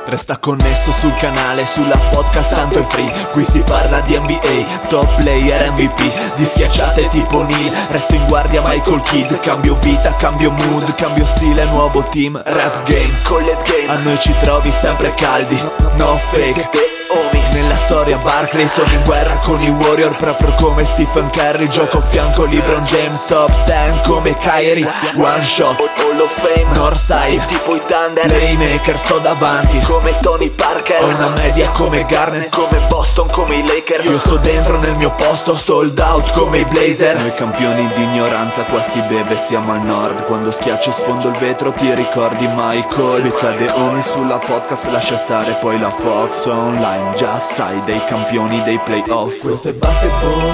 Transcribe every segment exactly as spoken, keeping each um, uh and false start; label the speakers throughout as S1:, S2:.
S1: Resta connesso sul canale, sulla podcast tanto è free. Qui si parla di N B A, top player M V P, di schiacciate tipo Neil. Resto in guardia Michael Kidd. Cambio vita, cambio mood, cambio stile, nuovo team. Rap game, collet game, a noi ci trovi sempre caldi. No fake, homies. Nella storia Barkley, sono in guerra con i Warrior, proprio come Stephen Curry. Gioco a fianco LeBron James, top dieci come Kyrie. One shot, Hall of Fame, Northside, tipo i Thunder. Playmaker, sto davanti come Tony Parker. Ho una media come Garnett, come Boston, come i Lakers. Io sto dentro nel mio posto, sold out come i Blazer. Noi campioni di ignoranza, qua si beve, siamo al nord. Quando schiaccio e sfondo il vetro ti ricordi Michael. Mi cade ogni sulla podcast, lascia stare poi la Fox online. Già sai, dei campioni dei playoff. Questo è basketball,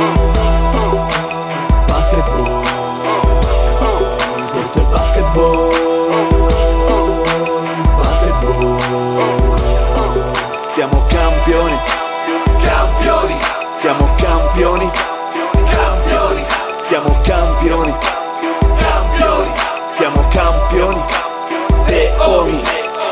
S1: basketball. Questo è basketball, basketball. Siamo campioni, campioni. Siamo campioni, campioni. Siamo campioni, campioni. Siamo campioni, The Homies.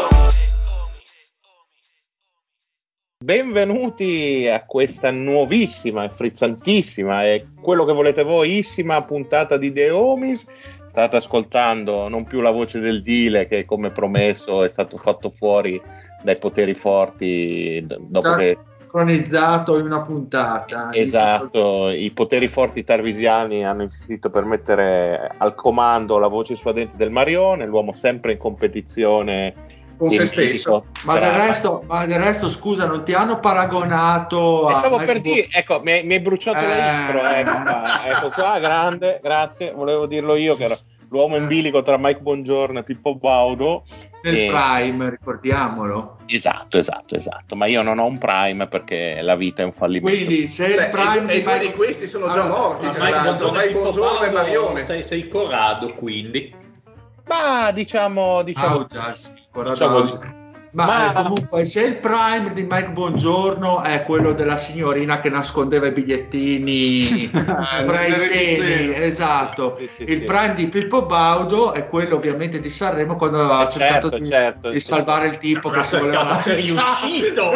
S2: Benvenuti a questa nuovissima e frizzantissima e quello che volete voissima puntata di The Homies. State ascoltando non più la voce del Dile, che come promesso è stato fatto fuori dai poteri forti dopo
S3: Già
S2: che
S3: sincronizzato in una puntata.
S2: esatto, i poteri forti tarvisiani hanno insistito per mettere al comando la voce suadente del Marione, l'uomo sempre in competizione
S3: con se stesso, ma del, resto, ma del resto scusa, non ti hanno paragonato
S2: e
S3: a
S2: stavo
S3: Michael
S2: per dire, ecco, mi hai, mi hai bruciato
S3: eh...
S2: la intro, ecco qua, ecco qua, grande, grazie, volevo dirlo io che era l'uomo in bilico tra Mike Bongiorno e Pippo Baudo
S3: nel
S2: e...
S3: Prime, ricordiamolo.
S2: Esatto, esatto, esatto, ma io non ho un Prime perché la vita è un fallimento.
S3: Quindi se il Prime
S4: e, e due di questi sono già
S3: allora,
S4: morti,
S5: ma Mike Bongiorno,
S4: Mike Bongiorno e Marione.
S5: Sei, sei Corrado, quindi.
S2: Ma diciamo, diciamo,
S3: oh, già, sì,
S2: diciamo
S3: di... Ma,
S2: ma...
S3: eh, comunque se il Prime di Mike Bongiorno è quello della signorina che nascondeva i bigliettini tra i seni, esatto,
S2: sì, sì,
S3: il
S2: sì.
S3: Prime di Pippo Baudo è quello ovviamente di Sanremo, quando ha
S2: certo,
S3: cercato di,
S2: certo,
S3: di salvare il tipo
S5: non
S3: che si voleva
S5: è riuscito.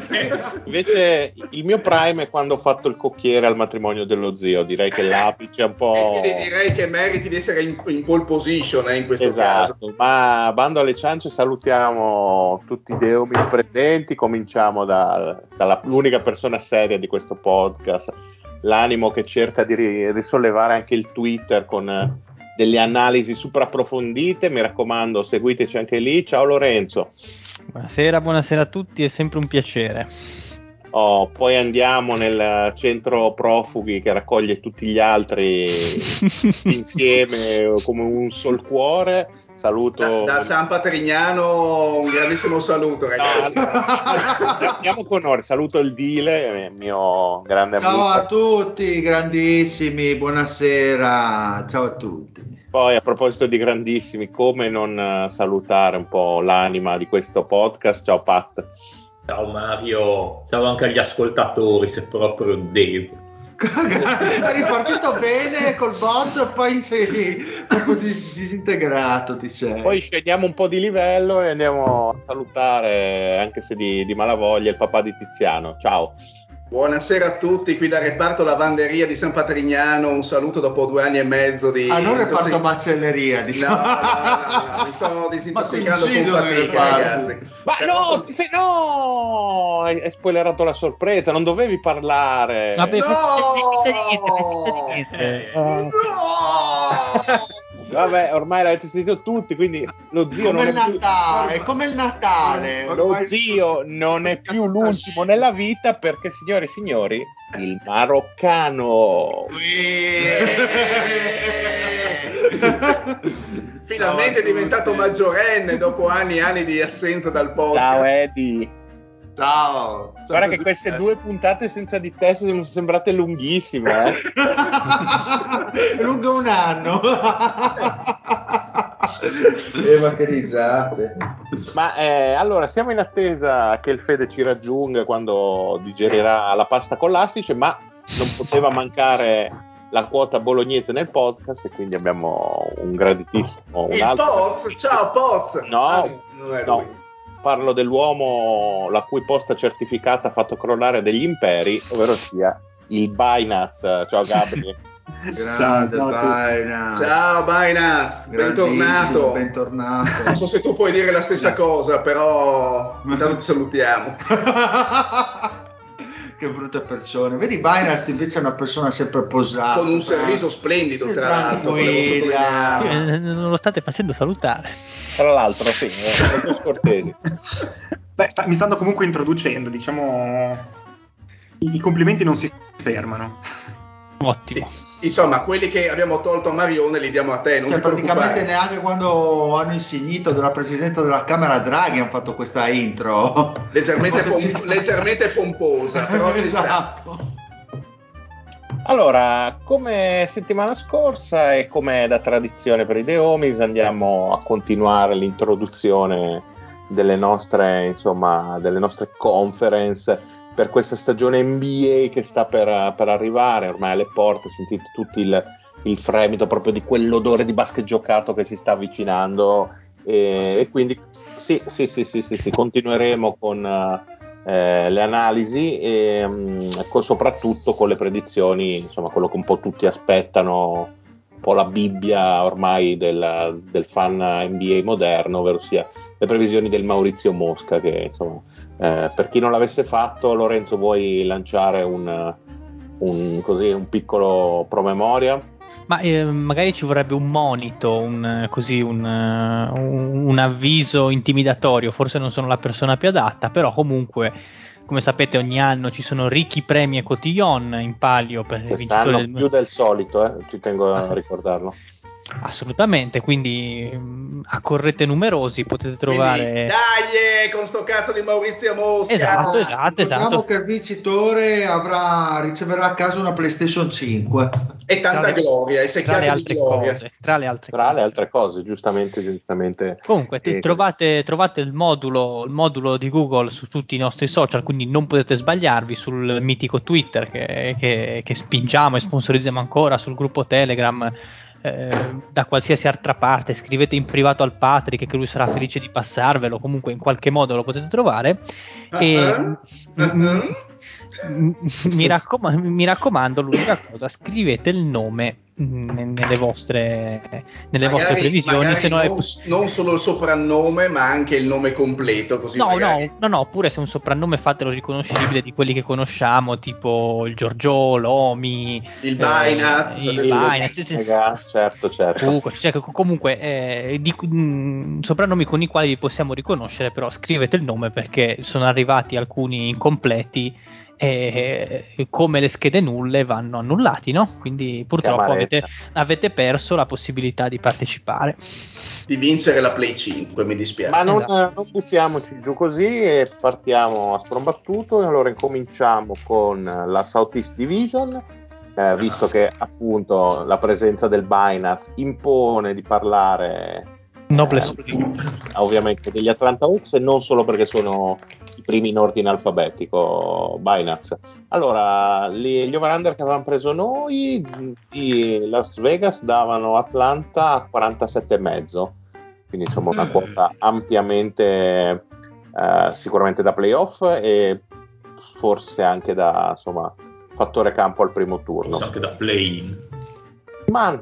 S2: Invece il mio Prime è quando ho fatto il cocchiere al matrimonio dello zio, direi che l'apice è un po'...
S4: E quindi direi che meriti di essere in, in pole position eh, in questo
S2: esatto,
S4: caso.
S2: ma bando alle ciance, salutiamo tutti i Deomi presenti, cominciamo da, dall'unica persona seria di questo podcast, l'animo che cerca di ri- risollevare anche il Twitter con eh, delle analisi super approfondite, mi raccomando seguiteci anche lì, ciao Lorenzo.
S6: Buonasera, buonasera a tutti, è sempre un piacere.
S2: Oh, poi andiamo nel centro profughi che raccoglie tutti gli altri insieme come un sol cuore. Saluto
S4: da, da San Patrignano, un grandissimo saluto, ragazzi.
S2: No, allora, andiamo con onore. Saluto il Dile, mio grande amico.
S3: Ciao a tutti, grandissimi, buonasera, ciao a tutti.
S2: Poi a proposito di grandissimi, come non salutare un po' l'anima di questo podcast? Ciao Pat.
S5: Ciao Mario, ciao anche agli ascoltatori, se proprio devo.
S3: È ripartito bene col bot e poi sei proprio dis- disintegrato, ti sei.
S2: Poi scendiamo un po' di livello e andiamo a salutare, anche se di, di malavoglia, il papà di Tiziano. Ciao.
S4: Buonasera a tutti, qui dal reparto lavanderia di San Patrignano, un saluto dopo due anni e mezzo di...
S3: Ah, non reparto
S4: intossic-
S3: macelleria, diciamo.
S4: No, no, no, no, mi sto disintossicando con
S3: coincidono i
S4: fatica,
S3: reparti.
S4: ragazzi.
S2: Ma
S4: Però-
S2: no, ti sei, no, hai, hai spoilerato la sorpresa, non dovevi parlare.
S6: Vabbè,
S4: No!
S6: no!
S2: Vabbè, ormai l'avete sentito tutti, quindi lo zio
S3: Come
S2: non
S3: il
S2: è più...
S3: Natale, è come il Natale.
S2: Lo
S3: Ormai-
S2: zio non è più l'ultimo nella vita perché, signore e signori, il maroccano.
S4: Finalmente è diventato maggiorenne dopo anni e anni di assenza dal podcast.
S2: Ciao Eddie.
S3: Ciao.
S2: Guarda che queste due puntate senza di te sono sembrate lunghissime, eh?
S3: È lungo un anno. Eh, ma che risate.
S2: Ma eh, allora siamo in attesa che il Fede ci raggiunga quando digerirà la pasta con l'astice, ma non poteva mancare la quota bolognese nel podcast e quindi abbiamo un graditissimo un
S4: Il
S2: altro...
S4: Poz, ciao Poz.
S2: No,
S4: Ah, non è
S2: no.
S4: lui.
S2: parlo dell'uomo la cui posta certificata ha fatto crollare degli imperi, ovvero sia il Binance. Ciao Gabri.
S3: Grande
S4: ciao,
S3: Binance.
S4: Ciao Binance, bentornato.
S3: bentornato.
S4: Non so se tu puoi dire la stessa cosa, però intanto ti salutiamo.
S3: Che brutte persone. Vedi, Binance invece è una persona sempre posata,
S4: con un sorriso splendido,
S3: sì,
S4: tra l'altro,
S3: tranquilla.
S6: Sì, non lo state facendo salutare.
S2: Tra l'altro, sì, molto scortesi.
S7: Beh, sta, mi stanno comunque introducendo, diciamo, i, i complimenti non si fermano.
S6: Ottimo.
S4: Sì. Insomma, quelli che abbiamo tolto a Marione li diamo a te, non
S3: cioè,
S4: ti
S3: praticamente
S4: preoccupare.
S3: neanche quando hanno insignito della presidenza della Camera Draghi hanno fatto questa intro
S4: Leggermente, pom- leggermente pomposa, però ci sta.
S3: Esatto.
S2: Allora, come settimana scorsa e come da tradizione per i The Homies, andiamo a continuare l'introduzione delle nostre, insomma, delle nostre conference per questa stagione N B A che sta per, per arrivare, ormai alle porte. Sentite tutti il, il fremito proprio di quell'odore di basket giocato che si sta avvicinando, e,
S4: sì.
S2: e quindi sì, sì, sì, sì, sì, sì, continueremo con eh, le analisi e mh, con, soprattutto con le predizioni, insomma quello che un po' tutti aspettano, un po' la Bibbia ormai del, del fan N B A moderno, ovvero sia le previsioni del Maurizio Mosca, che insomma eh, per chi non l'avesse fatto, Lorenzo, vuoi lanciare un, un, così, un piccolo promemoria?
S6: Ma eh, magari ci vorrebbe un monito, un, così, un, uh, un, un avviso intimidatorio. Forse non sono la persona più adatta, però comunque, come sapete, ogni anno ci sono ricchi premi e cotillon in palio per il vincitore
S2: Quest'anno
S6: del...
S2: più del solito, eh? Ci tengo a
S6: Ah,
S2: ricordarlo.
S6: assolutamente, quindi mh, accorrete numerosi, potete trovare...
S4: Quindi, dai, con sto cazzo di Maurizio Mosca.
S6: Esatto, esatto,
S3: Ricordiamo
S6: esatto.
S3: che il vincitore avrà, riceverà a casa una PlayStation cinque
S4: E tanta
S6: Tra le-
S4: gloria, e
S6: tra le
S4: secchiate di
S6: altre
S4: gloria.
S6: cose, tra le altre
S2: Tra
S6: cose.
S2: le altre cose, giustamente, giustamente.
S6: Comunque te-
S2: eh,
S6: trovate, trovate il modulo, il modulo di Google su tutti i nostri social, quindi non potete sbagliarvi, sul mitico Twitter che, che- che spingiamo e sponsorizziamo ancora, sul gruppo Telegram, eh, da qualsiasi altra parte. Scrivete in privato al Patrick che lui sarà felice di passarvelo, comunque in qualche modo lo potete trovare. E
S4: Uh-huh.
S6: m- m-
S4: Uh-huh.
S6: m- mi, raccom- mi raccomando, l'unica cosa, scrivete il nome mh, nelle vostre, nelle vostre
S4: Magari,
S6: previsioni,
S4: magari
S6: se no è
S4: non, non solo il soprannome, ma anche il nome completo, così
S6: No,
S4: magari.
S6: no, no, no, oppure se è un soprannome fatelo riconoscibile di quelli che conosciamo, tipo il Giorgio, l'Omi,
S4: Il
S6: eh,
S4: Binance,
S6: il
S4: per
S6: Binance,
S4: esempio.
S6: cioè,
S2: certo, certo.
S6: Cuco, cioè, co- comunque eh, di, mh, soprannomi con i quali vi possiamo riconoscere, però scrivete il nome perché sono arrivati alcuni incompleti e eh, come le schede nulle vanno annullati, no? Quindi purtroppo avete, avete perso la possibilità di partecipare.
S4: Di vincere la Play cinque, mi
S2: Ma
S4: dispiace.
S2: non,
S6: Esatto.
S2: non buttiamoci giù così e partiamo a sprombattuto. Allora incominciamo con la Southeast Division, eh, visto che appunto la presenza del Binance impone di parlare
S6: Noblesse
S2: eh, ovviamente degli Atlanta Hawks, e non solo perché sono i primi in ordine alfabetico Binance. Allora, gli, gli over-under che avevamo preso noi di Las Vegas davano Atlanta a quarantasette e mezzo, quindi insomma una quota ampiamente eh, sicuramente da playoff e forse anche da insomma fattore campo al primo turno.
S5: Forse anche da play-in.
S2: Ma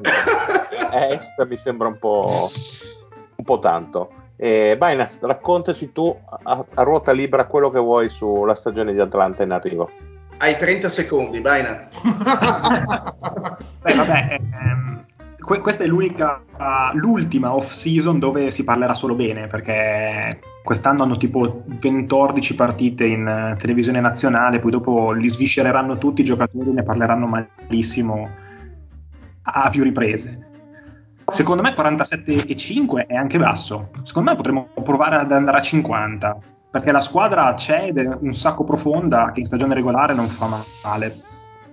S2: est mi sembra un po', un po' tanto. E Binance, raccontaci tu a, a ruota libera quello che vuoi sulla stagione di Atlanta in arrivo.
S4: Hai trenta secondi, Binance.
S7: Beh, vabbè, ehm, que- questa è l'unica, uh, l'ultima off-season dove si parlerà solo bene, perché quest'anno hanno tipo ventordici partite in uh, televisione nazionale, poi dopo li sviscereranno tutti i giocatori, ne parleranno malissimo a, a più riprese. Secondo me quarantasette e cinque è anche basso. Secondo me potremmo provare ad andare a cinquanta, perché la squadra c'è ed è un sacco profonda che in stagione regolare non fa male.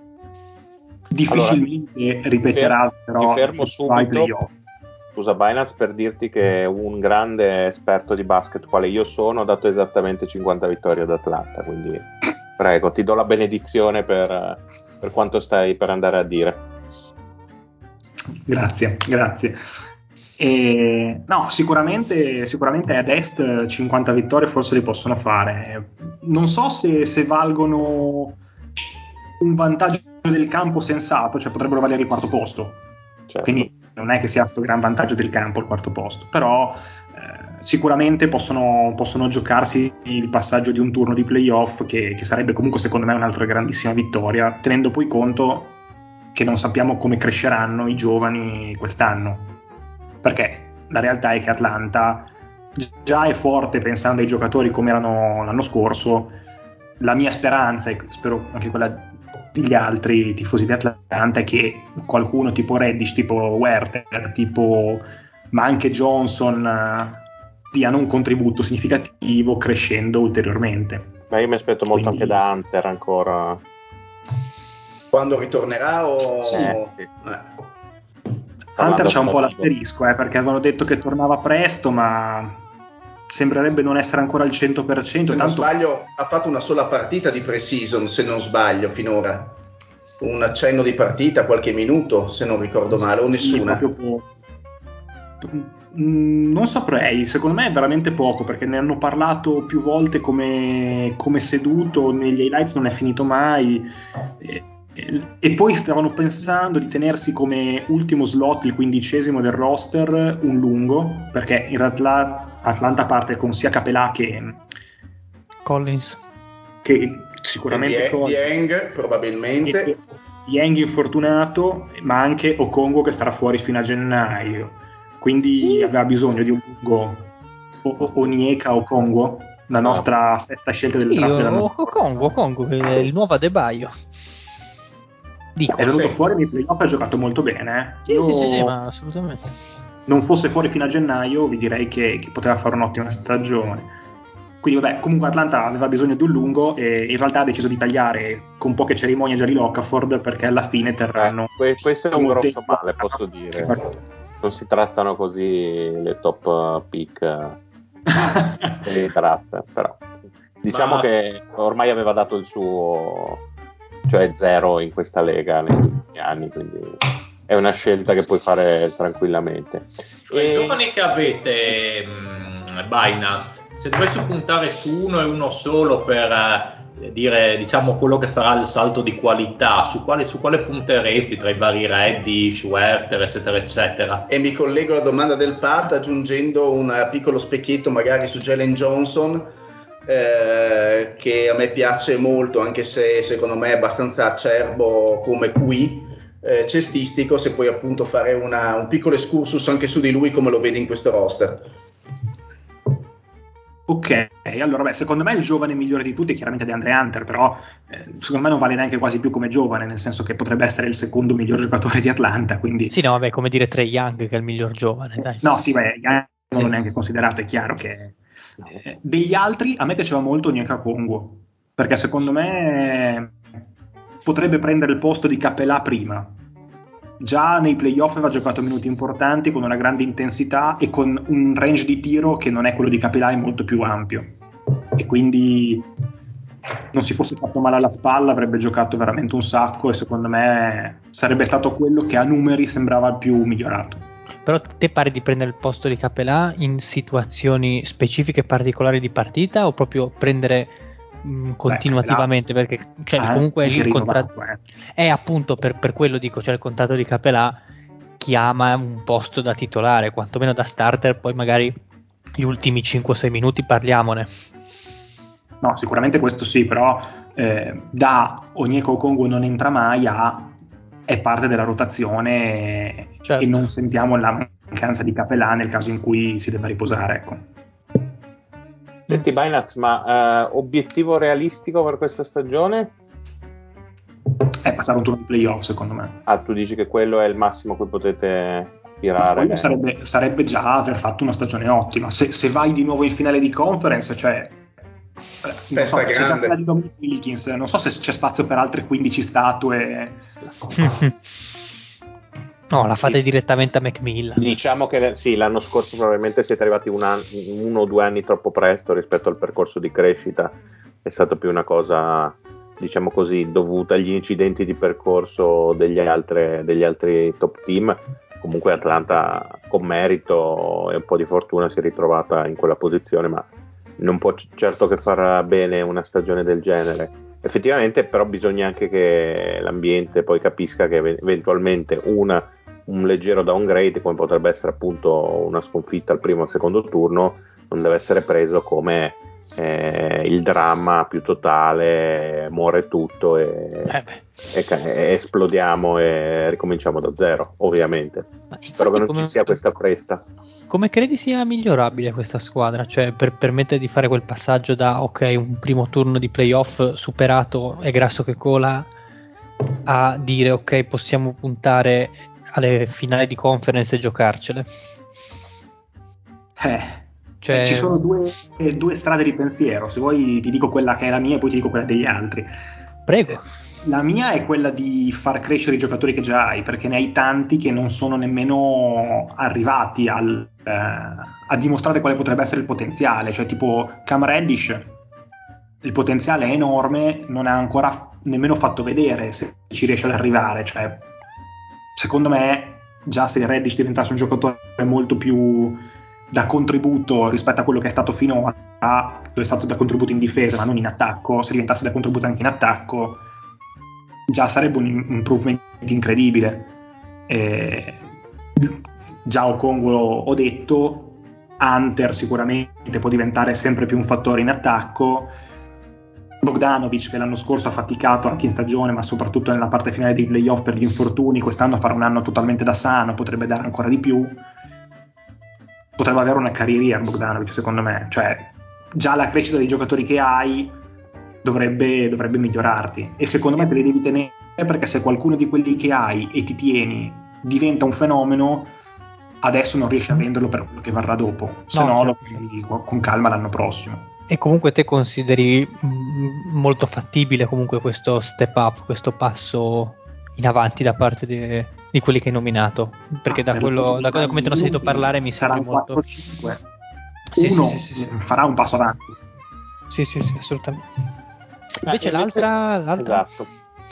S7: Difficilmente
S2: Allora,
S7: ripeterà
S2: ti fer-
S7: però
S2: ti fermo
S7: ai
S2: subito.
S7: playoff.
S2: Scusa Binance, per dirti che un grande esperto di basket quale io sono ha dato esattamente cinquanta vittorie ad Atlanta, quindi prego, ti do la benedizione per, per quanto stai per andare a dire.
S7: Grazie, grazie. E, no, sicuramente, sicuramente ad est cinquanta vittorie forse li possono fare. Non so se, se valgono un vantaggio del campo sensato, cioè potrebbero valere il quarto posto.
S2: Certo.
S7: Quindi non è che sia questo gran vantaggio del campo il quarto posto, però eh, sicuramente possono, possono giocarsi il passaggio di un turno di playoff che, che sarebbe comunque secondo me un'altra grandissima vittoria, tenendo poi conto che non sappiamo come cresceranno i giovani quest'anno, perché la realtà è che Atlanta già è forte pensando ai giocatori come erano l'anno scorso. La mia speranza, e spero anche quella degli altri tifosi di Atlanta, è che qualcuno tipo Reddish, tipo Werther, tipo, ma anche Johnson uh, diano un contributo significativo crescendo ulteriormente.
S2: Ma io mi aspetto molto
S7: Quindi,
S2: anche da Hunter ancora.
S4: Quando ritornerà o...
S7: Sì.
S4: Eh.
S7: Hunter c'ha un po' l'asterisco, eh, perché avevano detto che tornava presto, ma sembrerebbe non essere ancora al cento per cento.
S4: Se
S7: tanto...
S4: non sbaglio ha fatto una sola partita di pre-season, se non sbaglio, finora. Un accenno di partita, qualche minuto, se non ricordo male, o nessuna.
S7: Sì, proprio... Non saprei, secondo me è veramente poco, perché ne hanno parlato più volte come, come seduto, negli highlights non è finito mai. E, e, e poi stavano pensando di tenersi come ultimo slot, il quindicesimo del roster, un lungo, perché in realtà Atlanta parte con sia Capelà che
S6: Collins,
S7: che sicuramente
S4: e
S7: Collins,
S4: Dieng probabilmente,
S7: Dieng infortunato, ma anche Okongo che starà fuori fino a gennaio, quindi aveva bisogno di un lungo, o, o, Onyeka o Okongo, la nostra ah. sesta scelta del
S6: sì,
S7: draft dell'anno
S6: scorso. Okongo, Okongo che è il nuovo Adebayo. Dico,
S7: è venuto
S4: sì.
S7: fuori nei playoff e ha giocato molto bene.
S6: Sì,
S7: Io,
S6: sì, sì, sì, ma assolutamente.
S7: Non fosse fuori fino a gennaio, vi direi che, che poteva fare un'ottima stagione. Quindi vabbè, comunque Atlanta aveva bisogno di un lungo e in realtà ha deciso di tagliare con poche cerimonie Jerry Lockeford, perché alla fine terranno...
S2: Eh, que- questo è un grosso
S7: tempo.
S2: male, posso dire. Non si trattano così le top pick dei draft, però diciamo Ma... che ormai aveva dato il suo, cioè zero in questa lega negli ultimi anni, quindi è una scelta che puoi fare tranquillamente.
S5: E... I giovani che avete, mh, Binance, se dovessi puntare su uno e uno solo per eh, dire, diciamo, quello che farà il salto di qualità, su quale, su quale punteresti tra i vari Reddish, Werther, eccetera, eccetera?
S4: E mi collego alla domanda del Pat aggiungendo un piccolo specchietto magari su Jalen Johnson, eh, che a me piace molto, anche se secondo me è abbastanza acerbo come qui. Eh, cestistico, se puoi appunto fare una, un piccolo excursus anche su di lui, come lo vedi in questo roster.
S7: Ok, allora beh, secondo me il giovane migliore di tutti è chiaramente DeAndre Hunter, però eh, secondo me non vale neanche quasi più come giovane, nel senso che potrebbe essere il secondo miglior giocatore di Atlanta, quindi...
S6: Sì, no, vabbè, come dire Trae Young che è il miglior giovane, dai.
S7: No, sì, beh, Young non l'ho neanche considerato, è chiaro che... Eh, degli altri a me piaceva molto Onyeka Okongwu, perché secondo me potrebbe prendere il posto di Capelà prima. Già nei playoff aveva giocato minuti importanti con una grande intensità e con un range di tiro che non è quello di Capelà, è molto più ampio, e quindi non si fosse fatto male alla spalla avrebbe giocato veramente un sacco e secondo me sarebbe stato quello che a numeri sembrava il più migliorato.
S6: Però te pari di prendere il posto di Capelà in situazioni specifiche particolari di partita o proprio prendere mh, continuativamente? Beh, perché cioè, ah, comunque il contratto eh. è appunto per, per quello dico, cioè il contratto di Capelà chiama un posto da titolare, quantomeno da starter, poi magari gli ultimi cinque sei minuti parliamone.
S7: No, sicuramente questo sì, però eh, da Onyeka Okongwu non entra mai a è parte della rotazione, certo. E non sentiamo la mancanza di Capelà nel caso in cui si debba riposare, ecco.
S2: Senti Binance, ma uh, obiettivo realistico per questa stagione?
S7: È passare un turno di playoff, secondo me.
S2: Ah, tu dici che quello è il massimo a cui potete aspirare?
S7: Quello sarebbe, sarebbe già aver fatto una stagione ottima. Se, se vai di nuovo in finale di conference, cioè non so, c'è già quella di Dominic Wilkins, non so se c'è spazio per altre quindici statue.
S6: No, la fate sì. direttamente a Macmillan.
S2: Diciamo che sì, l'anno scorso probabilmente siete arrivati un anno, uno o due anni troppo presto rispetto al percorso di crescita, è stato più una cosa diciamo così, dovuta agli incidenti di percorso degli, altre, degli altri top team. Comunque Atlanta con merito e un po' di fortuna si è ritrovata in quella posizione, ma non può certo che far bene una stagione del genere. Effettivamente però bisogna anche che l'ambiente poi capisca che eventualmente una, un leggero downgrade, come potrebbe essere appunto una sconfitta al primo o al secondo turno, non deve essere preso come eh, il dramma più totale, muore tutto e,
S6: Eh
S2: e, e esplodiamo e ricominciamo da zero, ovviamente. Spero che non
S6: come,
S2: ci sia questa fretta.
S6: Come credi sia migliorabile questa squadra? Cioè, per permettere di fare quel passaggio da ok, un primo turno di playoff superato è grasso che cola, a dire ok, possiamo puntare alle finali di conference e giocarcele?
S7: Eh,
S6: cioè...
S7: eh, ci sono due, due strade di pensiero. Se vuoi ti dico quella che è la mia e poi ti dico quella degli altri.
S6: Prego.
S7: La mia è quella di far crescere i giocatori che già hai, perché ne hai tanti che non sono nemmeno arrivati al, eh, a dimostrare quale potrebbe essere il potenziale. Cioè tipo Cam Reddish, il potenziale è enorme, non ha ancora nemmeno fatto vedere se ci riesce ad arrivare. Cioè, secondo me già se Reddish diventasse un giocatore molto più da contributo rispetto a quello che è stato finora, dove è stato da contributo in difesa ma non in attacco, se diventasse da contributo anche in attacco già sarebbe un improvement incredibile. Eh, già Okongwu ho detto, Hunter sicuramente può diventare sempre più un fattore in attacco, Bogdanovic che l'anno scorso ha faticato anche in stagione ma soprattutto nella parte finale dei playoff per gli infortuni, quest'anno farà un anno totalmente da sano, potrebbe dare ancora di più, potrebbe avere una carriera Bogdanovic secondo me, cioè già la crescita dei giocatori che hai Dovrebbe, dovrebbe migliorarti, e secondo me te li devi tenere, perché se qualcuno di quelli che hai e ti tieni diventa un fenomeno, adesso non riesci a venderlo per quello che varrà dopo, se no, no certo. Lo prendi con calma l'anno prossimo.
S6: E comunque te consideri mh, molto fattibile comunque questo step up, questo passo in avanti da parte de, di quelli che hai nominato, perché ah, da, per quello, da, da come te ne ho sentito parlare mi sembra molto
S7: quattro cinque sì, uno sì, sì, sì, sì. farà un passo avanti.
S6: Sì, sì, sì, assolutamente. Invece,
S2: eh,
S6: l'altra, l'altra?
S2: Esatto.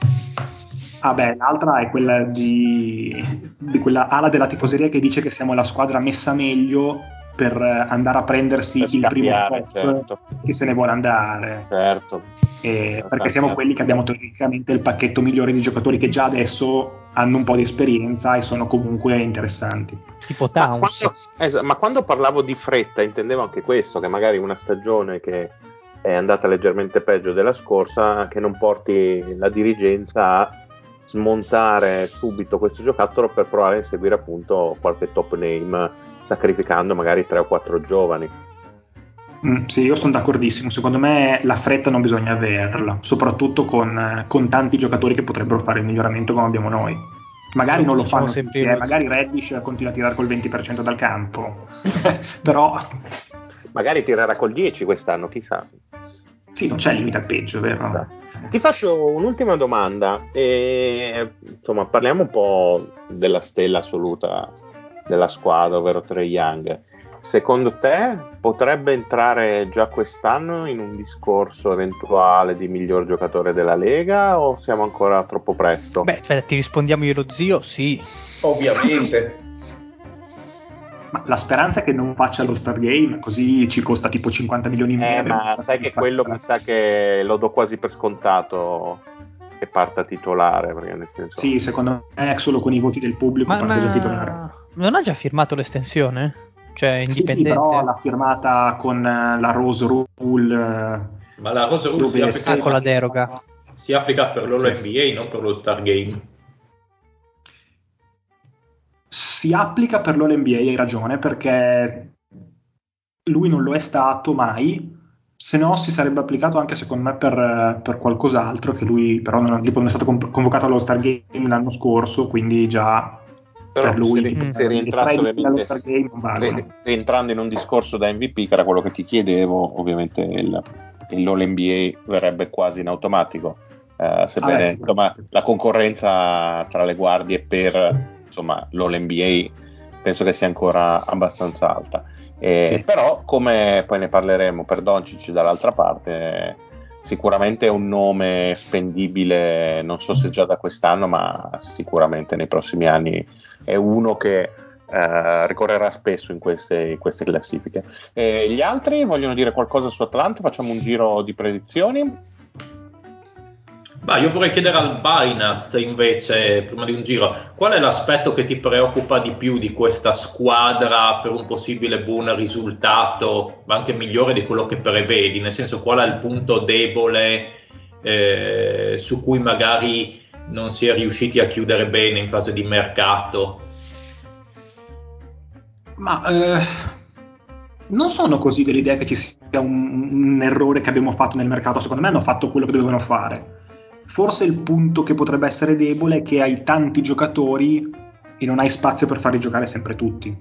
S7: Ah beh, l'altra è quella di, di quella ala della tifoseria che dice che siamo la squadra messa meglio per andare a prendersi
S2: per
S7: il primo top,
S2: certo.
S7: che se ne vuole andare.
S2: Certo.
S7: Eh, perché siamo quelli che abbiamo teoricamente il pacchetto migliore di giocatori che già adesso hanno un po' di esperienza e sono comunque interessanti.
S6: Tipo Towns.
S2: Ma quando, es- ma quando parlavo di fretta intendevo anche questo, che magari una stagione che è andata leggermente peggio della scorsa, che non porti la dirigenza a smontare subito questo giocattolo per provare a inseguire appunto qualche top name, sacrificando magari tre o quattro giovani.
S7: Mm, sì, io sono d'accordissimo, secondo me la fretta non bisogna averla, soprattutto con, con tanti giocatori che potrebbero fare il miglioramento come abbiamo noi. Magari non lo fanno tutti, eh, magari Reddish continua a tirare col venti per cento dal campo, però...
S2: Magari tirerà col dieci quest'anno, chissà.
S7: Sì, non c'è limite al peggio, vero?
S2: Esatto. Ti faccio un'ultima domanda e, insomma, parliamo un po' della stella assoluta della squadra, ovvero Trae Young. Secondo te potrebbe entrare già quest'anno in un discorso eventuale di miglior giocatore della Lega o siamo ancora troppo presto?
S6: Beh, aspetta, ti rispondiamo io lo zio, sì.
S4: Ovviamente.
S7: Ma la speranza è che non faccia lo Star Game, così ci costa tipo cinquanta milioni in
S2: eh,
S7: meno.
S2: ma sai che quello mi sa che lo do quasi per scontato che parta titolare, perché nel senso...
S7: Sì, secondo me è solo con i voti del pubblico
S6: ma,
S7: parte
S6: ma...
S7: già titolare.
S6: Non ha già firmato l'estensione? Cioè indipendente?
S7: Sì, sì, però l'ha firmata con la Rose Rule.
S5: Ma la Rose Rule si applica,
S6: ah, con la deroga.
S5: Si applica per l'All
S7: sì.
S5: N B A, non per lo Star Game.
S7: Si applica per l'All N B A, hai ragione, perché lui non lo è stato mai, se no si sarebbe applicato anche secondo me per, per qualcos'altro, che lui però non, non è stato convocato allo Star Game l'anno scorso, quindi già
S2: però
S7: per lui
S2: se,
S7: tipo,
S2: se rientrasse ovviamente
S7: Star Game non valgono.
S2: Rientrando in un discorso da M V P, che era quello che ti chiedevo, ovviamente il, l'All N B A verrebbe quasi in automatico, eh, sebbene ah, insomma, la concorrenza tra le guardie per insomma, l'All N B A penso che sia ancora abbastanza alta. Eh, sì. Però, come poi ne parleremo per Doncic dall'altra parte, sicuramente è un nome spendibile, non so se già da quest'anno, ma sicuramente nei prossimi anni è uno che eh, ricorrerà spesso in queste, in queste classifiche. E gli altri vogliono dire qualcosa su Atlanta? Facciamo un giro di predizioni.
S5: Bah, io vorrei chiedere al Binaz invece, prima di un giro, qual è l'aspetto che ti preoccupa di più di questa squadra per un possibile buon risultato, ma anche migliore di quello che prevedi? Nel senso, qual è il punto debole eh, su cui magari non si è riusciti a chiudere bene in fase di mercato?
S7: Ma eh, non sono così dell'idea che ci sia un, un errore che abbiamo fatto nel mercato. Secondo me hanno fatto quello che dovevano fare. Forse il punto che potrebbe essere debole è che hai tanti giocatori e non hai spazio per farli giocare sempre tutti.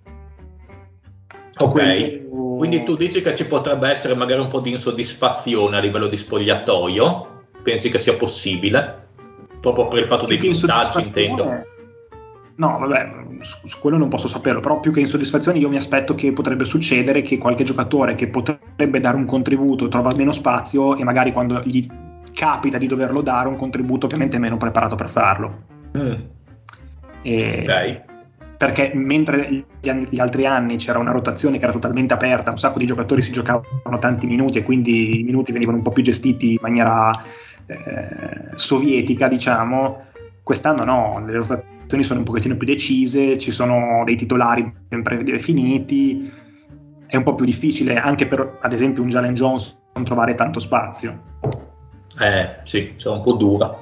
S5: Ok,
S7: Quello...
S5: quindi tu dici che ci potrebbe essere magari un po' di insoddisfazione a livello di spogliatoio? Pensi che sia possibile? Proprio per il fatto dei minutaggi, intendo.
S7: No, vabbè, su, su quello non posso saperlo, però più che insoddisfazione io mi aspetto che potrebbe succedere che qualche giocatore che potrebbe dare un contributo trova meno spazio e magari quando gli capita di doverlo dare un contributo ovviamente è meno preparato per farlo.
S5: Mm.
S7: E
S5: Ok.
S7: Perché mentre gli, anni, gli altri anni c'era una rotazione che era totalmente aperta, un sacco di giocatori si giocavano tanti minuti e quindi i minuti venivano un po' più gestiti in maniera eh, sovietica, diciamo, quest'anno no, le rotazioni sono un pochettino più decise, ci sono dei titolari ben predefiniti, è un po' più difficile anche per ad esempio un Jalen Johnson trovare tanto spazio.
S5: Eh sì, sono un po' dura.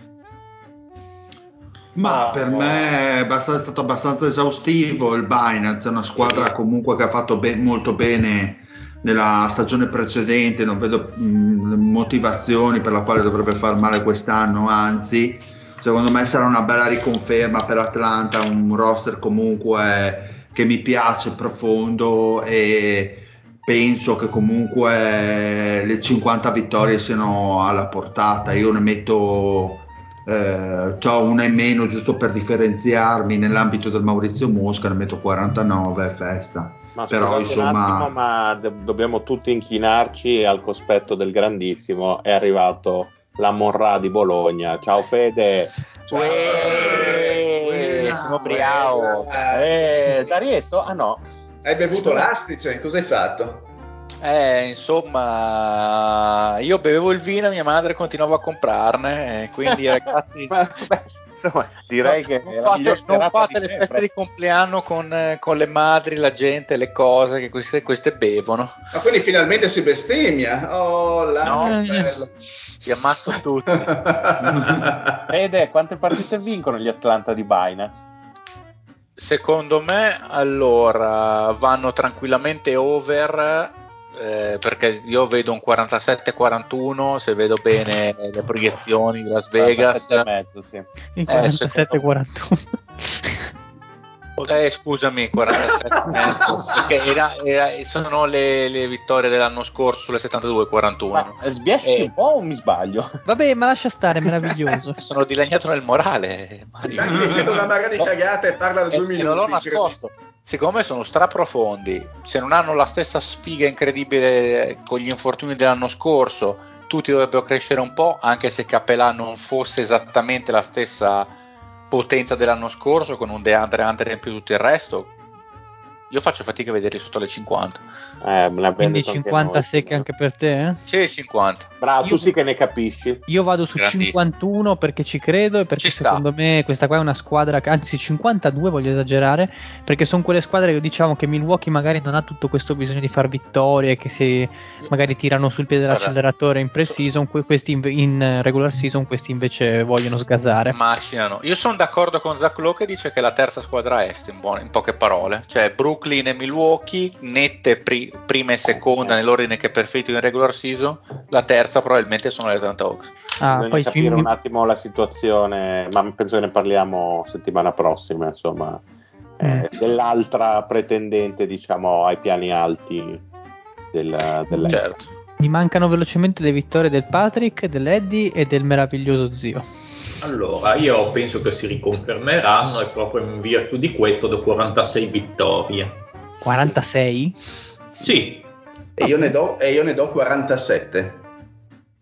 S3: Ma per me è, bast- è stato abbastanza esaustivo il Binance, è una squadra comunque che ha fatto be- molto bene nella stagione precedente, non vedo mh, motivazioni per la quale dovrebbe far male quest'anno, anzi secondo me sarà una bella riconferma per Atlanta, un roster comunque che mi piace, profondo, e penso che comunque le cinquanta vittorie siano alla portata. Io ne metto eh, c'ho una in meno giusto per differenziarmi nell'ambito del Maurizio Mosca, ne metto quarantanove, festa.
S2: Ma
S3: Però insomma,
S2: un attimo, ma do- dobbiamo tutti inchinarci al cospetto del grandissimo. È arrivato la Monra di Bologna. Ciao Fede.
S8: Uè, sono Briao.
S2: Eh, Darietto? Ah no.
S4: Hai bevuto l'astice? Cosa hai fatto?
S8: Eh, insomma, io bevevo il vino e mia madre continuava a comprarne, quindi ragazzi,
S2: Beh, insomma, direi che
S8: non
S2: è la
S8: fate,
S2: miglior
S8: non
S2: serata
S8: fate
S2: di
S8: le
S2: sempre.
S8: feste di compleanno con, con le madri, la gente, le cose che queste, queste bevono.
S4: Ma quindi finalmente si bestemmia? Oh, là,
S8: No.
S4: che bello.
S8: Vi ammazzo tutti.
S2: Fede, quante partite vincono gli Atlanta di Binance?
S8: Secondo me, allora, vanno tranquillamente over, eh, perché io vedo un quarantasette quarantuno, se vedo bene le proiezioni di Las Vegas.
S2: quarantasette e mezzo, sì.
S6: In
S8: Eh,
S6: quarantasette quarantuno.
S8: Eh, scusami, quarantasette perché era, era, sono le, le vittorie dell'anno scorso sulle settantadue quarantuno.
S2: Ma sbiasci
S8: Eh,
S2: un po' o mi sbaglio?
S6: Vabbè, ma lascia stare, è meraviglioso.
S8: sono dilaniato nel morale, Mario.
S4: Stai dicendo una marea di
S8: No,
S4: cagate e parla da due
S8: e,
S4: minuti.
S8: e non l'ho nascosto. Siccome sono straprofondi, se non hanno la stessa sfiga incredibile con gli infortuni dell'anno scorso, tutti dovrebbero crescere un po', anche se Capelà non fosse esattamente la stessa potenza dell'anno scorso con un DeAndre Hunter in più tutto il resto. Io faccio fatica a vederli sotto le cinquanta.
S2: Eh, me la
S6: Quindi
S2: prendo anche
S6: cinquanta
S2: noi,
S6: secche
S2: sì.
S6: anche per te? Eh?
S8: Sì, cinquanta.
S2: Bravo,
S6: Io-
S2: tu sì che ne capisci.
S6: Io vado su
S8: Grandissimo.
S6: cinquantuno perché ci credo e perché
S8: Ci sta.
S6: secondo me questa qua è una squadra che, anzi cinquantadue voglio esagerare, perché sono quelle squadre che diciamo che Milwaukee magari non ha tutto questo bisogno di far vittorie, che si magari tirano sul piede dell'acceleratore in pre-season, que- questi in, in regular season, questi invece vogliono sgasare.
S8: Macinano. Io sono d'accordo con Zach Lowe che dice che la terza squadra est, in, buone, in poche parole, cioè Brooklyn e Milwaukee nette pri- prima e seconda nell'ordine che è perfetto in regular season, la terza probabilmente sono le Atlanta Hawks.
S6: Ah,
S2: Bisogna
S6: poi
S2: capire
S6: mi-
S2: un attimo la situazione, ma penso che ne parliamo settimana prossima, insomma, eh,
S6: Mm.
S2: dell'altra pretendente, diciamo, ai piani alti del, dell'est.
S8: Certo.
S6: mi mancano velocemente le vittorie del Patrick, dell'Eddie e del meraviglioso zio.
S5: Allora, io penso che si riconfermeranno e proprio in virtù di questo do quarantasei vittorie.
S6: quarantasei?
S5: Sì,
S4: E io ne do, e io ne do quarantasette.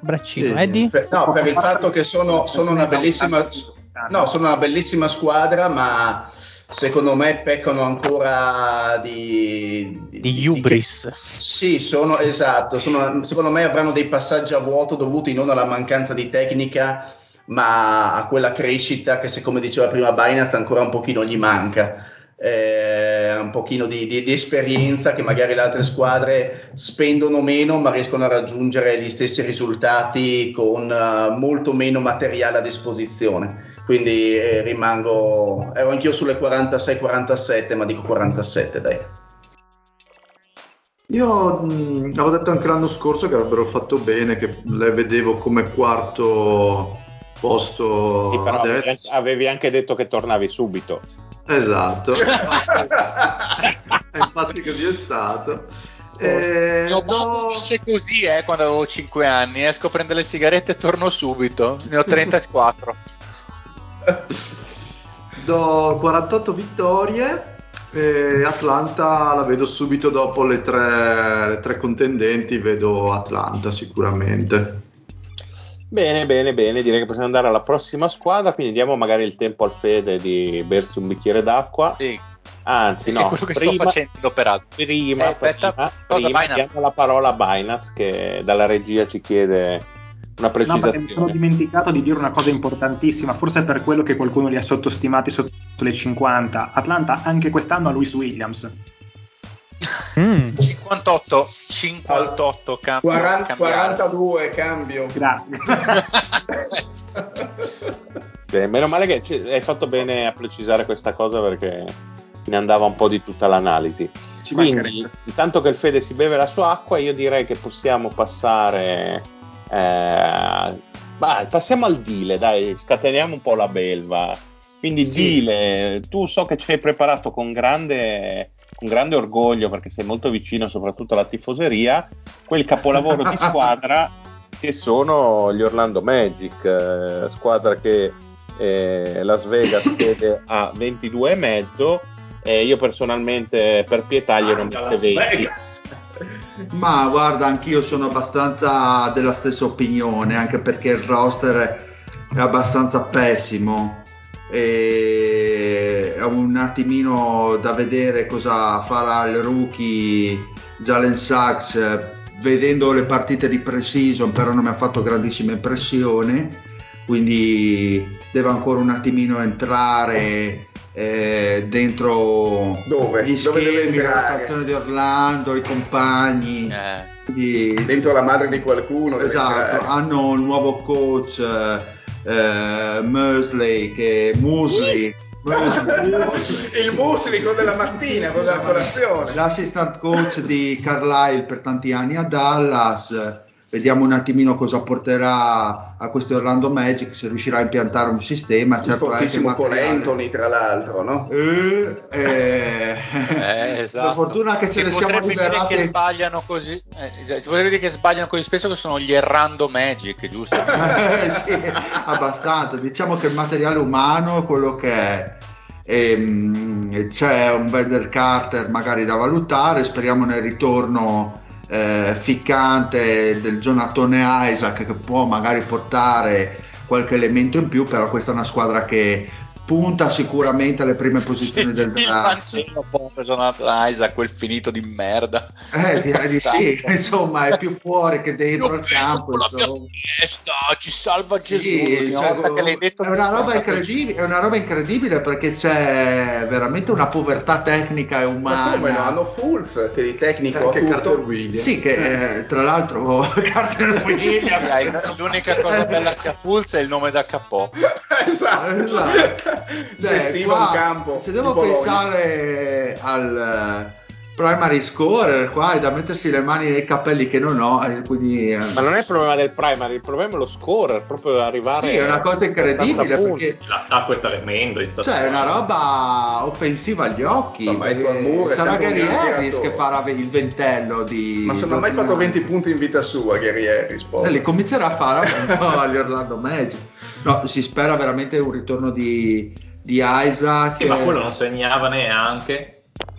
S6: braccino.
S3: Sì.
S6: Eddie?
S4: Per, no, per il fatto che sono, sono una bellissima no, sono una bellissima squadra, ma secondo me peccano ancora di
S6: Di, di hubris.
S4: Di, sì, sono esatto, sono, secondo me avranno dei passaggi a vuoto dovuti non alla mancanza di tecnica, ma a quella crescita che, se come diceva prima Binance, ancora un pochino gli manca. Eh, un pochino di, di, di esperienza che magari le altre squadre spendono meno ma riescono a raggiungere gli stessi risultati con uh, molto meno materiale a disposizione, quindi eh, rimango ero anch'io sulle quarantasei quarantasette, ma dico quarantasette, dai.
S3: Io mh, avevo detto anche l'anno scorso che avrebbero fatto bene, che le vedevo come quarto posto
S2: Sì, però avevi
S3: adesso.
S2: anche, avevi anche detto che tornavi subito.
S3: Esatto. Infatti così è stato.
S8: Eh,
S3: Eh,
S8: no, fosse così, eh, quando avevo cinque anni, esco a prendere le sigarette e torno subito. Ne ho trentaquattro.
S3: Do quarantotto vittorie. E Atlanta la vedo subito dopo le tre, le tre contendenti, vedo Atlanta sicuramente.
S2: Bene, bene, bene, direi che possiamo andare alla prossima squadra, quindi diamo magari il tempo al Fede di bersi un bicchiere d'acqua.
S8: Sì.
S2: Anzi, no,
S8: è quello che
S2: prima,
S8: sto facendo peraltro.
S2: Prima,
S8: Eh, aspetta,
S2: prima,
S8: cosa,
S2: prima
S8: Binance?
S2: diamo la parola a Binance, che dalla regia ci chiede una
S7: No, perché mi sono
S2: precisazione.
S7: dimenticato di dire una cosa importantissima, forse è per quello che qualcuno li ha sottostimati sotto le cinquanta. Atlanta anche quest'anno ha Luis Williams.
S6: Mm.
S8: cinquantotto cinquantotto cambio,
S4: quaranta,
S8: cambiare.
S4: quarantadue cambio.
S7: Grazie.
S2: Beh, meno male che ci- hai fatto bene a precisare questa cosa, perché ne andava un po' di tutta l'analisi.
S7: Ci
S2: Quindi,
S7: mancherebbe.
S2: intanto che il Fede si beve la sua acqua, io direi che possiamo passare eh, bah, passiamo al Dile, dai, scateniamo un po' la belva. Quindi
S4: Sì.
S2: Dile, tu so che ci hai preparato con grande, con grande orgoglio, perché sei molto vicino soprattutto alla tifoseria, quel capolavoro di squadra che sono gli Orlando Magic, eh, squadra che eh, Las Vegas vede a ventidue e mezzo, e io personalmente per pietà glielo
S5: Anche
S2: mette
S5: Las
S2: venti.
S5: Vegas.
S3: Ma guarda, anch'io sono abbastanza della stessa opinione, anche perché il roster è abbastanza pessimo e è un attimino da vedere cosa farà il rookie Jalen Sachs. Vedendo le partite di pre-season però non mi ha fatto grandissima impressione, quindi deve ancora un attimino entrare eh, dentro
S4: Dove?
S3: gli
S4: Dove deve
S3: schemi, la
S4: entrare?
S3: rotazione di Orlando, i compagni.
S8: Eh.
S3: Quindi,
S4: Dentro la madre di qualcuno deve
S3: esatto,
S4: entrare.
S3: hanno un nuovo coach, eh, Mosley, che Mosley, Mosley.
S4: Il musli, quello della mattina, quello della colazione.
S3: L'assistant coach di Carlisle per tanti anni a Dallas. Vediamo un attimino cosa porterà a questo Orlando Magic, se riuscirà a impiantare un sistema.
S4: Il
S3: Certo è che il
S4: fortissimo Cole
S3: materiale...
S4: Anthony, tra l'altro, no?
S3: Eh, eh,
S8: Eh, esatto.
S3: Per fortuna che ce
S8: si
S3: ne siamo
S8: potrebbe dire
S3: liberati.
S8: che sbagliano così eh, esatto, si potrebbe dire che sbagliano così spesso, che sono gli Errando Magic, giusto?
S3: Eh, sì, abbastanza. Diciamo che il materiale umano è quello che è. E, c'è un Wendell Carter magari da valutare, speriamo nel ritorno eh, ficcante del Jonathan Isaac, che può magari portare qualche elemento in più, però questa è una squadra che punta sicuramente alle prime posizioni
S8: Sì,
S3: del
S8: il
S3: draft.
S8: Mancino porta Jonathan Isaac, quel finito di merda.
S3: Eh, direi di sì, insomma è più fuori che dentro
S8: Io
S3: il
S8: penso
S3: campo,
S8: con la mia
S3: insomma.
S8: testa, ci salva
S3: Sì,
S8: Gesù. L'ultima
S3: cioè,
S8: volta che l'hai detto
S3: è una roba
S8: sono
S3: incredibile, è una roba incredibile perché c'è veramente una povertà tecnica e
S4: Ma come no?
S3: umana.
S4: Hanno Fulz che di tecnico ha
S3: Anche
S4: tutto.
S3: Carter Williams. Sì, che eh, tra l'altro Carter Williams.
S8: Dai, l'unica cosa bella che ha Fulz è il nome da capo.
S4: Esatto.
S3: Esatto. Cioè,
S4: Gestiva
S3: qua,
S4: un campo
S3: se
S4: in
S3: devo
S4: Polonia.
S3: pensare al eh, primary scorer, qua è da mettersi le mani nei capelli che non ho, e quindi eh,
S2: Ma non è il problema del primary, il problema è lo scorer, proprio arrivare.
S3: sì, è una cosa incredibile
S2: a punti.
S3: perché
S5: L'attacco è tremendo. in
S3: cioè è una roba offensiva agli occhi.
S4: Insomma, Edward Moore è
S3: Sarà
S4: sempre un
S3: Gary
S4: gran
S3: Harris
S4: tiratore.
S3: che farà il ventello di
S4: Ma se non ha mai fatto
S3: dominanza.
S4: venti punti in vita sua, Gary Harris, poi.
S3: E li comincerà a fare appunto agli Orlando Magic. No, si spera veramente un ritorno di, di Isaac.
S5: Sì, ma quello non segnava neanche.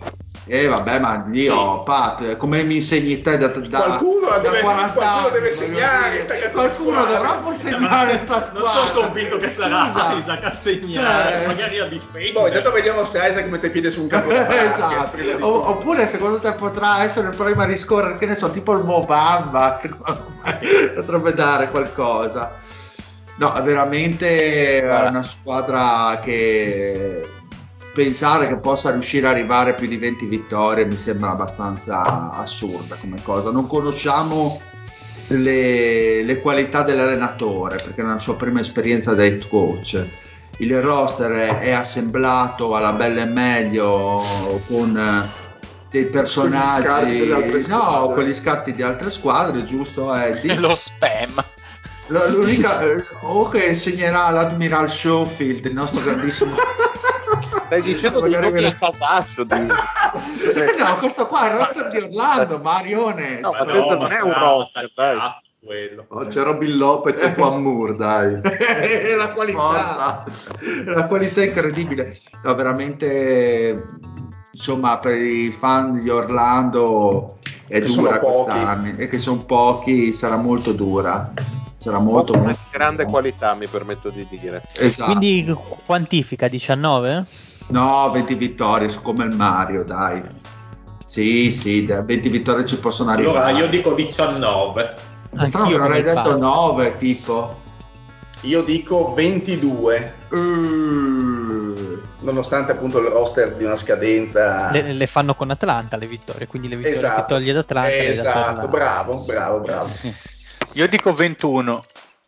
S3: Eh vabbè, ma io, Pat, come mi insegni te da, da,
S4: qualcuno,
S3: da
S4: deve,
S3: quaranta
S4: qualcuno
S3: anni,
S4: deve segnare sta cazzo
S3: qualcuno
S4: di
S3: dovrà pur segnare sta squadra.
S5: Non sono convinto che sarà
S3: Scusa.
S5: Isaac a segnare,
S3: Cioè...
S5: magari a difendere.
S4: Poi intanto vediamo se Isaac mette piede su un campo da basket.
S3: Esatto.
S4: prima di
S3: O,
S4: tutto.
S3: oppure secondo te potrà essere il primo a riscorrere, che ne so, tipo il Mobamba, secondo me potrebbe dare qualcosa. No, è veramente
S8: Guarda.
S3: una squadra che pensare che possa riuscire ad arrivare a più di venti vittorie mi sembra abbastanza assurda come cosa. Non conosciamo le, le qualità dell'allenatore perché è la sua prima esperienza da head coach. Il roster è, è assemblato alla bella e meglio con eh, dei personaggi,
S9: scarti delle altre
S3: no,
S9: squadre.
S3: con gli scarti di altre squadre, giusto? Eddie?
S8: Lo spam.
S3: L- L'unica, eh, o che segnerà l'Admiral Schofield, il nostro grandissimo.
S2: Stai dicendo dei
S3: Magari
S2: nomi
S3: me
S2: a casaccio di...
S3: no, questo qua è il roster di Orlando, Marione.
S2: No, ma
S5: no,
S2: questo
S5: ma
S2: non è
S5: sarà
S2: un roster, dai.
S5: attaccato quello.
S9: Oh, c'è Robin Lopez e Tuan Moore, dai.
S3: È la qualità, è la qualità incredibile. No, veramente, insomma, per i fan di Orlando è
S4: Che
S3: dura
S4: sono pochi.
S3: quest'anno e che sono pochi, sarà molto dura. Sarà molto,
S2: Una
S3: molto
S2: grande
S3: dura.
S2: qualità, mi permetto di dire.
S3: Esatto.
S6: Quindi quantifica diciannove?
S3: No, venti vittorie, su come il Mario, dai. Sì, sì, da venti vittorie ci possono arrivare.
S5: Allora io dico diciannove.
S3: Strano che
S6: Anch'io
S3: non
S6: come
S3: hai
S6: i
S3: detto
S6: Pats.
S3: nove, tipo.
S4: Io dico ventidue,
S3: Uh,
S4: nonostante appunto il roster di una scadenza.
S6: Le, le fanno con Atlanta le vittorie, quindi le vittorie
S4: Esatto.
S6: che togli ad Atlanta le dai da
S4: Esatto,
S6: Orlando.
S4: bravo, bravo, bravo.
S8: Io dico ventuno.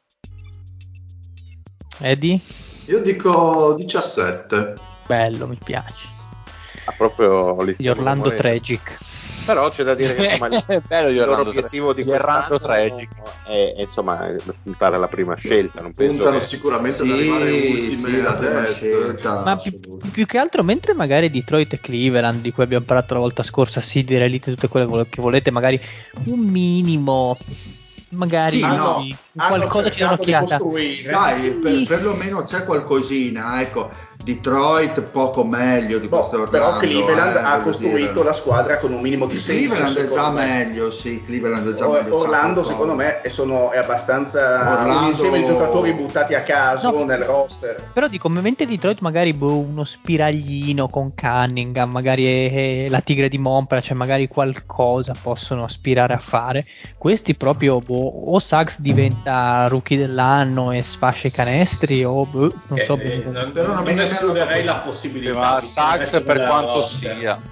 S6: Eddie?
S9: Io dico diciassette.
S6: Bello, mi piace.
S2: Ha proprio
S6: Gli Orlando Tragic.
S2: Però c'è da dire che insomma, il
S8: Bello gli
S2: il loro
S8: Orlando
S2: obiettivo di
S8: gli Orlando
S2: quest'anno
S8: Tragic.
S2: è, è insomma è puntare alla prima scelta. Non penso
S9: Puntano
S2: che...
S9: sicuramente ad
S3: sì,
S9: arrivare ultime
S3: sì, la
S9: ad
S3: prima
S9: est.
S3: scelta.
S6: Ma più,
S3: assoluto.
S6: più che altro, mentre magari Detroit e Cleveland, di cui abbiamo parlato la volta scorsa, sì, di Elite, tutte quelle che volete, magari un minimo, magari
S3: Sì,
S4: hanno,
S3: no,
S6: qualcosa
S4: hanno
S6: ci danno
S4: cercato di
S6: occhiata.
S4: costruire.
S3: Dai,
S6: Sì.
S3: per, perlomeno c'è qualcosina, ecco. Detroit poco meglio di
S4: Boh,
S3: questo
S4: però
S3: Orlando.
S4: Cleveland
S3: eh,
S4: ha
S3: voglio
S4: costruito
S3: dire.
S4: la squadra con un minimo di senso.
S3: Cleveland è già
S4: secondo me.
S3: meglio, sì, Cleveland è già
S4: O-
S3: meglio. c'ha
S4: Orlando
S3: qualcosa.
S4: secondo me è, sono, è abbastanza
S3: Orlando-
S4: un insieme di giocatori buttati a caso
S6: No.
S4: nel roster.
S6: Però dico, mentre Detroit magari boh, uno spiraglino con Cunningham, magari è, è la tigre di Montreal, cioè magari qualcosa possono aspirare a fare. Questi proprio, boh, o Suggs diventa rookie dell'anno e sfascia i canestri, o boh, non
S5: Eh,
S6: so.
S5: eh,
S6: boh.
S5: non,
S3: Però non
S5: non
S3: mi viene
S5: escluderei
S3: dato
S5: la possibilità.
S8: Ma
S5: di
S8: Suggs
S5: tenere
S8: per
S5: nella
S8: quanto
S5: roster.
S8: sia.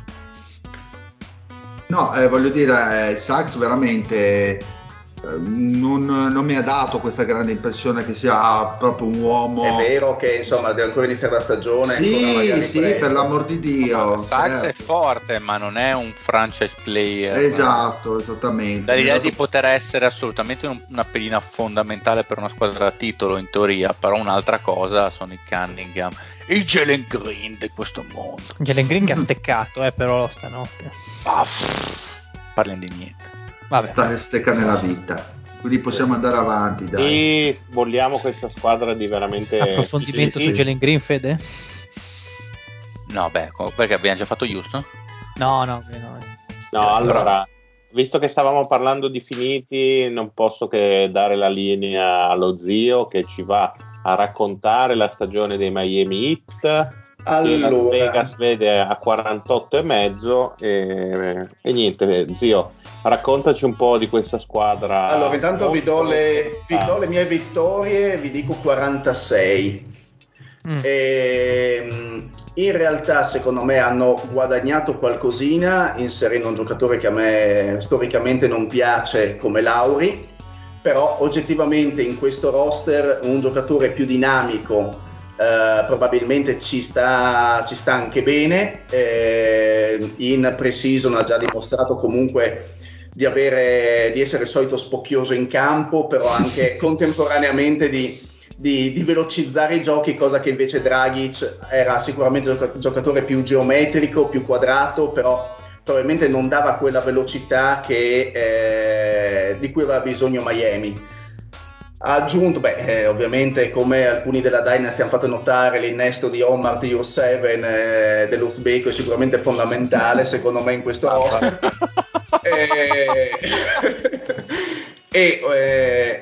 S3: No, eh, voglio dire, eh, Sachs veramente eh, non, non mi ha dato questa grande impressione che sia proprio un uomo.
S4: È vero che insomma deve ancora iniziare la stagione. ancora
S3: Sì,
S4: magari
S3: sì,
S4: presto.
S3: per l'amor di Dio.
S8: Ma Suggs è
S3: certo.
S8: forte, ma non è un franchise player.
S3: Esatto, esattamente.
S8: Dall'idea
S3: Mi ha
S8: di
S3: dato-
S8: poter essere assolutamente un- una pedina fondamentale per una squadra da titolo in teoria, però un'altra cosa sono i Cunningham, il Jalen Green di questo mondo.
S6: Jalen Green che ha steccato, eh, però stanotte.
S8: Ah, pff, parliamo di niente.
S6: Vabbè.
S3: sta stecca nella vita. Quindi possiamo andare avanti, dai.
S2: E vogliamo questa squadra di veramente
S6: Approfondimento
S2: sì,
S6: su
S2: sì.
S6: Jalen Green, Fede?
S8: No, beh, co- perché abbiamo già fatto Houston?
S6: No, no, beh, no.
S2: No, allora, visto che stavamo parlando di finiti, non posso che dare la linea allo zio che ci va a raccontare la stagione dei Miami Heat. Che Las
S4: Allora,
S2: Vegas vede a quarantotto e mezzo e, e niente, zio, raccontaci un po' di questa squadra.
S4: allora intanto vi do, le, vi do
S2: Ah,
S4: le mie vittorie, vi dico quarantasei.
S6: Mm.
S4: E, in realtà secondo me hanno guadagnato qualcosina inserendo un giocatore che a me storicamente non piace come Lauri, però oggettivamente in questo roster un giocatore più dinamico eh, probabilmente ci sta, ci sta anche bene. Eh, in pre-season ha già dimostrato comunque di, avere, di essere il solito spocchioso in campo, però anche contemporaneamente di Di, di velocizzare i giochi, cosa che invece Dragic era sicuramente un giocatore più geometrico, più quadrato, però probabilmente non dava quella velocità che, eh, di cui aveva bisogno Miami. Ha aggiunto, beh, eh, ovviamente come alcuni della Dynasty hanno fatto notare, l'innesto di Omar Diurseven eh, dell'Uzbeko è sicuramente fondamentale secondo me in questo roster. e e eh,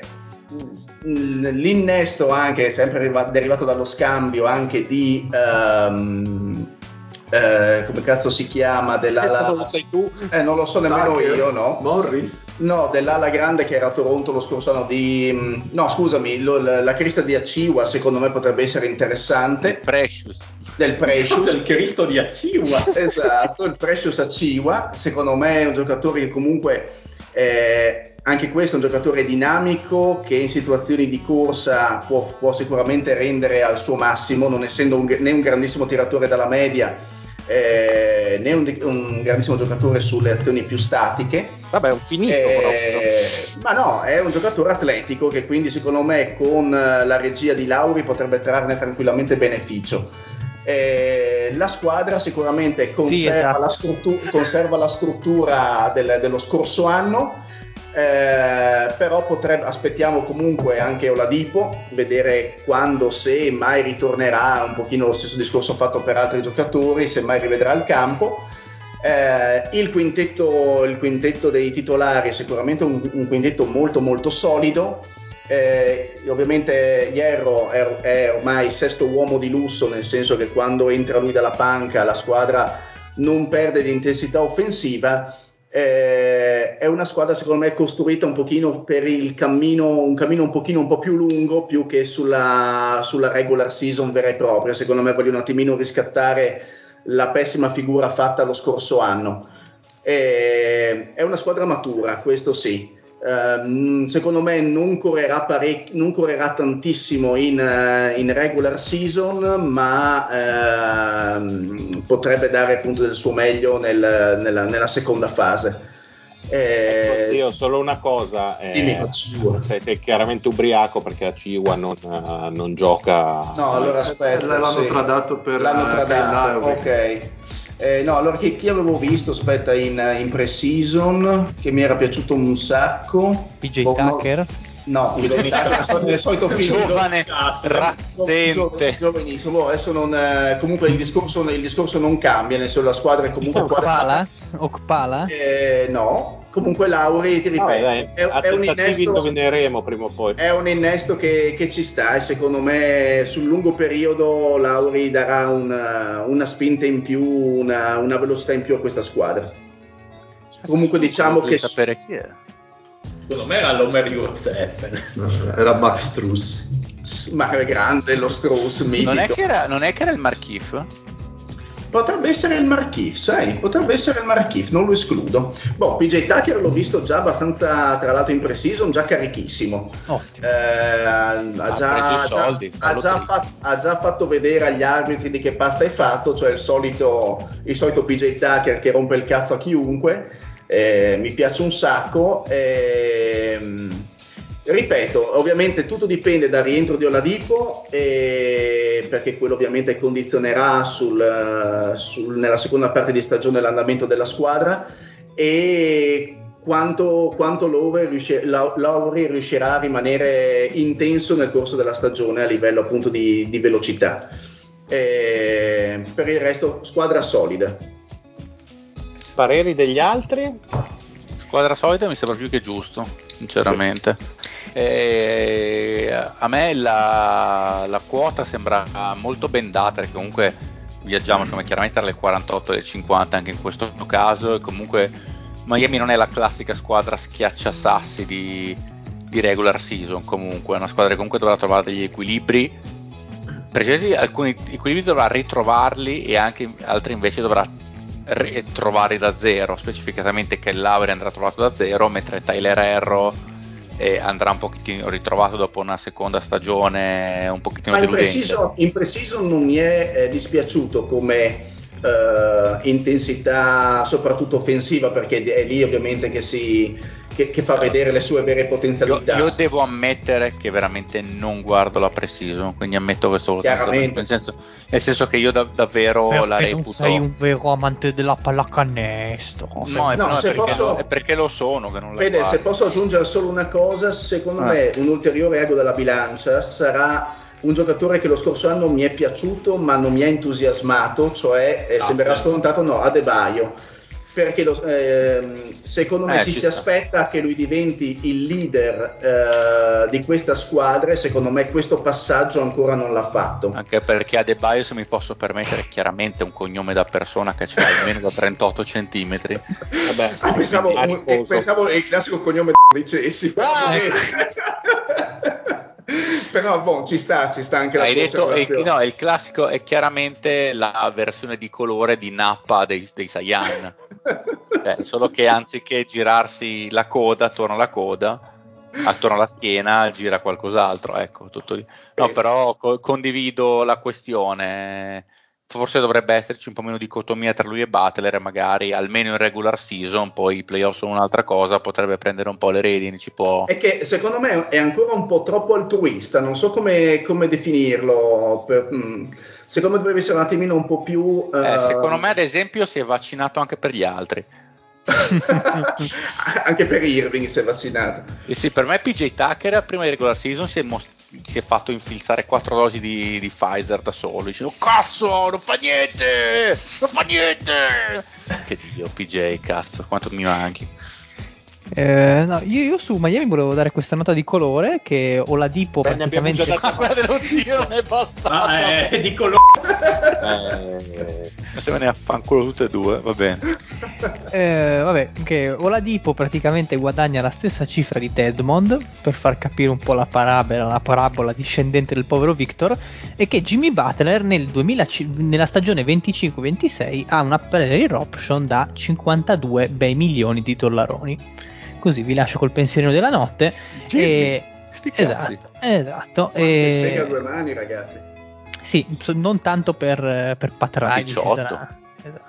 S4: l'innesto anche sempre derivato dallo scambio anche di um, eh, come cazzo si chiama della la,
S8: lo sai tu?
S4: Eh, non lo so nemmeno
S9: Tucker,
S4: io, no?
S9: Morris.
S4: No, dell'ala grande che era a Toronto lo scorso anno di... No, scusami, lo, la crista di Achiuwa secondo me potrebbe essere interessante.
S8: Precious.
S4: Del Precious.
S5: Il Cristo di Achiuwa.
S4: Esatto, il Precious Achiuwa. Secondo me è un giocatore che comunque... Eh, anche questo è un giocatore dinamico che in situazioni di corsa può, può sicuramente rendere al suo massimo, non essendo un, né un grandissimo tiratore dalla media, Eh, né un, un grandissimo giocatore sulle azioni più statiche.
S8: Vabbè, è un finito
S4: eh, ma no, è un giocatore atletico che quindi secondo me con la regia di Lauri potrebbe trarne tranquillamente beneficio. Eh, la squadra sicuramente conserva, sì, esatto. la, struttura, conserva la struttura del, dello scorso anno. Eh, però potrebbe, aspettiamo comunque anche Oladipo, vedere quando, se mai ritornerà, un pochino lo stesso discorso fatto per altri giocatori, se mai rivedrà il campo. Eh, il quintetto, il quintetto dei titolari è sicuramente un, un quintetto molto molto solido. Eh, ovviamente Hierro è, è ormai sesto uomo di lusso, nel senso che quando entra lui dalla panca la squadra non perde di intensità offensiva. Eh, è una squadra secondo me costruita un pochino per il cammino, un cammino un pochino un po' più lungo, più che sulla, sulla regular season vera e propria. Secondo me vogliono un attimino riscattare la pessima figura fatta lo scorso anno. Eh, è una squadra matura, questo sì. Uh, secondo me non correrà, parec- non correrà tantissimo in, uh, in regular season, ma uh, potrebbe dare appunto del suo meglio nel, nella, nella seconda fase.
S2: Eh, ecco, zio, solo una cosa, eh, sei, sei chiaramente ubriaco perché Achiuwa non, uh, non gioca.
S4: No, allora aspetta,
S9: l'hanno
S4: sì.
S9: tradato per
S4: l'hanno
S9: uh,
S4: tradato, ok. Eh, no, allora chi, chi avevo visto, aspetta, in, in pre-season, che mi era piaciuto un sacco.
S6: P J Tucker?
S4: No, P J Tucker nel solito film.
S8: Giovane, razzente.
S4: Giovanissimo, adesso non, eh, comunque il discorso, il discorso non cambia, nel senso la squadra è comunque
S6: Okpala? Okpala?
S4: Eh, no, comunque Lauri, ti ripeto,
S2: no, dai,
S4: è, è un innesto,
S2: indovineremo prima o poi.
S4: È un innesto che, che ci sta e secondo me sul lungo periodo Lauri darà una, una spinta in più, una, una velocità in più a questa squadra. Comunque diciamo che
S8: sapere chi è.
S5: Secondo me era l'Omer Yurtseven.
S9: Era Max Strus.
S4: Ma è grande lo Strauss, mitico.
S8: Non è che era, non è che era il Markieff?
S4: Potrebbe essere il Markieff, sai, potrebbe essere il Markieff, non lo escludo. Boh, P J Tucker l'ho visto già abbastanza, tra l'altro in pre-season, già carichissimo.
S6: Ottimo.
S4: Eh, ha, già,
S8: soldi,
S4: già, ha, già fatto, ha già fatto vedere agli arbitri di che pasta è fatto, cioè il solito, il solito P J Tucker che rompe il cazzo a chiunque. Eh, mi piace un sacco. Eh, ripeto, ovviamente tutto dipende dal rientro di Oladipo, eh, perché quello ovviamente condizionerà sul, sul, nella seconda parte di stagione l'andamento della squadra e quanto, quanto Lauri, riuscir, Lauri riuscirà a rimanere intenso nel corso della stagione a livello appunto di, di velocità. Eh, per il resto squadra solida.
S2: Pareri degli altri?
S8: Squadra solida mi sembra più che giusto, sinceramente. E a me la, la quota sembra molto bendata, perché comunque viaggiamo come chiaramente tra le quarantotto e le cinquanta anche in questo caso, e comunque Miami non è la classica squadra schiacciasassi di, di regular season, comunque è una squadra che comunque dovrà trovare degli equilibri, per alcuni equilibri dovrà ritrovarli e anche altri invece dovrà trovare da zero, specificatamente che Lauri andrà trovato da zero, mentre Tyler Herro eh, andrà un pochettino ritrovato dopo una seconda stagione un pochettino
S4: Ma
S8: deludente.
S4: In pre-season, in pre-season non mi è eh, dispiaciuto come eh, intensità soprattutto offensiva, perché è lì ovviamente che si, che, che fa vedere le sue vere potenzialità.
S8: Io, io devo ammettere che veramente non guardo la pre-season, quindi ammetto questo
S4: chiaramente,
S8: nel senso, nel senso che io da, davvero
S6: perché
S8: la
S6: non
S8: reputo.
S6: sei un vero amante della pallacanestro.
S8: No, è,
S4: No,
S8: no,
S4: se
S8: è, perché,
S4: posso-
S8: è perché lo sono che non la
S4: Fede, se
S8: guardo.
S4: posso aggiungere solo una cosa, secondo
S8: Eh.
S4: me un ulteriore ago della bilancia sarà un giocatore che lo scorso anno mi è piaciuto ma non mi ha entusiasmato, cioè eh,
S5: Ah,
S4: sembrerà
S5: sì.
S4: scontato, no, Adebayo, perché lo, ehm, secondo me
S8: Eh,
S4: ci
S8: ci
S4: si
S8: sta.
S4: aspetta che lui diventi il leader eh, di questa squadra e secondo me questo passaggio ancora non l'ha fatto.
S8: Anche perché Adebayo, se mi posso permettere, chiaramente un cognome da persona che c'ha almeno da trentotto centimetri.
S2: Vabbè,
S4: Ah, pensavo,
S2: quindi
S4: un-
S2: aricoso.
S4: pensavo il classico cognome dicessi, però,
S8: Ah,
S4: va
S8: ecco.
S4: bene. Però boh, ci sta, ci sta anche la
S8: Hai
S4: tua
S8: detto, è,
S4: osservazione.
S8: no, il classico è chiaramente la versione di colore di Nappa dei, dei Saiyan. Cioè, solo che anziché girarsi la coda, attorno alla coda, attorno alla schiena, gira qualcos'altro. Ecco, tutto lì. No,
S4: Sì.
S8: però co- condivido la questione. Forse dovrebbe esserci un po' meno dicotomia tra lui e Butler, magari almeno in regular season, poi i playoff sono un'altra cosa, potrebbe prendere un po' le redini, ci può.
S4: È che secondo me è ancora un po' troppo altruista, non so come, come definirlo. Per, mm, secondo me dovrebbe essere un attimino un po' più.
S8: Eh,
S4: eh,
S8: secondo me, ad esempio, si è vaccinato anche per gli altri.
S4: anche per Irving si è vaccinato.
S8: E sì, per me P J Tucker prima di regular season si è, mos- si è fatto infilzare quattro dosi di, di Pfizer da solo, dicendo cazzo, non fa niente, non fa niente. Che dio, P J, cazzo, quanto mi manchi.
S6: Eh, no, io, io su Miami volevo dare questa nota di colore che Oladipo
S2: Beh, ne abbiamo
S6: praticamente
S2: già dato-
S8: Ma quella dello zio non è bastata.
S5: Ah, eh, di colore.
S2: Eh,
S8: Mettevene a fanculo tutte e due, va bene.
S6: eh, vabbè, che Oladipo praticamente guadagna la stessa cifra di Tedmond, per far capire un po' la parabola, la parabola discendente del povero Victor, e che Jimmy Butler nel duemila, nella stagione venticinque ventisei ha una player option da cinquantadue bei milioni di dollaroni. Così vi lascio col pensierino della notte.
S8: Jimmy,
S6: e...
S8: sti cazzi.
S6: Esatto, esatto.
S4: Quante
S6: E...
S4: seghe a due mani, ragazzi.
S6: Sì, so- non tanto per, per Pat
S8: Ma
S6: Riley,
S8: diciotto.
S6: ci sarà. Esatto.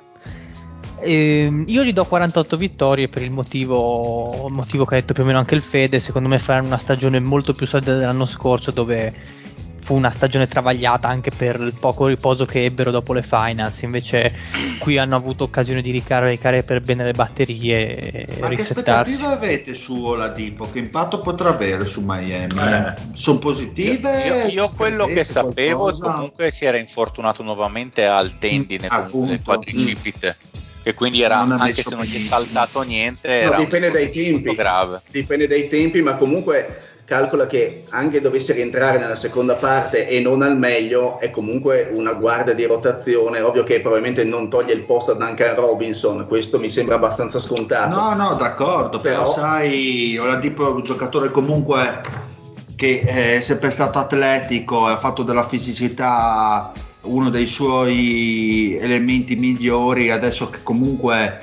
S6: Ehm, io gli do quarantotto vittorie per il motivo, motivo che ha detto più o meno anche il Fede. Secondo me faranno una stagione molto più solida dell'anno scorso, dove fu una stagione travagliata anche per il poco riposo che ebbero dopo le finals. Invece qui hanno avuto occasione di ricaricare per bene le batterie e
S3: Ma che
S6: risettarsi.
S3: aspettative avete su Oladipo? Che impatto potrà avere su Miami?
S5: Eh.
S3: Sono positive?
S8: Io, io quello che
S3: Vedete
S8: sapevo è
S3: qualcosa?
S8: comunque si era infortunato nuovamente al tendine,
S3: Mm,
S8: comunque del
S3: appunto.
S8: quadricipite, che quindi era,
S3: Non ha
S8: anche
S3: messo
S8: se non gli è
S3: benissimo.
S8: saltato niente,
S4: No,
S8: era un
S4: dipende dai
S8: infortunio molto
S4: tempi.
S8: grave.
S4: Dipende dai tempi, ma comunque calcola che anche dovesse rientrare nella seconda parte e non al meglio, è comunque una guardia di rotazione. Ovvio che probabilmente non toglie il posto a Duncan Robinson, questo mi sembra abbastanza scontato.
S3: No, no, d'accordo, però,
S4: Però-
S3: sai, Oladipo è un giocatore comunque che è sempre stato atletico, ha fatto della fisicità uno dei suoi elementi migliori, adesso che comunque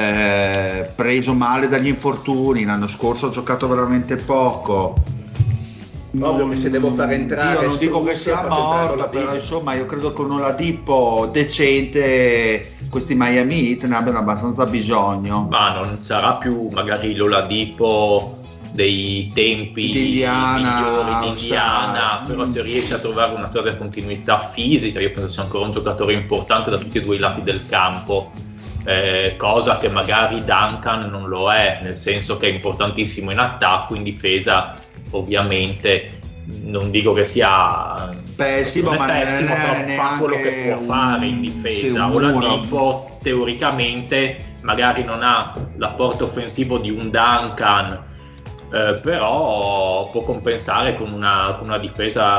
S3: eh, preso male dagli infortuni, l'anno scorso ha giocato veramente poco.
S4: Ovvio che se devo far entrare
S3: io non dico che
S4: Strus,
S3: sia
S4: faccio entrare
S3: morto,
S4: Oladipo.
S3: però insomma io credo che un Oladipo decente questi Miami Heat ne abbiano abbastanza bisogno.
S5: Ma non sarà più magari l'Oladipo dei tempi
S3: Di Indiana,
S5: migliori di Indiana,
S3: All-Star.
S5: però se riesce a trovare una certa continuità fisica, io penso sia ancora un giocatore importante da tutti e due i lati del campo, eh, cosa che magari Duncan non lo è, nel senso che è importantissimo in attacco, in difesa ovviamente non dico che sia
S3: Pessimo,
S5: non è
S3: ma non è
S5: pessimo, però fa
S3: neanche
S5: quello che può
S3: un-
S5: fare in
S3: sì,
S5: difesa.
S3: un
S5: Oladipo teoricamente magari non ha l'apporto offensivo di un Duncan, eh, però può compensare con una, con una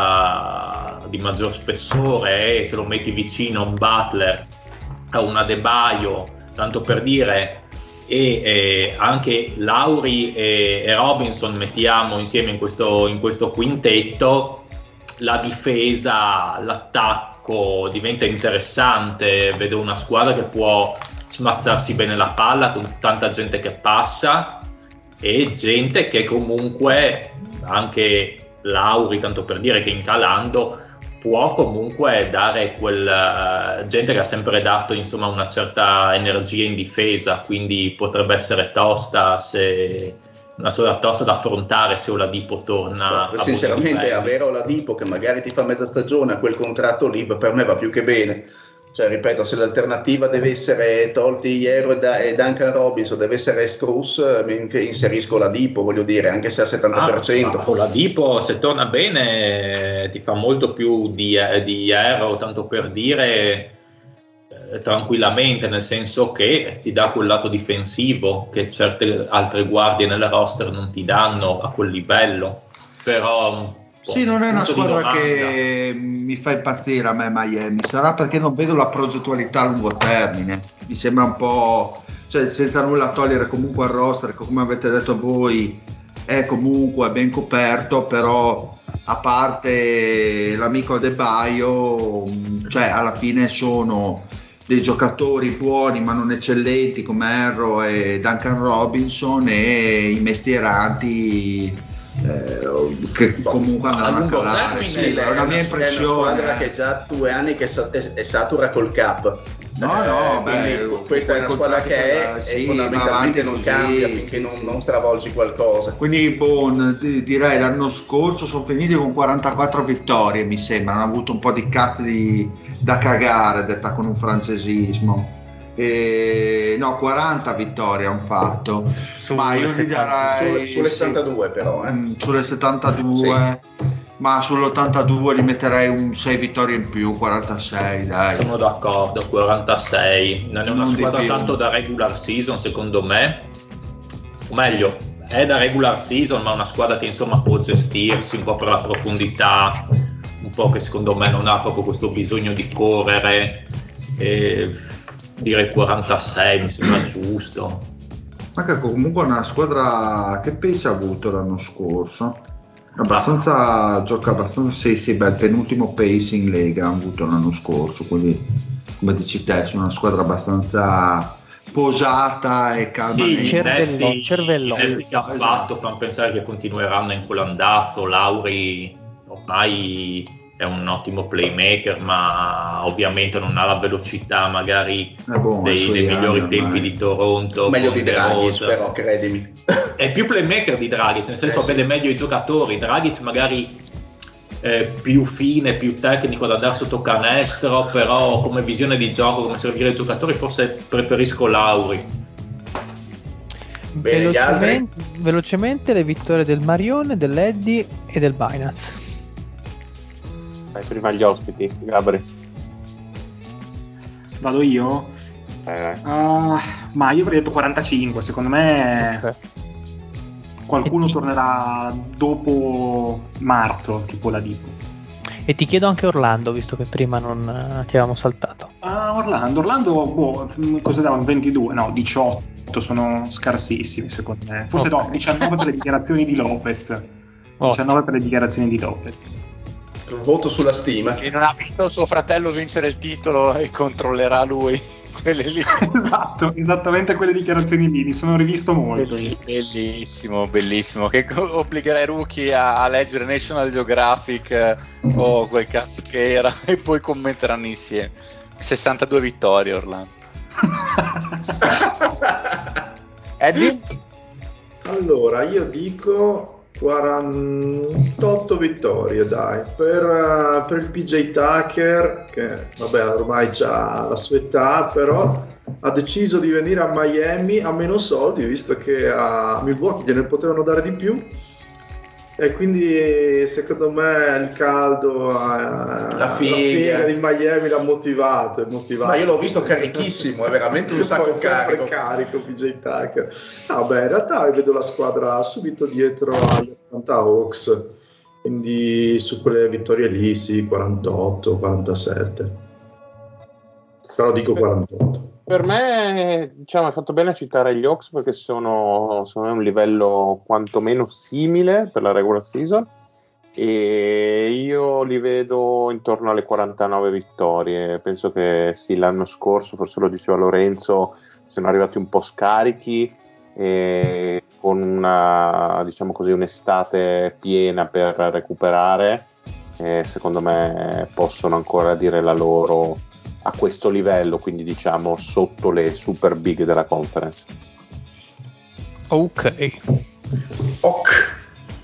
S5: difesa di maggior spessore, e se lo metti vicino a un Butler, a un Adebayo, tanto per dire, e eh, anche Lauri e, e Robinson mettiamo insieme in questo, in questo quintetto, la difesa, l'attacco diventa interessante. Vedo una squadra che può smazzarsi bene la palla con tanta gente che passa e gente che comunque, anche Lauri tanto per dire, che incalando può comunque dare quel uh, gente che ha sempre dato insomma una certa energia in difesa, quindi potrebbe essere tosta se una squadra tosta da affrontare se Oladipo torna.
S4: No, sinceramente avere Oladipo che magari ti fa mezza stagione a quel contratto lì per me va più che bene. Cioè, ripeto, se l'alternativa deve essere tolti Hierro e, da- e Duncan Robinson, deve essere Strus, mi inserisco Oladipo, voglio dire, anche se al settanta per cento.
S5: Ah, Oladipo se torna bene ti fa molto più di, di Hierro, tanto per dire, eh, tranquillamente, nel senso che ti dà quel lato difensivo che certe altre guardie nella roster non ti danno a quel livello. Però
S3: sì, non è una squadra
S5: che
S3: che mi fa impazzire a me Miami, sarà perché non vedo la progettualità a lungo termine, mi sembra un po', cioè senza nulla togliere comunque al roster, che come avete detto voi è comunque ben coperto, però a parte l'amico Adebayo, cioè alla fine sono dei giocatori buoni ma non eccellenti come Herro e Duncan Robinson, e i mestieranti Eh, che comunque andranno a calare. Sì, è una mia impressione.
S4: È una squadra che già due anni che sa- è, è satura col cap.
S3: No, no,
S4: eh,
S3: beh,
S4: questa è una squadra che è
S3: per,
S4: e
S3: sì,
S4: fondamentalmente non
S3: così,
S4: cambia finché
S3: sì,
S4: non,
S3: sì.
S4: non stravolgi qualcosa.
S3: Quindi bon, direi l'anno scorso sono finiti con quarantaquattro vittorie, mi sembra, hanno avuto un po' di cazzo di, da cagare, detta con un francesismo. E, no, quaranta vittorie hanno fatto,
S6: Su
S3: ma io gli darei
S4: sulle, sulle
S3: sì,
S4: settantadue però eh.
S3: mm, sulle settantadue sì. Ma sull'ottantadue gli metterei un sei vittorie in più, quarantasei dai.
S5: Sono d'accordo, quarantasei non è una
S3: Non
S5: squadra tanto da regular season secondo me, o meglio è da regular season ma una squadra che insomma può gestirsi un po' per la profondità, un po' che secondo me non ha proprio questo bisogno di correre, e direi quarantasei mi sembra giusto.
S3: Ma che comunque è una squadra che pace ha avuto l'anno scorso, abbastanza ah. gioca abbastanza, sì sì, beh, il penultimo pace in Lega ha avuto l'anno scorso, quindi come dici te sono una squadra abbastanza posata e calma.
S5: Sì,
S3: nei
S6: cervello, cervello.
S5: I testi che ha
S3: esatto.
S5: fatto fanno pensare che continueranno in quell'andazzo. Lauri ormai è un ottimo playmaker, ma ovviamente non ha la velocità magari
S3: eh boh,
S5: dei, dei migliori
S3: anni,
S5: tempi
S3: ormai.
S5: di Toronto.
S4: Meglio di Dragic, però credimi.
S5: È più playmaker di Dragic, nel senso
S4: eh,
S5: vede
S4: sì.
S5: meglio i giocatori. Dragic magari eh, più fine, più tecnico da andare sotto canestro, però come visione di gioco, come servire i giocatori, forse preferisco Lauri.
S4: Bene,
S6: velocemente, velocemente le vittorie del Marione, dell'Eddy e del Binance.
S2: Vai prima gli ospiti, Gabri.
S7: Vado io?
S2: Eh.
S7: Uh, ma io avrei detto quarantacinque, secondo me okay. Qualcuno
S6: ti...
S7: tornerà dopo marzo, tipo la Dipo.
S6: E ti chiedo anche Orlando, visto che prima non uh, ti avevamo saltato.
S7: Ah, Orlando, Orlando, boh, cosa davano? ventidue? No, diciotto, sono scarsissimi secondo me. Forse okay. No, diciannove per le dichiarazioni di Lopez. diciannove per le dichiarazioni di Lopez.
S4: Voto sulla stima.
S8: Che non ha visto suo fratello vincere il titolo e controllerà lui quelle lì.
S7: Esatto, esattamente quelle dichiarazioni lì, mi sono rivisto molto.
S8: Bellissimo, bellissimo. Che obbligherai i rookie a, a leggere National Geographic eh, o quel cazzo che era e poi commenteranno insieme. sessantadue vittorie Orlando.
S2: Eddie?
S9: Allora, io dico quarantotto vittorie, dai, per, per il P J Tucker, che vabbè ormai già la sua età, però ha deciso di venire a Miami a meno soldi, visto che a Milwaukee gliene potevano dare di più, e quindi secondo me il caldo, eh,
S4: la figa.
S9: la figa di Miami l'ha motivato, è motivato.
S4: Ma io l'ho visto carichissimo, è veramente un sacco carico.
S9: carico P J Tucker. Ah, beh, in realtà vedo la squadra subito dietro agli Atlanta Hawks, quindi su quelle vittorie lì sì, quarantotto quarantasette, però dico quarantotto.
S2: Per me, diciamo, hai fatto bene a citare gli Hawks perché sono, sono a un livello quantomeno simile per la regular season, e io li vedo intorno alle quarantanove vittorie. Penso che sì, l'anno scorso, forse lo diceva Lorenzo, sono arrivati un po' scarichi e con una, diciamo così, un'estate piena per recuperare, e secondo me possono ancora dire la loro a questo livello, quindi diciamo sotto le super big della conference.
S6: Ok,
S4: Ok.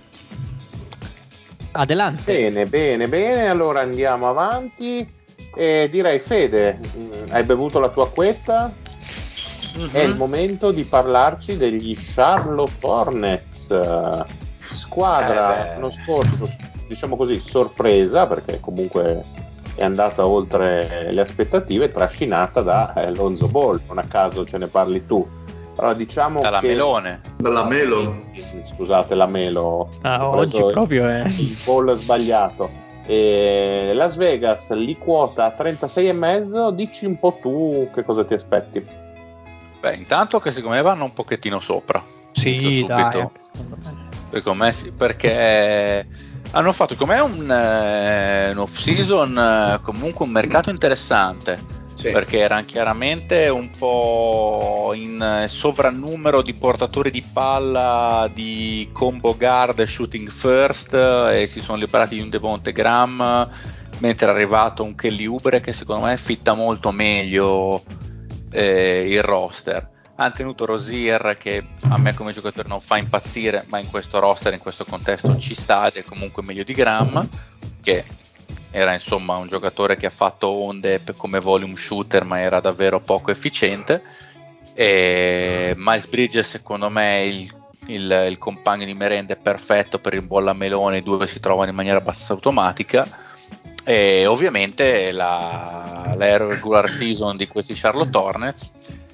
S6: Adelante.
S2: Bene, bene, bene, allora andiamo avanti e direi Fede, mh, hai bevuto la tua acquetta? Mm-hmm. È il momento di parlarci degli Charlotte Hornets, squadra
S8: eh
S2: l'anno scorso, diciamo così, sorpresa, perché comunque è andata oltre le aspettative, trascinata da eh, Lonzo Ball, non a caso ce ne parli tu. Allora diciamo
S8: dalla
S2: che
S8: Melone
S9: dalla Melo
S2: scusate la Melo
S6: ah, oggi proprio è
S2: il Ball sbagliato. E Las Vegas li quota a trentasei e mezzo, dici un po' tu che cosa ti aspetti?
S8: Beh, intanto che secondo me vanno un pochettino sopra.
S6: Sì, dai,
S8: secondo me sì, perché hanno fatto come un, eh, un off season eh, comunque un mercato interessante, sì, perché erano chiaramente un po' in sovrannumero di portatori di palla di combo guard e shooting first, e si sono liberati di un Devonte Graham, mentre è arrivato un Kelly Oubre che secondo me fitta molto meglio eh, il roster. Hanno tenuto Rozier, che a me come giocatore non fa impazzire, ma in questo roster, in questo contesto ci sta, ed è comunque meglio di Graham, che era insomma un giocatore che ha fatto onde come volume shooter, ma era davvero poco efficiente. E Miles Bridges secondo me è il, il, il compagno di merenda è perfetto per il bolla melone, i due si trovano in maniera abbastanza automatica. E ovviamente la, la regular season di questi Charlotte Hornets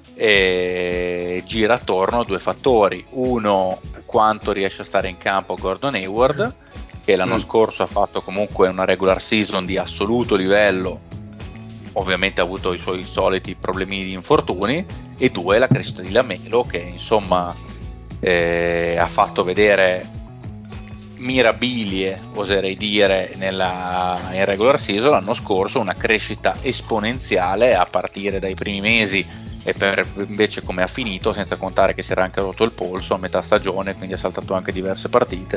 S8: e gira attorno a due fattori: uno, quanto riesce a stare in campo Gordon Hayward, che l'anno mm. scorso ha fatto comunque una regular season di assoluto livello, ovviamente ha avuto i suoi soliti problemi di infortuni, e due, la crescita di LaMelo, che insomma eh, ha fatto vedere mirabilie, oserei dire, nella in regular season l'anno scorso, una crescita esponenziale a partire dai primi mesi, e per invece come ha finito, senza contare che si era anche rotto il polso a metà stagione, quindi ha saltato anche diverse partite.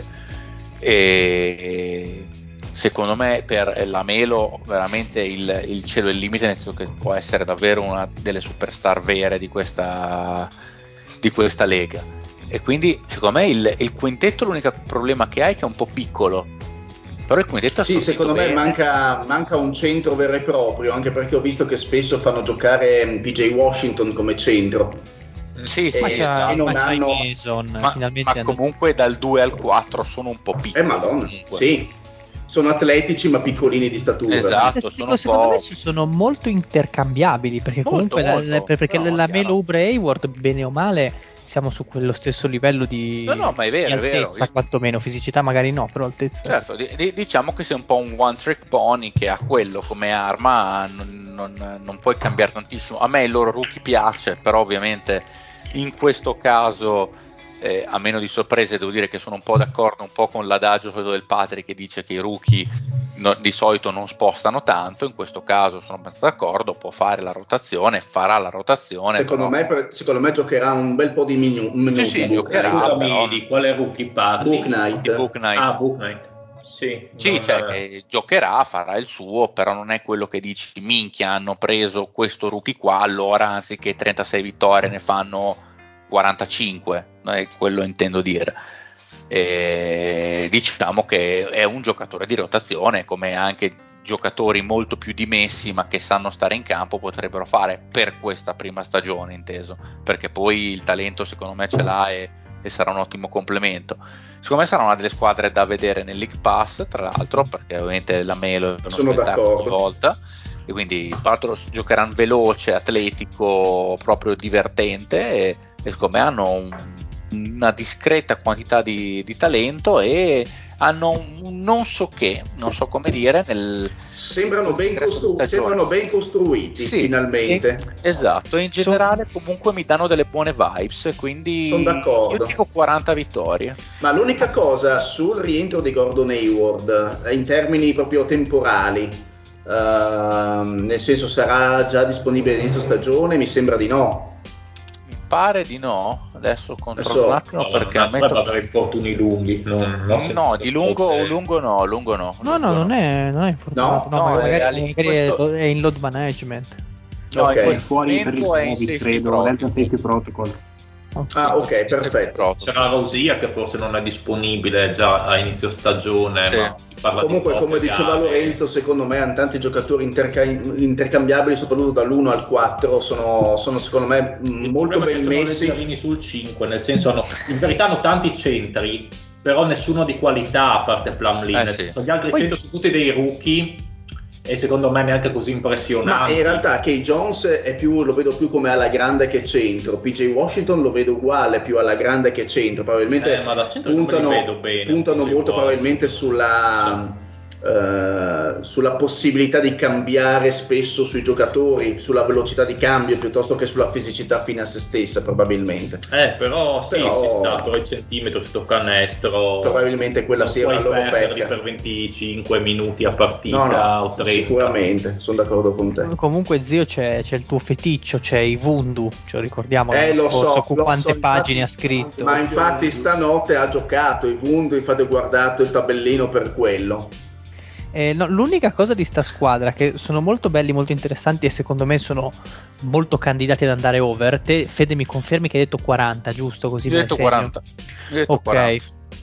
S8: E secondo me per LaMelo veramente il, il cielo è il limite, nel senso che può essere davvero una delle superstar vere di questa, di questa lega. E quindi secondo me il, il quintetto, l'unico problema che ha è che è un po' piccolo, però il quintetto
S4: sì, secondo me manca, manca un centro vero e proprio, anche perché ho visto che spesso fanno giocare P J Washington come centro.
S8: Sì, sì,
S6: ma
S8: esatto.
S6: e non hanno
S8: Mason, ma, ma comunque dal due al quattro sono un po' piccoli.
S4: Eh madonna, comunque. Sì, sono atletici ma piccolini di statura.
S8: Esatto,
S6: sì,
S8: sono
S6: secondo me sono molto intercambiabili, perché
S8: molto,
S6: comunque
S8: molto.
S6: La, perché
S8: no,
S6: la Melo Oubre Hayward, bene o male, siamo su quello stesso livello di,
S8: no, no, ma è vero,
S6: di altezza,
S8: è vero.
S6: quantomeno fisicità magari no, però altezza.
S8: Certo, di, di, diciamo che sei un po' un one trick pony, che ha quello come arma, non, non, non puoi cambiare tantissimo. A me il loro rookie piace, però ovviamente in questo caso eh, a meno di sorprese devo dire che sono un po' d'accordo un po' con l'adagio del Patrick, che dice che i rookie no, di solito non spostano tanto. In questo caso sono abbastanza d'accordo, può fare la rotazione, farà la rotazione.
S4: Secondo,
S8: però...
S4: me, secondo me giocherà un bel po' di minu- minuti.
S8: Sì, sì, giocherà.
S5: Scusami,
S8: però...
S5: di quale rookie parli?
S4: Book Knight.
S8: Book Knight.
S5: Ah, Book Knight. Sì,
S8: sì
S5: non...
S8: cioè che giocherà, farà il suo, però non è quello che dici minchia hanno preso questo rookie qua, allora anziché trentasei vittorie ne fanno quarantacinque, è quello intendo dire. E diciamo che è un giocatore di rotazione, come anche giocatori molto più dimessi ma che sanno stare in campo potrebbero fare per questa prima stagione, inteso, perché poi il talento secondo me ce l'ha e, e sarà un ottimo complemento. Secondo me sarà una delle squadre da vedere nel League Pass, tra l'altro, perché ovviamente la Melo è uno
S4: Sono
S8: spettacolo
S4: d'accordo.
S8: ogni volta, e quindi tra giocheranno veloce, atletico, proprio divertente, e, e secondo me hanno un, una discreta quantità di, di talento, e hanno un non so che, non so come dire, nel
S4: sembrano, ben, costru- sembrano ben costruiti,
S8: sì,
S4: finalmente.
S8: E, esatto, in generale comunque mi danno delle buone vibes, quindi
S4: sono d'accordo.
S8: Io dico quaranta vittorie.
S4: Ma l'unica cosa sul rientro di Gordon Hayward, in termini proprio temporali, uh, nel senso, sarà già disponibile all'inizio stagione? Mi sembra di no.
S8: Mi pare di no, adesso controllo
S4: adesso,
S8: un attimo,
S5: no,
S8: perché
S5: non
S8: ammetto...
S5: avere infortuni lunghi, non, non
S8: no, di lungo, fosse... lungo no, lungo no.
S6: No,
S8: lungo
S6: no,
S8: no,
S6: non è, non è infortunato, no,
S8: no,
S6: no, magari,
S8: è,
S6: magari
S8: questo...
S6: è in load management.
S8: No,
S4: okay.
S8: in
S7: è fuori per il
S8: Covid,
S7: Covid, credo, Health and Safety Protocol.
S4: Ah, ok, perfetto.
S5: C'era Rosia che forse non è disponibile già a inizio stagione,
S8: sì.
S5: ma si parla
S4: comunque
S5: di
S4: come diceva
S5: gare.
S4: Lorenzo, secondo me hanno tanti giocatori interca- intercambiabili, soprattutto dall'uno al quattro, sono, sono secondo me
S5: Il
S4: molto ben
S5: sono
S4: messi.
S5: leggerini sul cinque, nel senso hanno, in verità hanno tanti centri, però nessuno di qualità a parte Plumlee,
S8: Eh,
S5: nel
S8: sì.
S5: senso, gli altri
S6: Poi-
S5: centri sono tutti dei rookie e secondo me neanche così impressionanti.
S4: Ma in realtà Kay Jones è più, lo vedo più come alla grande che centro, P J Washington lo vedo uguale, più alla grande che centro, probabilmente
S5: Eh, ma da centro non me li
S4: puntano,
S5: vedo bene,
S4: puntano
S5: P J
S4: molto
S5: Washington.
S4: probabilmente sulla, eh, sulla possibilità di cambiare spesso sui giocatori, sulla velocità di cambio piuttosto che sulla fisicità fine a se stessa probabilmente.
S5: Eh, però sì,
S4: Però-
S5: ci sta, però i centimetri sto canestro.
S4: Probabilmente quella
S5: non
S4: sia
S5: puoi
S4: la loro
S5: perderli
S4: pecca.
S5: per venticinque minuti a partita
S4: No, no,
S5: o trenta.
S4: sicuramente, sono d'accordo con te.
S6: Comunque zio c'è, c'è il tuo feticcio, c'è Ivundu, ce lo ricordiamo
S4: Eh,
S6: l'anno
S4: lo
S6: scorso,
S4: so,
S6: con
S4: lo
S6: quante
S4: so,
S6: pagine
S4: infatti-
S6: ha scritto.
S4: Ma infatti stanotte ha giocato i Vundu, infatti ho guardato il tabellino per quello.
S6: Eh, no, l'unica cosa di sta squadra che sono molto belli, molto interessanti e secondo me sono molto candidati ad andare over. Te, Fede, mi confermi che hai detto quaranta, giusto? Così
S8: Io ho
S6: me
S8: detto
S6: ne segno.
S8: quaranta. Io ho detto
S6: Ok.
S8: quaranta.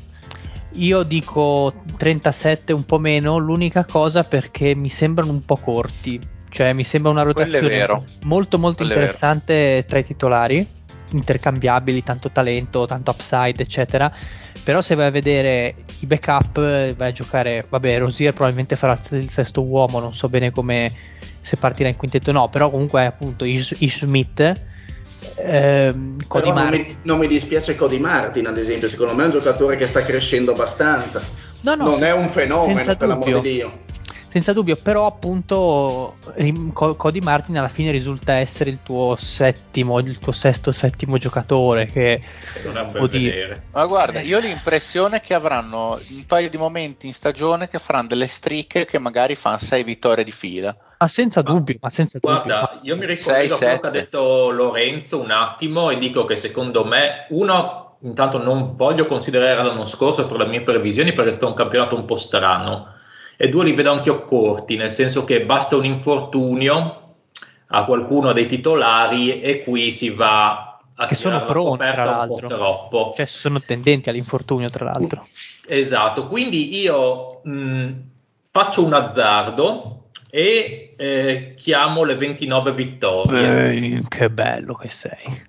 S6: Io dico trentasette, un po' meno, l'unica cosa perché mi sembrano un po' corti, cioè mi sembra una
S8: Quello è
S6: rotazione
S8: vero.
S6: molto molto
S8: Quello è vero.
S6: interessante tra i titolari, intercambiabili, tanto talento, tanto upside, eccetera. Però se vai a vedere i backup, vai a giocare, vabbè, Rosier probabilmente farà il sesto uomo, non so bene come, se partirà in quintetto o no, però comunque appunto Ish, Ish Smith, ehm, Cody
S4: Però non
S6: Martin.
S4: mi, non mi dispiace Cody Martin, ad esempio, secondo me è un giocatore che sta crescendo abbastanza.
S6: No, no,
S4: non
S6: se-
S4: è un fenomeno,
S6: senza
S4: per l'amor
S6: dubbio.
S4: di Dio.
S6: Senza dubbio, però appunto rim- Co- Cody Martin alla fine risulta essere il tuo settimo, il tuo sesto, settimo giocatore che
S5: Non è un bel
S6: oddio.
S5: vedere.
S8: Ma guarda, io ho l'impressione che avranno un paio di momenti in stagione che faranno delle strische che magari fanno sei vittorie di fila.
S6: Ma senza
S5: Ma-
S6: dubbio, ma senza dubbio.
S5: Guarda,
S6: Ma-
S5: io mi
S8: sei,
S5: ricollego a quello che ha
S8: sette.
S5: detto Lorenzo un attimo e dico che secondo me, uno, intanto non voglio considerare l'anno scorso per le mie previsioni perché è stato un campionato un po' strano, e due li vedo anche io corti, nel senso che basta un infortunio a qualcuno dei titolari e qui si va a
S6: che sono
S5: tirare la
S6: pronti, tra
S5: coperta un po'
S6: l'altro.
S5: troppo.
S6: Cioè, sono tendenti all'infortunio, tra l'altro.
S5: Esatto, quindi io mh, faccio un azzardo e eh, chiamo le ventinove vittorie.
S6: Beh, che bello che sei.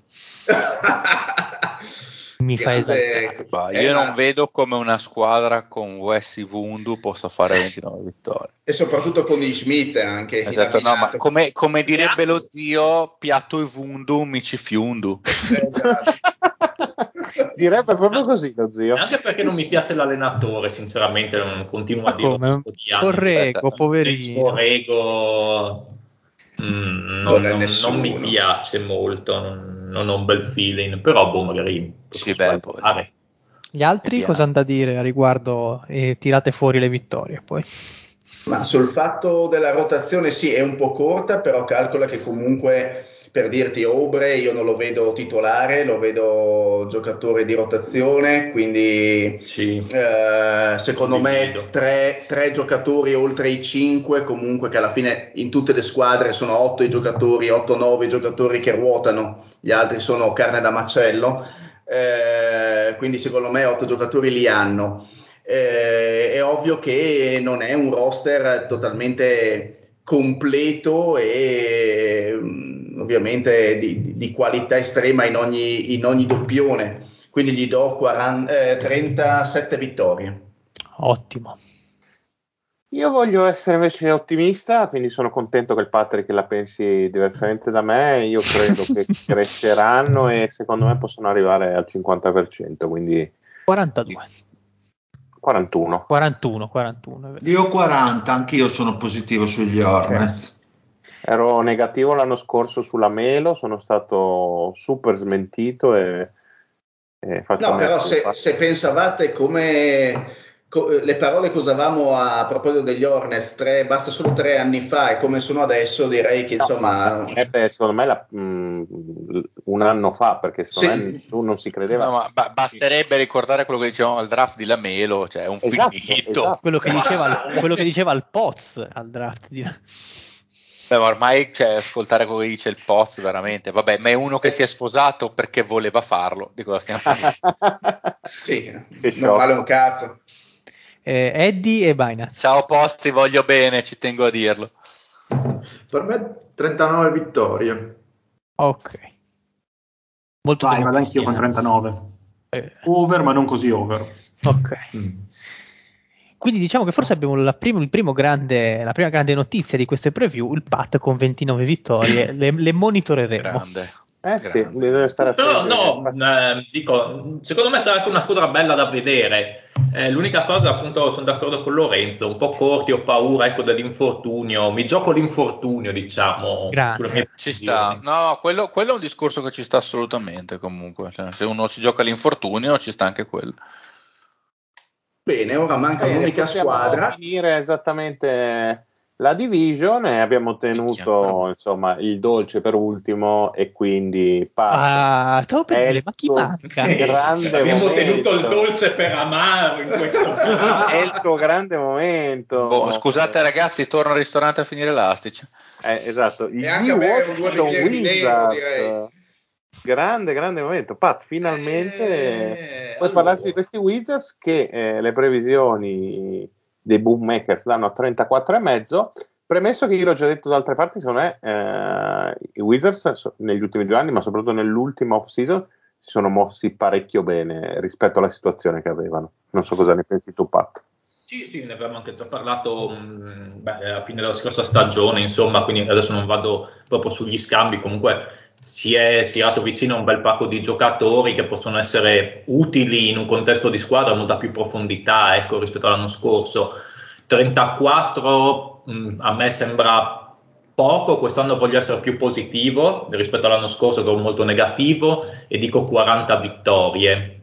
S6: Mi fa esaltare.
S8: Bah,
S4: Eh,
S8: io
S4: ma-
S8: non vedo come una squadra con Wes Ivundu possa fare ventinove vittorie.
S4: E soprattutto con i Schmidt anche in
S8: Esatto, no, ma
S4: abbinato.
S8: come, come direbbe lo zio, piatto Ivundu, mici fiundu.
S4: Esatto.
S2: Direbbe proprio così lo zio.
S5: Anche perché non mi piace l'allenatore, sinceramente, non continuo
S6: Ma
S5: a dirlo
S6: come?
S5: un po' di anni.
S6: Borrego,
S8: Aspetta.
S6: poverino.
S5: Borrego mm, non,
S4: Non è
S5: non-
S4: nessuno.
S5: non mi piace molto, non, non ho un bel feeling, però boh, magari posso
S8: Sì, beh, poi.
S5: sbagliare.
S6: Gli altri
S8: Vediamo.
S6: cosa hanno da dire a riguardo e tirate fuori le vittorie poi?
S4: Ma sul fatto della rotazione sì, è un po' corta, però calcola che comunque, per dirti, Obre io non lo vedo titolare, lo vedo giocatore di rotazione, quindi
S5: Sì.
S4: eh, secondo
S5: Condivido.
S4: me tre, tre giocatori oltre i cinque, comunque che alla fine in tutte le squadre sono otto i giocatori, otto nove i giocatori che ruotano, gli altri sono carne da macello, eh, quindi secondo me otto giocatori li hanno. Eh, è ovvio che non è un roster totalmente completo e mh, ovviamente di, di qualità estrema in ogni, in ogni doppione, quindi gli do quaranta, eh, trentasette vittorie.
S6: Ottimo.
S2: Io voglio essere invece ottimista, quindi sono contento che il Patrick la pensi diversamente da me. Io credo che cresceranno e secondo me possono arrivare al cinquanta per cento, quindi
S6: quarantadue.
S2: quarantuno.
S6: quarantuno, quarantuno. È vero.
S3: Io quaranta, anche io sono positivo sugli Hornets.
S2: Ero negativo l'anno scorso sulla Melo, sono stato super smentito e, e faccio
S4: No,
S2: mea
S4: però se,
S2: culpa.
S4: se pensavate come co- le parole che usavamo a proposito degli Hornets, tre, basta solo tre anni fa e come sono adesso, direi che
S2: No, ma
S4: insomma
S2: sarebbe, secondo me la- mh, un anno fa, perché secondo
S4: Sì.
S2: me nessuno non si credeva.
S8: No, ma ba- basterebbe ricordare quello che dicevamo al draft di Lamelo, cioè è un
S2: Esatto,
S8: finito.
S2: esatto.
S6: Quello che diceva, il- quello che diceva il Poz al draft. Di...
S8: Beh, ma ormai cioè, ascoltare quello che dice il Poz veramente, vabbè, ma è uno che si è sposato perché voleva farlo, di cosa stiamo parlando?
S4: Sì,
S2: Che
S4: non
S2: shock.
S4: vale un cazzo.
S6: Eh, Eddie e Binance.
S8: Ciao Poz, ti voglio bene, ci tengo a dirlo.
S9: Per me trentanove vittorie.
S6: Ok. Molto
S7: Vai, vado anch'io
S6: democrazia.
S7: con trentanove.
S6: Eh,
S7: Over, ma non così over.
S6: ok.
S9: Mm.
S6: Quindi diciamo che forse abbiamo la, primo, il primo grande, la prima grande notizia di queste preview, il Pat con ventinove vittorie, le, le monitoreremo.
S8: Grande.
S2: Eh sì,
S8: Grande.
S2: bisogna stare attenti.
S5: Però no, eh, dico, secondo me sarà anche una squadra bella da vedere. Eh, l'unica cosa, appunto, sono d'accordo con Lorenzo, un po' corti, ho paura, ecco, dell'infortunio. Mi gioco l'infortunio, diciamo,
S6: Grande.
S5: sulle mie
S8: Ci sta, no, quello, quello è un discorso che ci sta assolutamente comunque. Cioè, se uno si gioca l'infortunio, ci sta anche quello.
S4: Bene, ora manca
S2: Bene,
S4: un'unica
S2: possiamo
S4: squadra.
S2: finire esattamente la division e abbiamo tenuto insomma il dolce per ultimo e quindi Pat,
S6: Ah, stavo per
S2: è
S6: dire,
S2: il
S6: ma chi
S2: tuo
S6: manca?
S2: grande
S5: Abbiamo
S2: momento.
S5: tenuto il dolce per amaro in questo caso.
S2: È il tuo grande momento.
S8: Boh, scusate ragazzi, torno al ristorante a finire l'astice.
S2: Eh, esatto,
S4: E anche a me un due
S2: Washington
S4: bicchieri di nero,
S2: Wizards.
S4: direi.
S2: Grande, grande momento. Pat, finalmente
S5: Eh,
S2: puoi
S5: allora.
S2: parlarci di questi Wizards che eh, le previsioni dei bookmakers danno a trentaquattro e mezzo. Premesso che io l'ho già detto da altre parti, secondo me eh, i Wizards so, negli ultimi due anni, ma soprattutto nell'ultima off-season, si sono mossi parecchio bene rispetto alla situazione che avevano. Non so cosa ne pensi tu, Pat.
S5: Sì, sì, ne avevamo anche già parlato mh, beh, alla fine della scorsa stagione, insomma, quindi adesso non vado proprio sugli scambi, comunque si è tirato vicino a un bel pacco di giocatori che possono essere utili in un contesto di squadra, molta più profondità, ecco, rispetto all'anno scorso. trentaquattro mh, a me sembra poco, quest'anno voglio essere più positivo rispetto all'anno scorso che ero molto negativo e dico quaranta vittorie.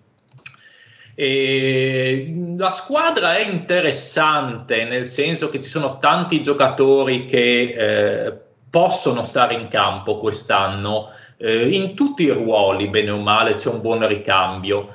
S5: E la squadra è interessante nel senso che ci sono tanti giocatori che eh, possono stare in campo quest'anno, eh, in tutti i ruoli, bene o male, c'è un buon ricambio.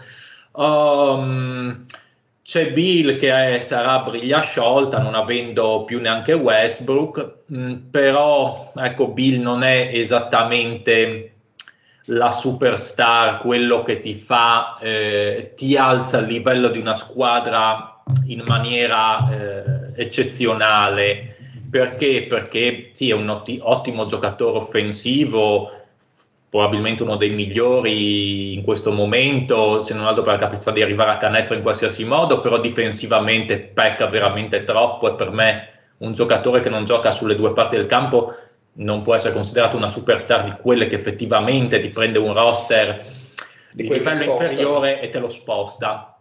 S5: Um, c'è Bill che è, sarà briglia sciolta, non avendo più neanche Westbrook, mh, però ecco, Bill non è esattamente la superstar, quello che ti fa, eh, ti alza il livello di una squadra in maniera eh, eccezionale. Perché? Perché sì, è un otti- ottimo giocatore offensivo, probabilmente uno dei migliori in questo momento, se non altro per la capacità di arrivare a canestro in qualsiasi modo, però difensivamente pecca veramente troppo e per me un giocatore che non gioca sulle due parti del campo non può essere considerato una superstar di quelle che effettivamente ti prende un roster di, di livello inferiore e te lo sposta.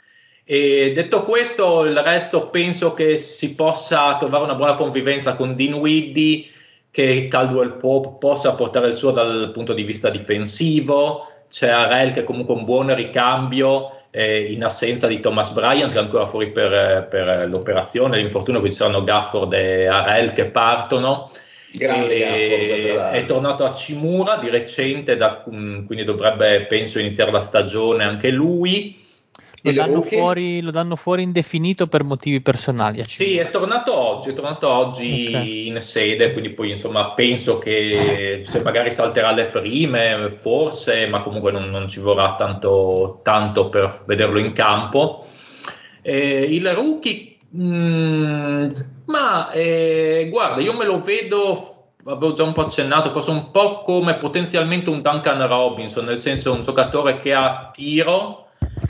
S5: E detto questo, il resto penso che si possa trovare una buona convivenza con Dinwiddie, che Caldwell Pope possa portare il suo dal punto di vista difensivo. C'è Harrell che è comunque un buon ricambio eh, in assenza di Thomas Bryant che è ancora fuori per, per l'operazione, l'infortunio, quindi ci saranno Gafford e Harrell che partono.
S4: Grande Gafford, tra l'altro.
S5: È tornato a Cimura di recente, da, quindi dovrebbe penso iniziare la stagione anche lui.
S6: Lo danno, fuori, lo danno fuori indefinito per motivi personali.
S5: Sì, è tornato oggi, è tornato oggi okay. in sede, quindi poi insomma penso che se magari salterà le prime, forse, ma comunque non, non ci vorrà tanto, tanto per vederlo in campo. Eh, il rookie, mh, ma eh, guarda, io me lo vedo, avevo già un po' accennato, forse un po' come potenzialmente un Duncan Robinson, nel senso un giocatore che ha tiro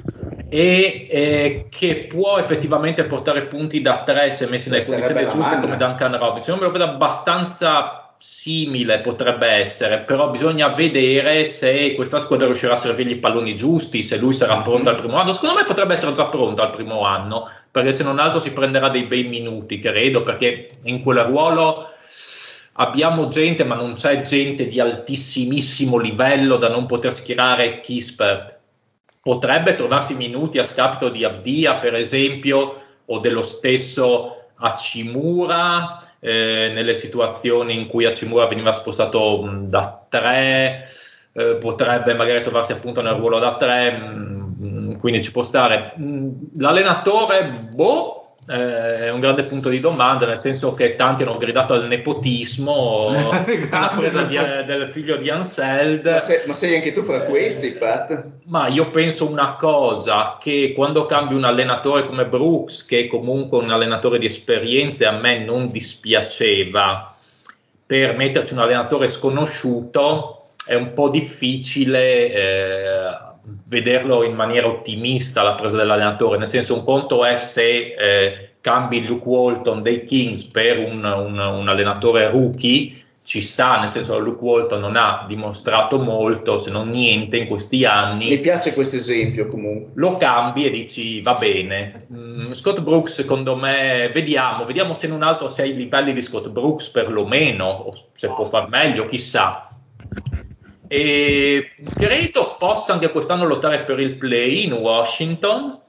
S5: e eh, che può effettivamente portare punti da tre se messi nelle condizioni giuste manna. Come Duncan Robinson. Io me lo vedo abbastanza simile, potrebbe essere, però bisogna vedere se questa squadra riuscirà a servirgli i palloni giusti, se lui sarà pronto mm-hmm. al primo anno. Secondo me potrebbe essere già pronto al primo anno, perché se non altro si prenderà dei bei minuti, credo, perché in quel ruolo abbiamo gente, ma non c'è gente di altissimissimo livello da non poter schierare Kispert. Potrebbe trovarsi minuti a scapito di Avdia, per esempio, o dello stesso Hachimura, eh, nelle situazioni in cui Hachimura veniva spostato mh, da tre, eh, potrebbe magari trovarsi appunto nel ruolo da tre, mh, quindi ci può stare. Mh, l'allenatore, boh, eh, è un grande punto di domanda, nel senso che tanti hanno gridato al nepotismo alla presa di, del figlio di Anseld.
S4: Ma, se, ma sei anche tu fra questi, Pat?
S5: Ma io penso una cosa, che quando cambi un allenatore come Brooks, che è comunque un allenatore di esperienze, a me non dispiaceva, per metterci un allenatore sconosciuto è un po' difficile eh, vederlo in maniera ottimista la presa dell'allenatore, nel senso, un conto è se eh, cambi Luke Walton dei Kings per un, un, un allenatore rookie, ci sta, nel senso che Luke Walton non ha dimostrato molto, se non niente, in questi anni.
S4: Mi piace questo esempio comunque.
S5: Lo cambi e dici va bene. Mm, Scott Brooks, secondo me, vediamo, vediamo se non altro se ai livelli di Scott Brooks perlomeno, o se può far meglio, chissà. E credo possa anche quest'anno lottare per il play in Washington.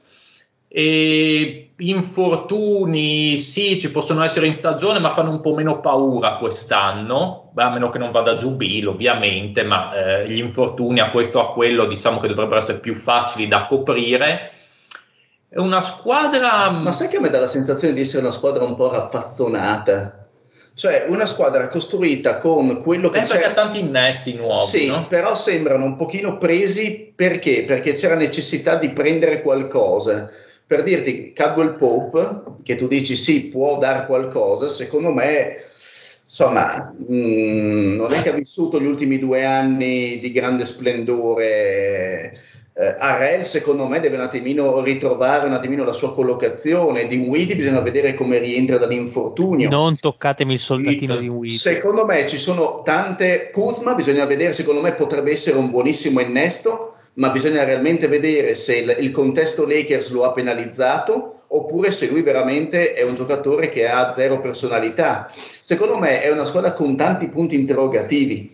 S5: E infortuni sì, ci possono essere in stagione, ma fanno un po' meno paura quest'anno, a meno che non vada giù Bill ovviamente, ma eh, gli infortuni a questo o a quello diciamo che dovrebbero essere più facili da coprire. È una squadra...
S4: Ma sai che a me dà la sensazione di essere una squadra un po' raffazzonata? Cioè una squadra costruita con quello che
S5: eh,
S4: c'è...
S5: perché ha tanti innesti nuovi,
S4: sì,
S5: no?
S4: però sembrano un pochino presi perché? Perché c'era necessità di prendere qualcosa. Per dirti, Caldwell Pope, che tu dici sì, può dare qualcosa, secondo me, insomma, mh, non è che ha vissuto gli ultimi due anni di grande splendore. Eh, Harrell, secondo me, deve un attimino ritrovare un attimino la sua collocazione. Dinwiddie bisogna vedere come rientra dall'infortunio.
S6: Non toccatemi il soldatino
S5: Sì,
S6: di Dinwiddie.
S4: Secondo me ci sono tante... Kuzma, bisogna vedere, secondo me potrebbe essere un buonissimo innesto, ma bisogna realmente vedere se il, il contesto Lakers lo ha penalizzato oppure se lui veramente è un giocatore che ha zero personalità. Secondo me è una squadra con tanti punti interrogativi.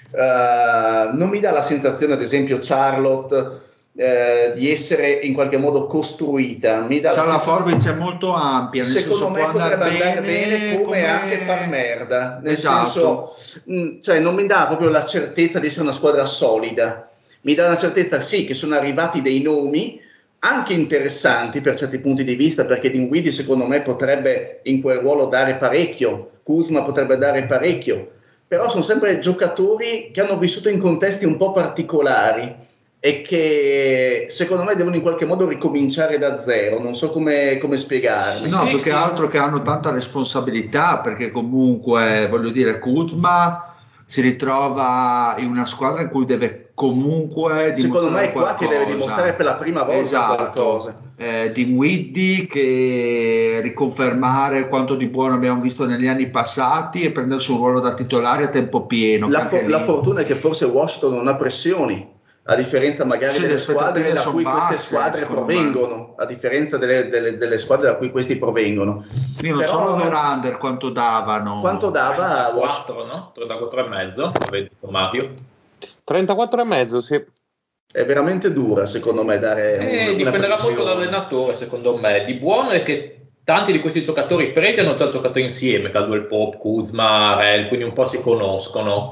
S4: Uh, non mi dà la sensazione, ad esempio, Charlotte, uh, di essere in qualche modo costruita. Mi dà
S3: C'ha
S4: la
S3: la
S4: sensazione...
S3: forbice molto ampia, nel
S4: secondo
S3: senso
S4: me
S3: può
S4: potrebbe
S3: andare
S4: andare bene,
S3: bene
S4: come,
S3: come
S4: anche far merda, nel
S3: esatto.
S4: senso, mh, cioè non mi dà proprio la certezza di essere una squadra solida, mi dà una certezza sì che sono arrivati dei nomi anche interessanti per certi punti di vista, perché Dinwiddie secondo me potrebbe in quel ruolo dare parecchio, Kuzma potrebbe dare parecchio, però sono sempre giocatori che hanno vissuto in contesti un po' particolari e che secondo me devono in qualche modo ricominciare da zero, non so come, come spiegarmi.
S3: No,
S5: Sì,
S3: più che
S5: sì.
S3: altro che hanno tanta responsabilità, perché comunque, voglio dire, Kuzma si ritrova in una squadra in cui deve comunque
S4: Secondo me
S3: dimostrare
S4: è qua
S3: qualcosa.
S4: che deve dimostrare per la prima volta
S3: esatto.
S4: qualcosa.
S3: Eh, Dinwiddie che riconfermare quanto di buono abbiamo visto negli anni passati e prendersi un ruolo da titolare a tempo pieno.
S4: La, fo-
S3: lì...
S4: la fortuna è che forse Washington non ha pressioni, a differenza magari
S3: sì,
S4: delle
S3: le
S4: squadre da cui
S3: basse,
S4: queste squadre provengono,
S3: me.
S4: a differenza delle, delle, delle squadre da cui questi provengono.
S3: Io non
S4: Però,
S3: so over-under quanto davano.
S4: Quanto dava
S5: trentaquattro, no? trentaquattro e mezzo, avevi detto Mario.
S2: trentaquattro e mezzo, sì.
S4: È veramente dura, secondo me, dare un,
S5: Eh,
S4: una
S5: dipenderà molto
S4: previsione.
S5: dall'allenatore, secondo me. Di buono è che tanti di questi giocatori presi hanno già giocato insieme, Caldwell Pope, Kuzma, Harrell, quindi un po' si conoscono.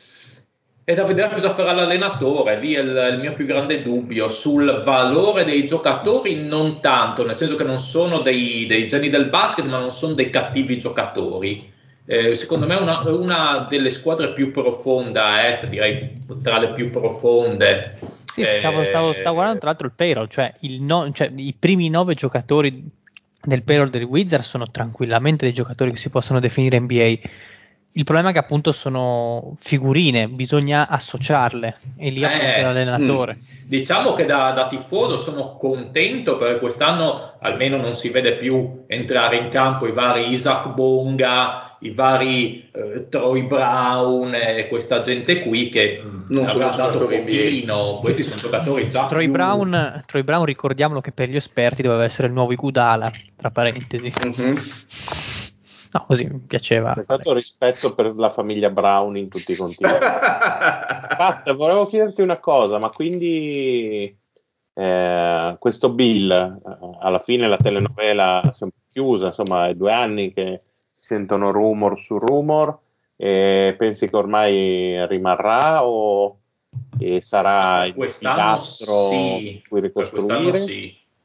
S5: È da vedere cosa farà l'allenatore, lì è il, il mio più grande dubbio. Sul valore dei giocatori non tanto, nel senso che non sono dei, dei geni del basket, ma non sono dei cattivi giocatori. Eh, secondo me è una, una delle squadre più profonde a est, direi tra le più profonde.
S6: Sì, stavo, stavo, stavo guardando tra l'altro il payroll, cioè, il no, cioè i primi nove giocatori del payroll dei Wizards sono tranquillamente dei giocatori che si possono definire N B A. Il problema è che appunto sono figurine, bisogna associarle e lì appunto
S5: Eh,
S6: è l'allenatore.
S5: mh, diciamo che da, da tifoso sono contento perché quest'anno almeno non si vede più entrare in campo i vari Isaac Bonga, i vari eh, Troy Brown e questa gente qui che
S4: Non sono
S5: avrà dato
S4: giocatori N B A.
S5: pochino, questi sono giocatori già
S6: Troy
S5: più...
S6: Brown, Troy Brown, ricordiamolo che per gli esperti doveva essere il nuovo Iguodala, tra parentesi.
S4: Mm-hmm.
S6: No, così mi piaceva.
S2: C'è stato rispetto per la famiglia Brown in tutti i continenti. Pat, volevo chiederti una cosa, ma quindi eh, questo Bill, eh, alla fine la telenovela si è un po' chiusa, insomma è due anni che si sentono rumor su rumor, e pensi che ormai rimarrà o e sarà il
S5: quest'anno
S2: pilastro
S5: sì,
S2: cui
S5: per quest'anno
S2: ricostruire?
S5: sì.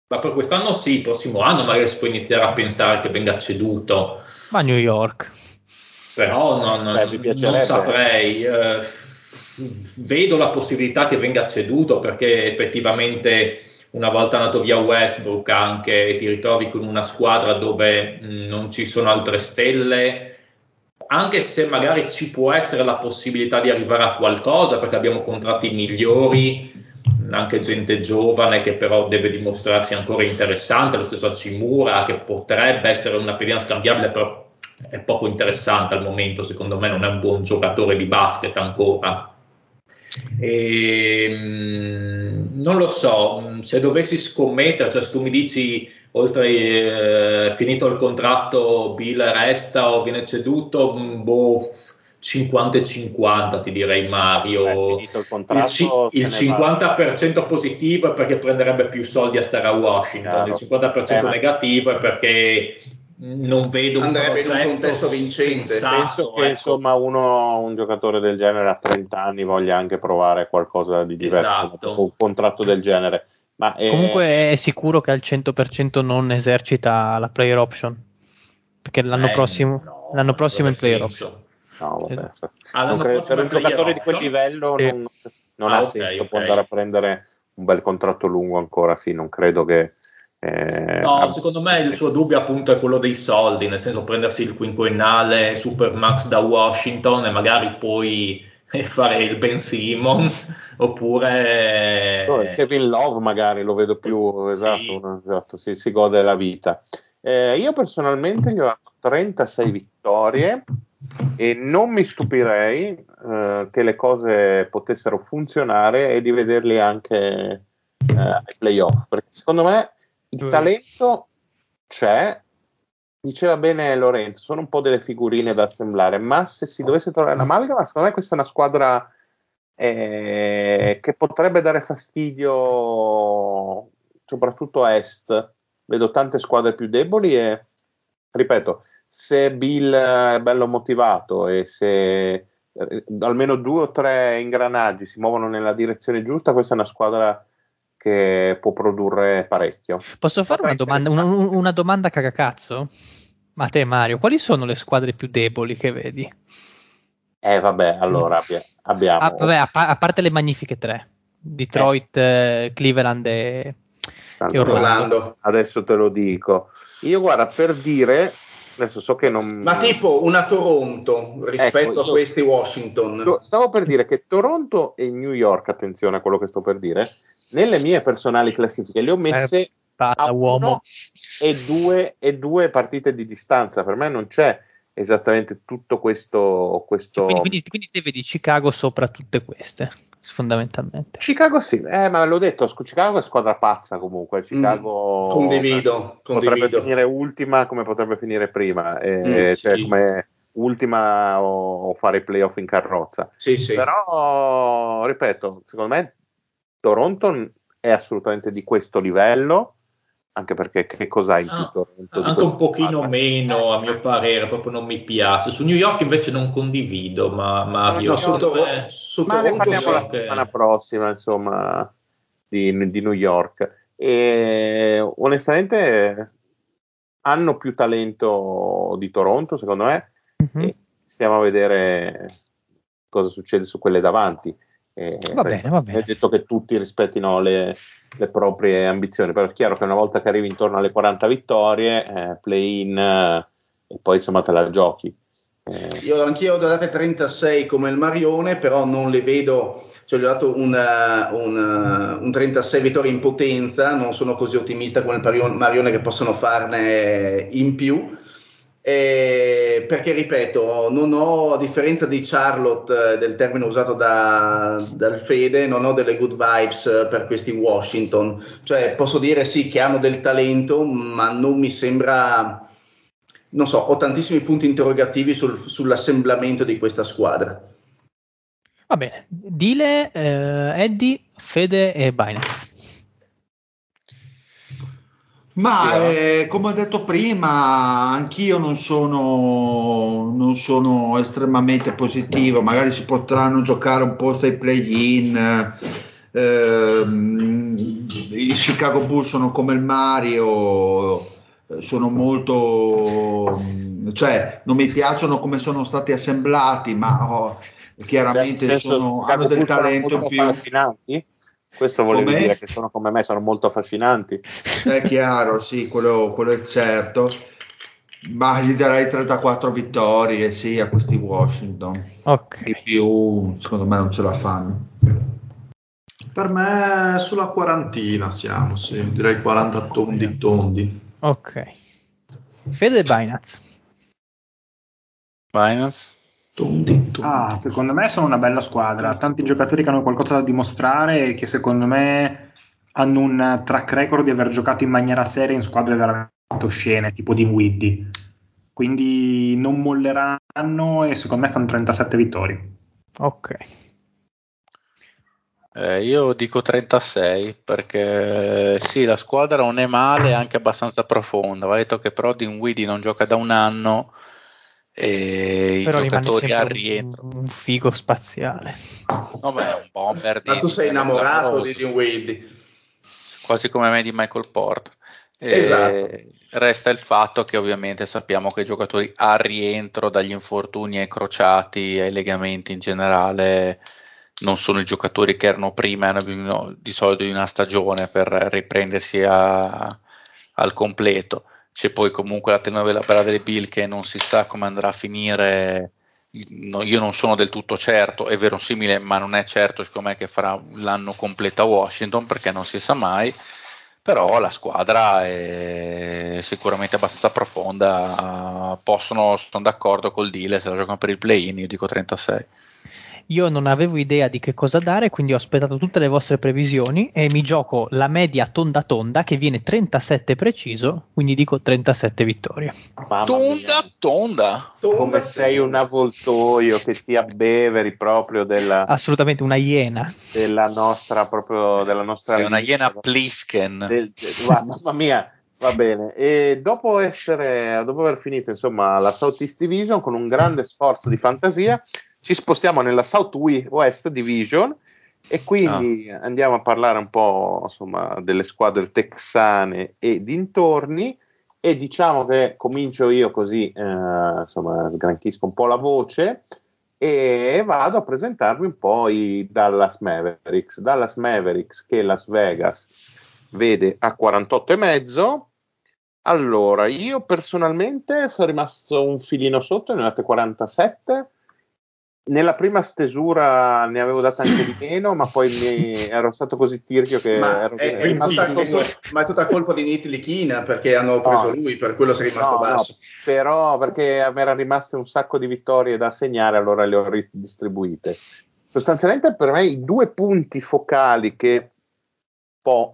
S5: Ma per quest'anno sì, il prossimo anno magari si può iniziare a pensare che venga ceduto.
S6: Ma New York.
S5: Però non,
S2: Beh, mi piacerebbe.
S5: non saprei. Eh, vedo la possibilità che venga ceduto perché effettivamente una volta andato via Westbrook anche ti ritrovi con una squadra dove mh, non ci sono altre stelle, anche se magari ci può essere la possibilità di arrivare a qualcosa perché abbiamo contratti migliori, anche gente giovane che però deve dimostrarsi ancora interessante, lo stesso Hachimura che potrebbe essere una pedina scambiabile, però è poco interessante al momento, secondo me non è un buon giocatore di basket ancora. E, mh, non lo so, se dovessi scommettere, cioè se tu mi dici oltre eh, finito il contratto Bill resta o viene ceduto, mh, boh, cinquanta e cinquanta ti direi Mario.
S2: Beh, finito il
S5: Il,
S2: contratto,
S5: ci- il
S2: se ne va.
S5: cinquanta per cento positivo è perché prenderebbe più soldi a stare a Washington,
S2: Chiaro.
S5: il cinquanta per cento
S2: Eh, ma-
S5: negativo è perché non vedo un
S4: Andrebbe in un
S5: progetto
S4: contesto vincente.
S5: sensato,
S2: Penso che
S5: ecco.
S2: insomma uno, un giocatore del genere a trenta anni voglia anche provare qualcosa di diverso,
S5: Esatto.
S2: dopo un contratto del genere. Ma eh,
S6: Comunque è sicuro che al cento per cento non esercita la player option, perché l'anno
S5: Eh,
S6: prossimo,
S5: no,
S6: l'anno
S5: non
S6: prossimo è in
S5: avrebbe
S6: player
S5: senso.
S6: option.
S2: no, vabbè,
S6: Esatto.
S5: Ah,
S2: non
S5: l'anno
S2: credo,
S5: prossimo
S2: per un
S5: è player
S2: giocatore di quel
S5: option?
S2: livello
S6: Sì.
S2: non, non
S5: Ah,
S2: ha
S5: ok,
S2: senso,
S5: ok.
S2: può andare a prendere un bel contratto lungo ancora, sì, non credo che... eh,
S5: No,
S2: abbia-
S5: secondo me il suo dubbio appunto è quello dei soldi, nel senso prendersi il quinquennale Supermax da Washington e magari poi fare il Ben Simmons
S2: No, il
S5: oppure
S2: Kevin Love magari lo vedo più, esatto,
S5: sì.
S2: uno- esatto, si, si gode la vita. Eh, io personalmente gli ho dato trentasei vittorie e non mi stupirei eh, che le cose potessero funzionare e di vederli anche eh, ai playoff, perché secondo me il talento c'è, diceva bene Lorenzo, sono un po' delle figurine da assemblare, ma se si dovesse trovare un'amalgama, secondo me questa è una squadra eh, che potrebbe dare fastidio soprattutto a est. Vedo tante squadre più deboli e, ripeto, se Bill è bello motivato e se eh, almeno due o tre ingranaggi si muovono nella direzione giusta, questa è una squadra che può produrre parecchio.
S6: Posso fare una domanda, una, una domanda cagacazzo? Ma a te Mario, quali sono le squadre più deboli che vedi?
S2: Eh vabbè, allora abbia- abbiamo...
S6: Ah, vabbè, a, pa- a parte le magnifiche tre, Detroit, eh, Cleveland e, e Orlando.
S4: Orlando.
S2: Adesso te lo dico. Io guarda, per dire, adesso so che non...
S4: Ma tipo una Toronto rispetto
S2: Ecco,
S4: a
S2: io-
S4: questi Washington.
S2: io stavo per dire che Toronto e New York, attenzione a quello che sto per dire, nelle mie personali classifiche le ho messe
S6: Eh, basta,
S2: a
S6: uomo.
S2: uno e due, e due partite di distanza. Per me non c'è esattamente tutto questo... questo...
S6: Cioè, quindi, quindi, quindi te vedi Chicago sopra tutte queste, fondamentalmente.
S2: Chicago sì, eh, ma l'ho detto, Chicago è squadra pazza comunque, Chicago
S4: Mm, condivido,
S2: potrebbe
S4: condivido.
S2: finire ultima come potrebbe finire prima, eh,
S4: Mm,
S2: cioè
S5: sì.
S2: come ultima o, o fare i playoff in carrozza.
S4: Sì, sì.
S2: Però, ripeto, secondo me Toronto è assolutamente di questo livello, anche perché che cos'ha in più
S5: Ah,
S2: Toronto di
S5: anche un
S2: questa
S5: pochino
S2: squadra?
S5: meno a mio parere, proprio non mi piace. Su New York invece non condivido, ma Mario,
S4: No, su,
S2: Io-
S4: Toro-
S5: secondo me
S4: su
S2: Ma ne
S4: Toronto
S2: parliamo la
S4: sì.
S2: settimana prossima, insomma, di, di New York. E onestamente hanno più talento di Toronto, secondo me,
S6: Mhm.
S2: e stiamo a vedere cosa succede su quelle davanti. E
S6: Va
S2: perché
S6: bene, va
S2: non è
S6: bene.
S2: detto che tutti rispettino le, le proprie ambizioni, però è chiaro che una volta che arrivi intorno alle quaranta vittorie, eh, play-in eh, e poi insomma te la giochi. Eh,
S4: Io anch'io ho date trentasei come il Marione, però non le vedo, cioè gli ho dato un, uh, un, uh, un trentasei vittorie in potenza, non sono così ottimista come il Marione, Marione che possono farne in più, e perché ripeto, non ho, a differenza di Charlotte, del termine usato da, dal Fede, non ho delle good vibes per questi Washington, cioè posso dire sì che hanno del talento, ma non mi sembra... Non so, ho tantissimi punti interrogativi sul, sull'assemblamento di questa squadra.
S6: Va bene. Dile, eh, Eddie, Fede e Binance.
S3: Ma eh, come ho detto prima, anch'io non sono, non sono estremamente positivo. Magari si potranno giocare un posto ai play-in, ehm, i Chicago Bulls sono come il Mario, sono molto, cioè non mi piacciono come sono stati assemblati, ma oh, chiaramente
S2: Nel senso,
S3: sono,
S2: Chicago
S3: hanno del
S2: Bulls sono
S3: talento in
S2: molto
S3: più.
S2: affascinanti? Questo volevi
S3: Come?
S2: dire, che sono come me, sono molto affascinanti.
S3: È chiaro, sì, quello, quello è certo, ma gli darei trentaquattro vittorie, sì, a questi Washington.
S6: Ok.
S3: Di più, secondo me non ce la fanno.
S9: Per me sulla quarantina siamo, sì, direi quaranta tondi tondi.
S6: Ok. Fede Binance.
S8: Binance.
S9: Tondi, tondi.
S7: Ah, secondo me sono una bella squadra, tanti giocatori che hanno qualcosa da dimostrare e che secondo me hanno un track record di aver giocato in maniera seria in squadre veramente oscene, tipo Dinwiddie. Quindi non molleranno e secondo me fanno trentasette vittorie.
S6: Ok.
S8: Eh, io dico trentasei perché sì, la squadra non è male, è anche abbastanza profonda. Va detto che però Dinwiddie non gioca da un anno e
S6: Però
S8: i
S6: rimane
S8: giocatori al
S6: sempre
S8: rientro.
S6: un, un figo spaziale.
S8: No, beh, è un bomber di,
S4: Ma tu
S8: di
S4: sei
S8: quello
S4: innamorato
S8: clamoroso,
S4: di Dinwiddie.
S8: quasi come me di Michael Porter.
S4: Esatto.
S8: E resta il fatto che ovviamente sappiamo che i giocatori al rientro dagli infortuni ai crociati, ai legamenti in generale, non sono i giocatori che erano prima, hanno bisogno di solito di una stagione per riprendersi a, al completo. C'è poi comunque la telenovela Bradley Beal che non si sa come andrà a finire. No, io non sono del tutto certo, è verosimile, ma non è certo secondo me che farà l'anno completo a Washington perché non si sa mai. Però la squadra è sicuramente abbastanza profonda, possono, sono d'accordo col deal, se la giocano per il play-in, io dico trentasei.
S6: Io non avevo idea di che cosa dare, quindi ho aspettato tutte le vostre previsioni e mi gioco la media tonda tonda che viene trentasette preciso, quindi dico trentasette vittorie.
S2: Mamma
S8: Tonda,
S2: mia,
S8: tonda.
S2: come sei un avvoltoio che ti abbeveri proprio della,
S6: Assolutamente una iena.
S2: della nostra proprio della nostra
S8: Sei una
S2: lista.
S8: iena Plisken.
S2: Del- del- guarda, mamma mia, va bene. E dopo essere, dopo aver finito insomma la Southeast Division con un grande sforzo di fantasia, ci spostiamo nella Southwest Division e quindi andiamo a parlare un po' insomma delle squadre texane e dintorni. E diciamo che comincio io così, eh, insomma, sgranchisco un po' la voce e vado a presentarvi un po' i Dallas Mavericks. Dallas Mavericks che Las Vegas vede a quarantotto e mezzo. Allora, io personalmente sono rimasto un filino sotto, ne ho date quarantasette. Nella prima stesura ne avevo data anche di meno, ma poi mi ero stato così tirchio che
S4: Ma
S2: ero
S4: è, è
S2: rimasto
S4: tutta, è
S2: sotto.
S4: tut- ma è tutta colpa di Nitli Kina perché hanno preso
S2: No,
S4: lui, per quello sei rimasto
S2: no, no,
S4: basso.
S2: però perché mi erano rimaste un sacco di vittorie da segnare, allora le ho ridistribuite. Sostanzialmente per me i due punti focali che un po'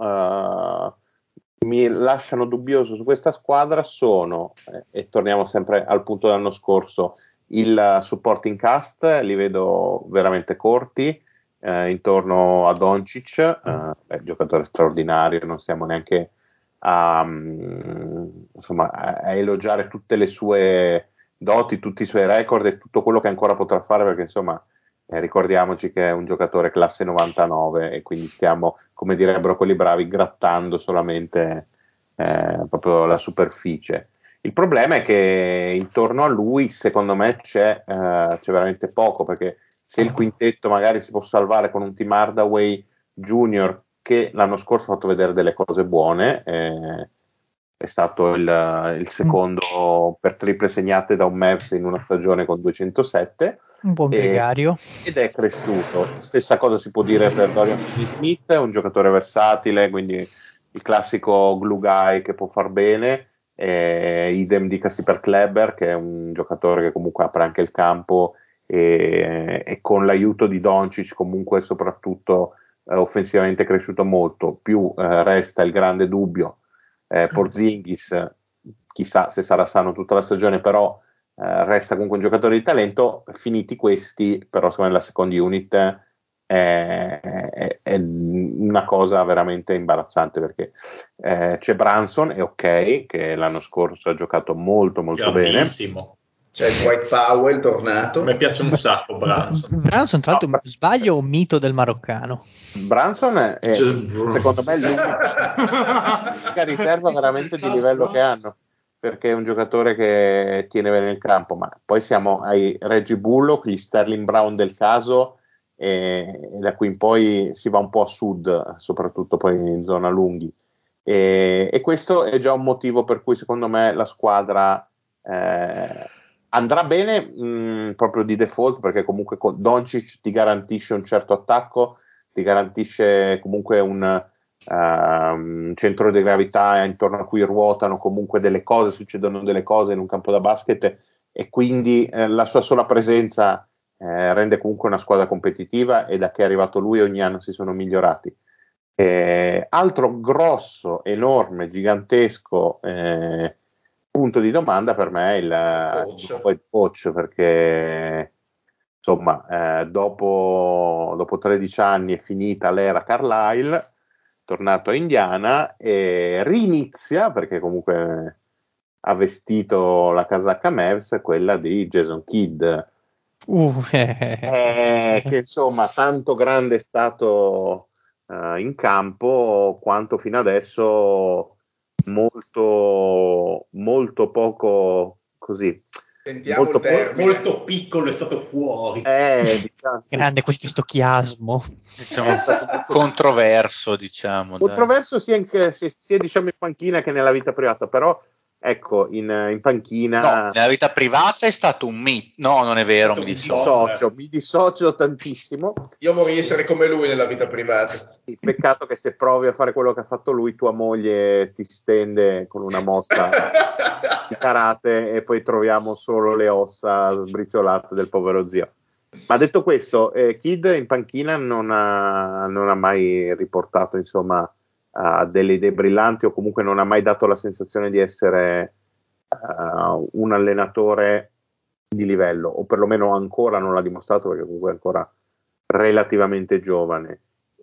S2: uh, mi lasciano dubbioso su questa squadra sono, eh, e torniamo sempre al punto dell'anno scorso, il supporting cast, li vedo veramente corti, eh, intorno a Doncic, eh, beh, giocatore straordinario, non siamo neanche a, um, insomma, a elogiare tutte le sue doti, tutti i suoi record e tutto quello che ancora potrà fare, perché insomma eh, ricordiamoci che è un giocatore classe novantanove e quindi stiamo, come direbbero quelli bravi, grattando solamente eh, proprio la superficie. Il problema è che intorno a lui secondo me c'è, eh, c'è veramente poco, perché se il quintetto magari si può salvare con un Tim Hardaway Junior che l'anno scorso ha fatto vedere delle cose buone, eh, è stato il, il secondo per triple segnate da un Mavs in una stagione con duecentosette,
S6: Un buon
S2: e,
S6: gregario.
S2: ed è cresciuto. Stessa cosa si può dire per Dorian Finney-Smith, un giocatore versatile, quindi il classico glue guy che può far bene. Eh, idem dicasi per Kleber, che è un giocatore che comunque apre anche il campo e, e con l'aiuto di Doncic comunque soprattutto eh, offensivamente è cresciuto molto. Più eh, resta il grande dubbio eh, Porzingis, chissà se sarà sano tutta la stagione, però eh, resta comunque un giocatore di talento. Finiti questi, però secondo me la second unit è, è, è una cosa veramente imbarazzante, perché eh, c'è Branson, è ok, che l'anno scorso ha giocato molto molto bene,
S5: Grandissimo.
S4: C'è il Dwight Powell tornato.
S5: Mi piace un sacco Branson.
S6: Branson, tra l'altro, no, sbaglio o mito del maroccano?
S2: Branson è, è secondo me l'unica riserva veramente di livello che hanno, perché è un giocatore che tiene bene il campo, ma poi siamo ai Reggie Bullock, gli Sterling Brown del caso, e, e da qui in poi si va un po' a sud, soprattutto poi in zona lunghi, e, e questo è già un motivo per cui secondo me la squadra eh, andrà bene mh, proprio di default, perché comunque con Doncic ti garantisce un certo attacco, ti garantisce comunque un, uh, un centro di gravità intorno a cui ruotano comunque delle cose, succedono delle cose in un campo da basket, e quindi eh, la sua sola presenza eh, rende comunque una squadra competitiva, e da che è arrivato lui ogni anno si sono migliorati. Eh, altro grosso, enorme, gigantesco eh, punto di domanda per me è il, il, il coach, perché insomma, eh, dopo, dopo tredici anni è finita l'era Carlisle, tornato a Indiana e rinizia, perché comunque ha vestito la casacca Mavs, quella di Jason Kidd,
S6: uh,
S2: eh, che insomma tanto grande è stato uh, in campo, quanto fino adesso molto, molto poco così.
S4: Sentiamo
S5: molto,
S4: il termine.
S5: molto piccolo è stato fuori.
S2: Eh, diciamo, sì.
S6: Grande questo chiasmo.
S8: Diciamo controverso, diciamo.
S2: Controverso sia, in, sia, sia diciamo in panchina che nella vita privata, però ecco, in, in panchina...
S8: No, nella vita privata è stato un mito. No, non è vero, mi
S2: dissocio. Mi dissocio tantissimo.
S4: Io vorrei essere come lui nella vita privata.
S2: Il peccato che se provi a fare quello che ha fatto lui, tua moglie ti stende con una mossa di karate e poi troviamo solo le ossa sbriciolate del povero zio. Ma detto questo, eh, Kidd in panchina non ha, non ha mai riportato insomma uh, delle idee brillanti, o comunque non ha mai dato la sensazione di essere uh, un allenatore di livello, o perlomeno ancora non l'ha dimostrato, perché comunque è ancora relativamente giovane.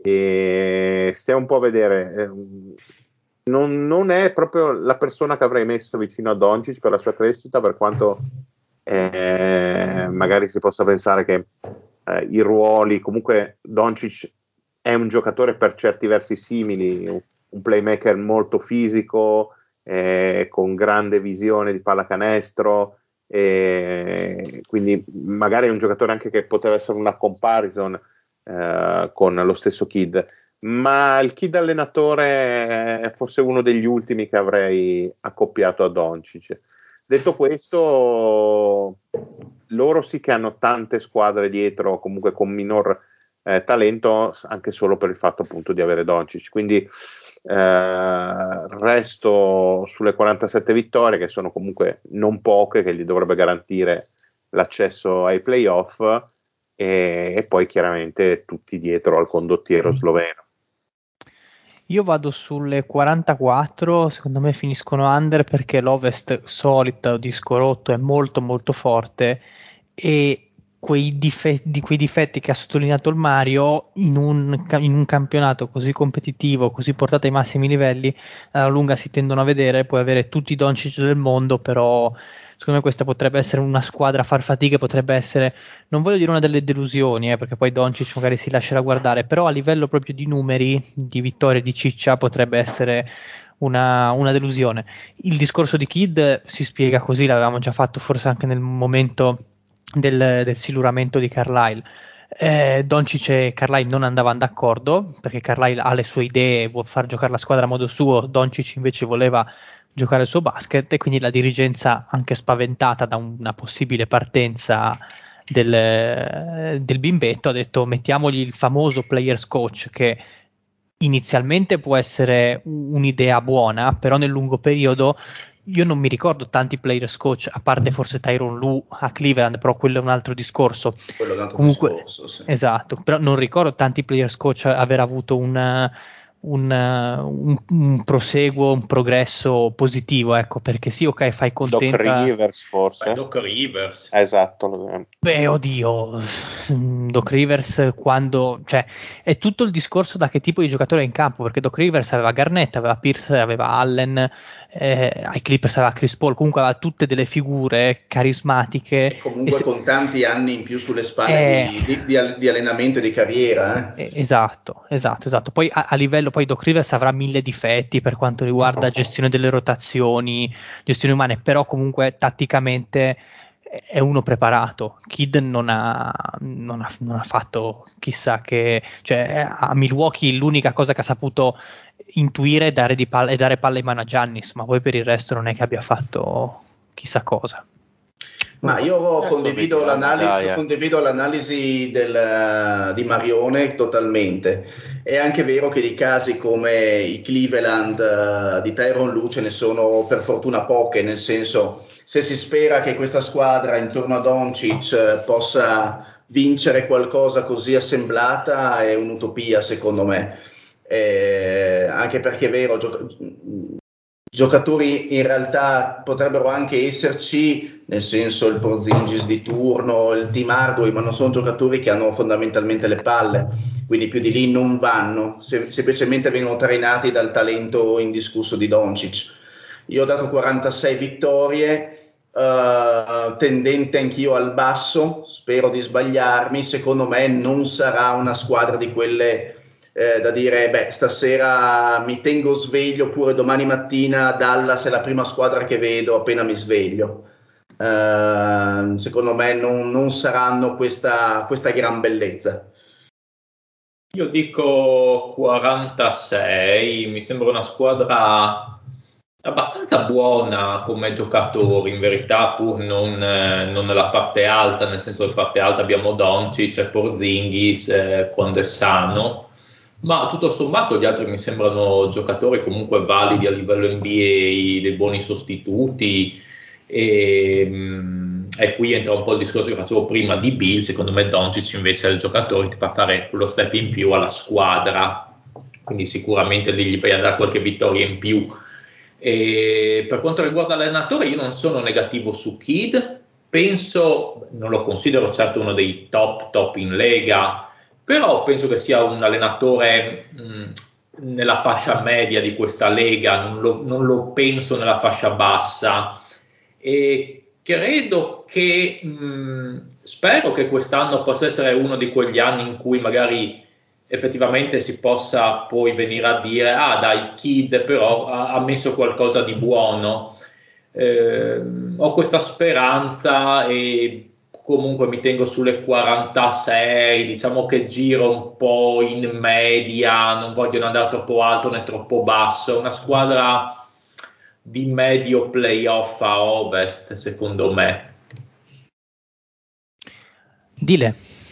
S2: E stiamo un po' a vedere, eh, non, non è proprio la persona che avrei messo vicino a Doncic per la sua crescita, per quanto eh, magari si possa pensare che eh, i ruoli, comunque Doncic è un giocatore per certi versi simili, un, un playmaker molto fisico, eh, con grande visione di pallacanestro, eh, quindi magari è un giocatore anche che poteva essere una comparison Uh, con lo stesso Kidd, ma il Kidd allenatore è forse uno degli ultimi che avrei accoppiato a Doncic. Detto questo, loro sì che hanno tante squadre dietro, comunque con minor eh, talento, anche solo per il fatto appunto di avere Doncic, quindi eh, resto sulle quarantasette vittorie, che sono comunque non poche, che gli dovrebbe garantire l'accesso ai playoff, e, e poi chiaramente tutti dietro al condottiero sloveno.
S6: Io vado sulle quarantaquattro, secondo me finiscono under, perché l'Ovest solita, disco rotto, è molto molto forte, e quei, dife- di quei difetti che ha sottolineato il Mario in un, in un campionato così competitivo, così portato ai massimi livelli, alla lunga si tendono a vedere. Puoi avere tutti i Doncic del mondo, però secondo me questa potrebbe essere una squadra a far fatica, potrebbe essere, non voglio dire una delle delusioni, eh, perché poi Doncic magari si lascerà guardare, però a livello proprio di numeri, di vittorie, di ciccia, potrebbe essere una, una delusione. Il discorso di Kidd si spiega così, l'avevamo già fatto forse anche nel momento del, del siluramento di Carlisle. Eh, Doncic e Carlisle non andavano d'accordo, perché Carlisle ha le sue idee, vuol far giocare la squadra a modo suo, Doncic invece voleva giocare il suo basket, e quindi la dirigenza, anche spaventata da una possibile partenza del, del bimbetto, ha detto mettiamogli il famoso players coach, che inizialmente può essere un'idea buona, però nel lungo periodo io non mi ricordo tanti players coach, a parte forse Tyronn Lue a Cleveland, però quello è un altro discorso.
S4: Quello è un altro
S6: Comunque,
S4: discorso, sì.
S6: Esatto, però non ricordo tanti players coach aver avuto una Un, un, un proseguo, un progresso positivo, ecco, perché sì, ok, fai contenta
S2: Doc Rivers forse.
S5: Beh, Doc Rivers.
S2: Esatto.
S6: Beh, oddio, Doc Rivers quando, cioè è tutto il discorso da che tipo di giocatore è in campo, perché Doc Rivers aveva Garnett, aveva Pierce, aveva Allen, eh, ai Clippers aveva Chris Paul, comunque aveva tutte delle figure carismatiche
S4: e comunque
S6: e se,
S4: con tanti anni in più sulle spalle
S6: eh,
S4: di, di, di, di allenamento e di carriera, eh.
S6: esatto, esatto, esatto. Poi a, a livello, poi Doc Rivers avrà mille difetti per quanto riguarda gestione delle rotazioni, gestione umane, però comunque tatticamente è uno preparato. Kidd non ha, non ha, non ha fatto chissà che, cioè a Milwaukee l'unica cosa che ha saputo intuire è dare, di palla, è dare palle in mano a Giannis, ma poi per il resto non è che abbia fatto chissà cosa.
S4: Ma io condivido,
S8: vediamo,
S4: l'anali-
S8: dai, eh.
S4: condivido l'analisi del, di Marione totalmente. È anche vero che di casi come i Cleveland uh, di Tyronn Lue ce ne sono per fortuna poche, nel senso, se si spera che questa squadra intorno a Doncic possa vincere qualcosa così assemblata è un'utopia secondo me, eh, anche perché è vero, gioca- giocatori in realtà potrebbero anche esserci, nel senso il Porzingis di turno, il Team Hardaway, ma non sono giocatori che hanno fondamentalmente le palle, quindi più di lì non vanno, se- semplicemente vengono trainati dal talento indiscusso di Doncic. Io ho dato quarantasei vittorie, Uh, tendente anch'io al basso, spero di sbagliarmi. Secondo me non sarà una squadra di quelle eh, da dire beh stasera mi tengo sveglio, oppure domani mattina Dallas è la prima squadra che vedo appena mi sveglio. Uh, secondo me non, non saranno questa, questa gran bellezza.
S5: Io dico quarantasei, mi sembra una squadra abbastanza buona come giocatori, in verità, pur non, eh, non nella parte alta, nel senso che nella parte alta abbiamo Doncic e Porzingis eh, quando è sano, ma tutto sommato gli altri mi sembrano giocatori comunque validi a livello N B A, dei buoni sostituti, e, mh, e qui entra un po' il discorso che facevo prima di Bill. Secondo me Doncic invece è il giocatore che fa fare quello step in più alla squadra, quindi sicuramente lì gli vai a dare qualche vittoria in più. E per quanto riguarda l'allenatore, io non sono negativo su Kidd, penso, non lo considero certo uno dei top top in Lega, però penso che sia un allenatore mh, nella fascia media di questa Lega, non lo, non lo penso nella fascia bassa, e credo che mh, spero che quest'anno possa essere uno di quegli anni in cui magari effettivamente si possa poi venire a dire ah dai, Kidd però ha, ha messo qualcosa di buono. Eh, ho questa speranza e comunque mi tengo sulle quarantasei, diciamo che giro un po' in media, non voglio andare troppo alto né troppo basso, una squadra di medio playoff a Ovest secondo me.
S6: Dile.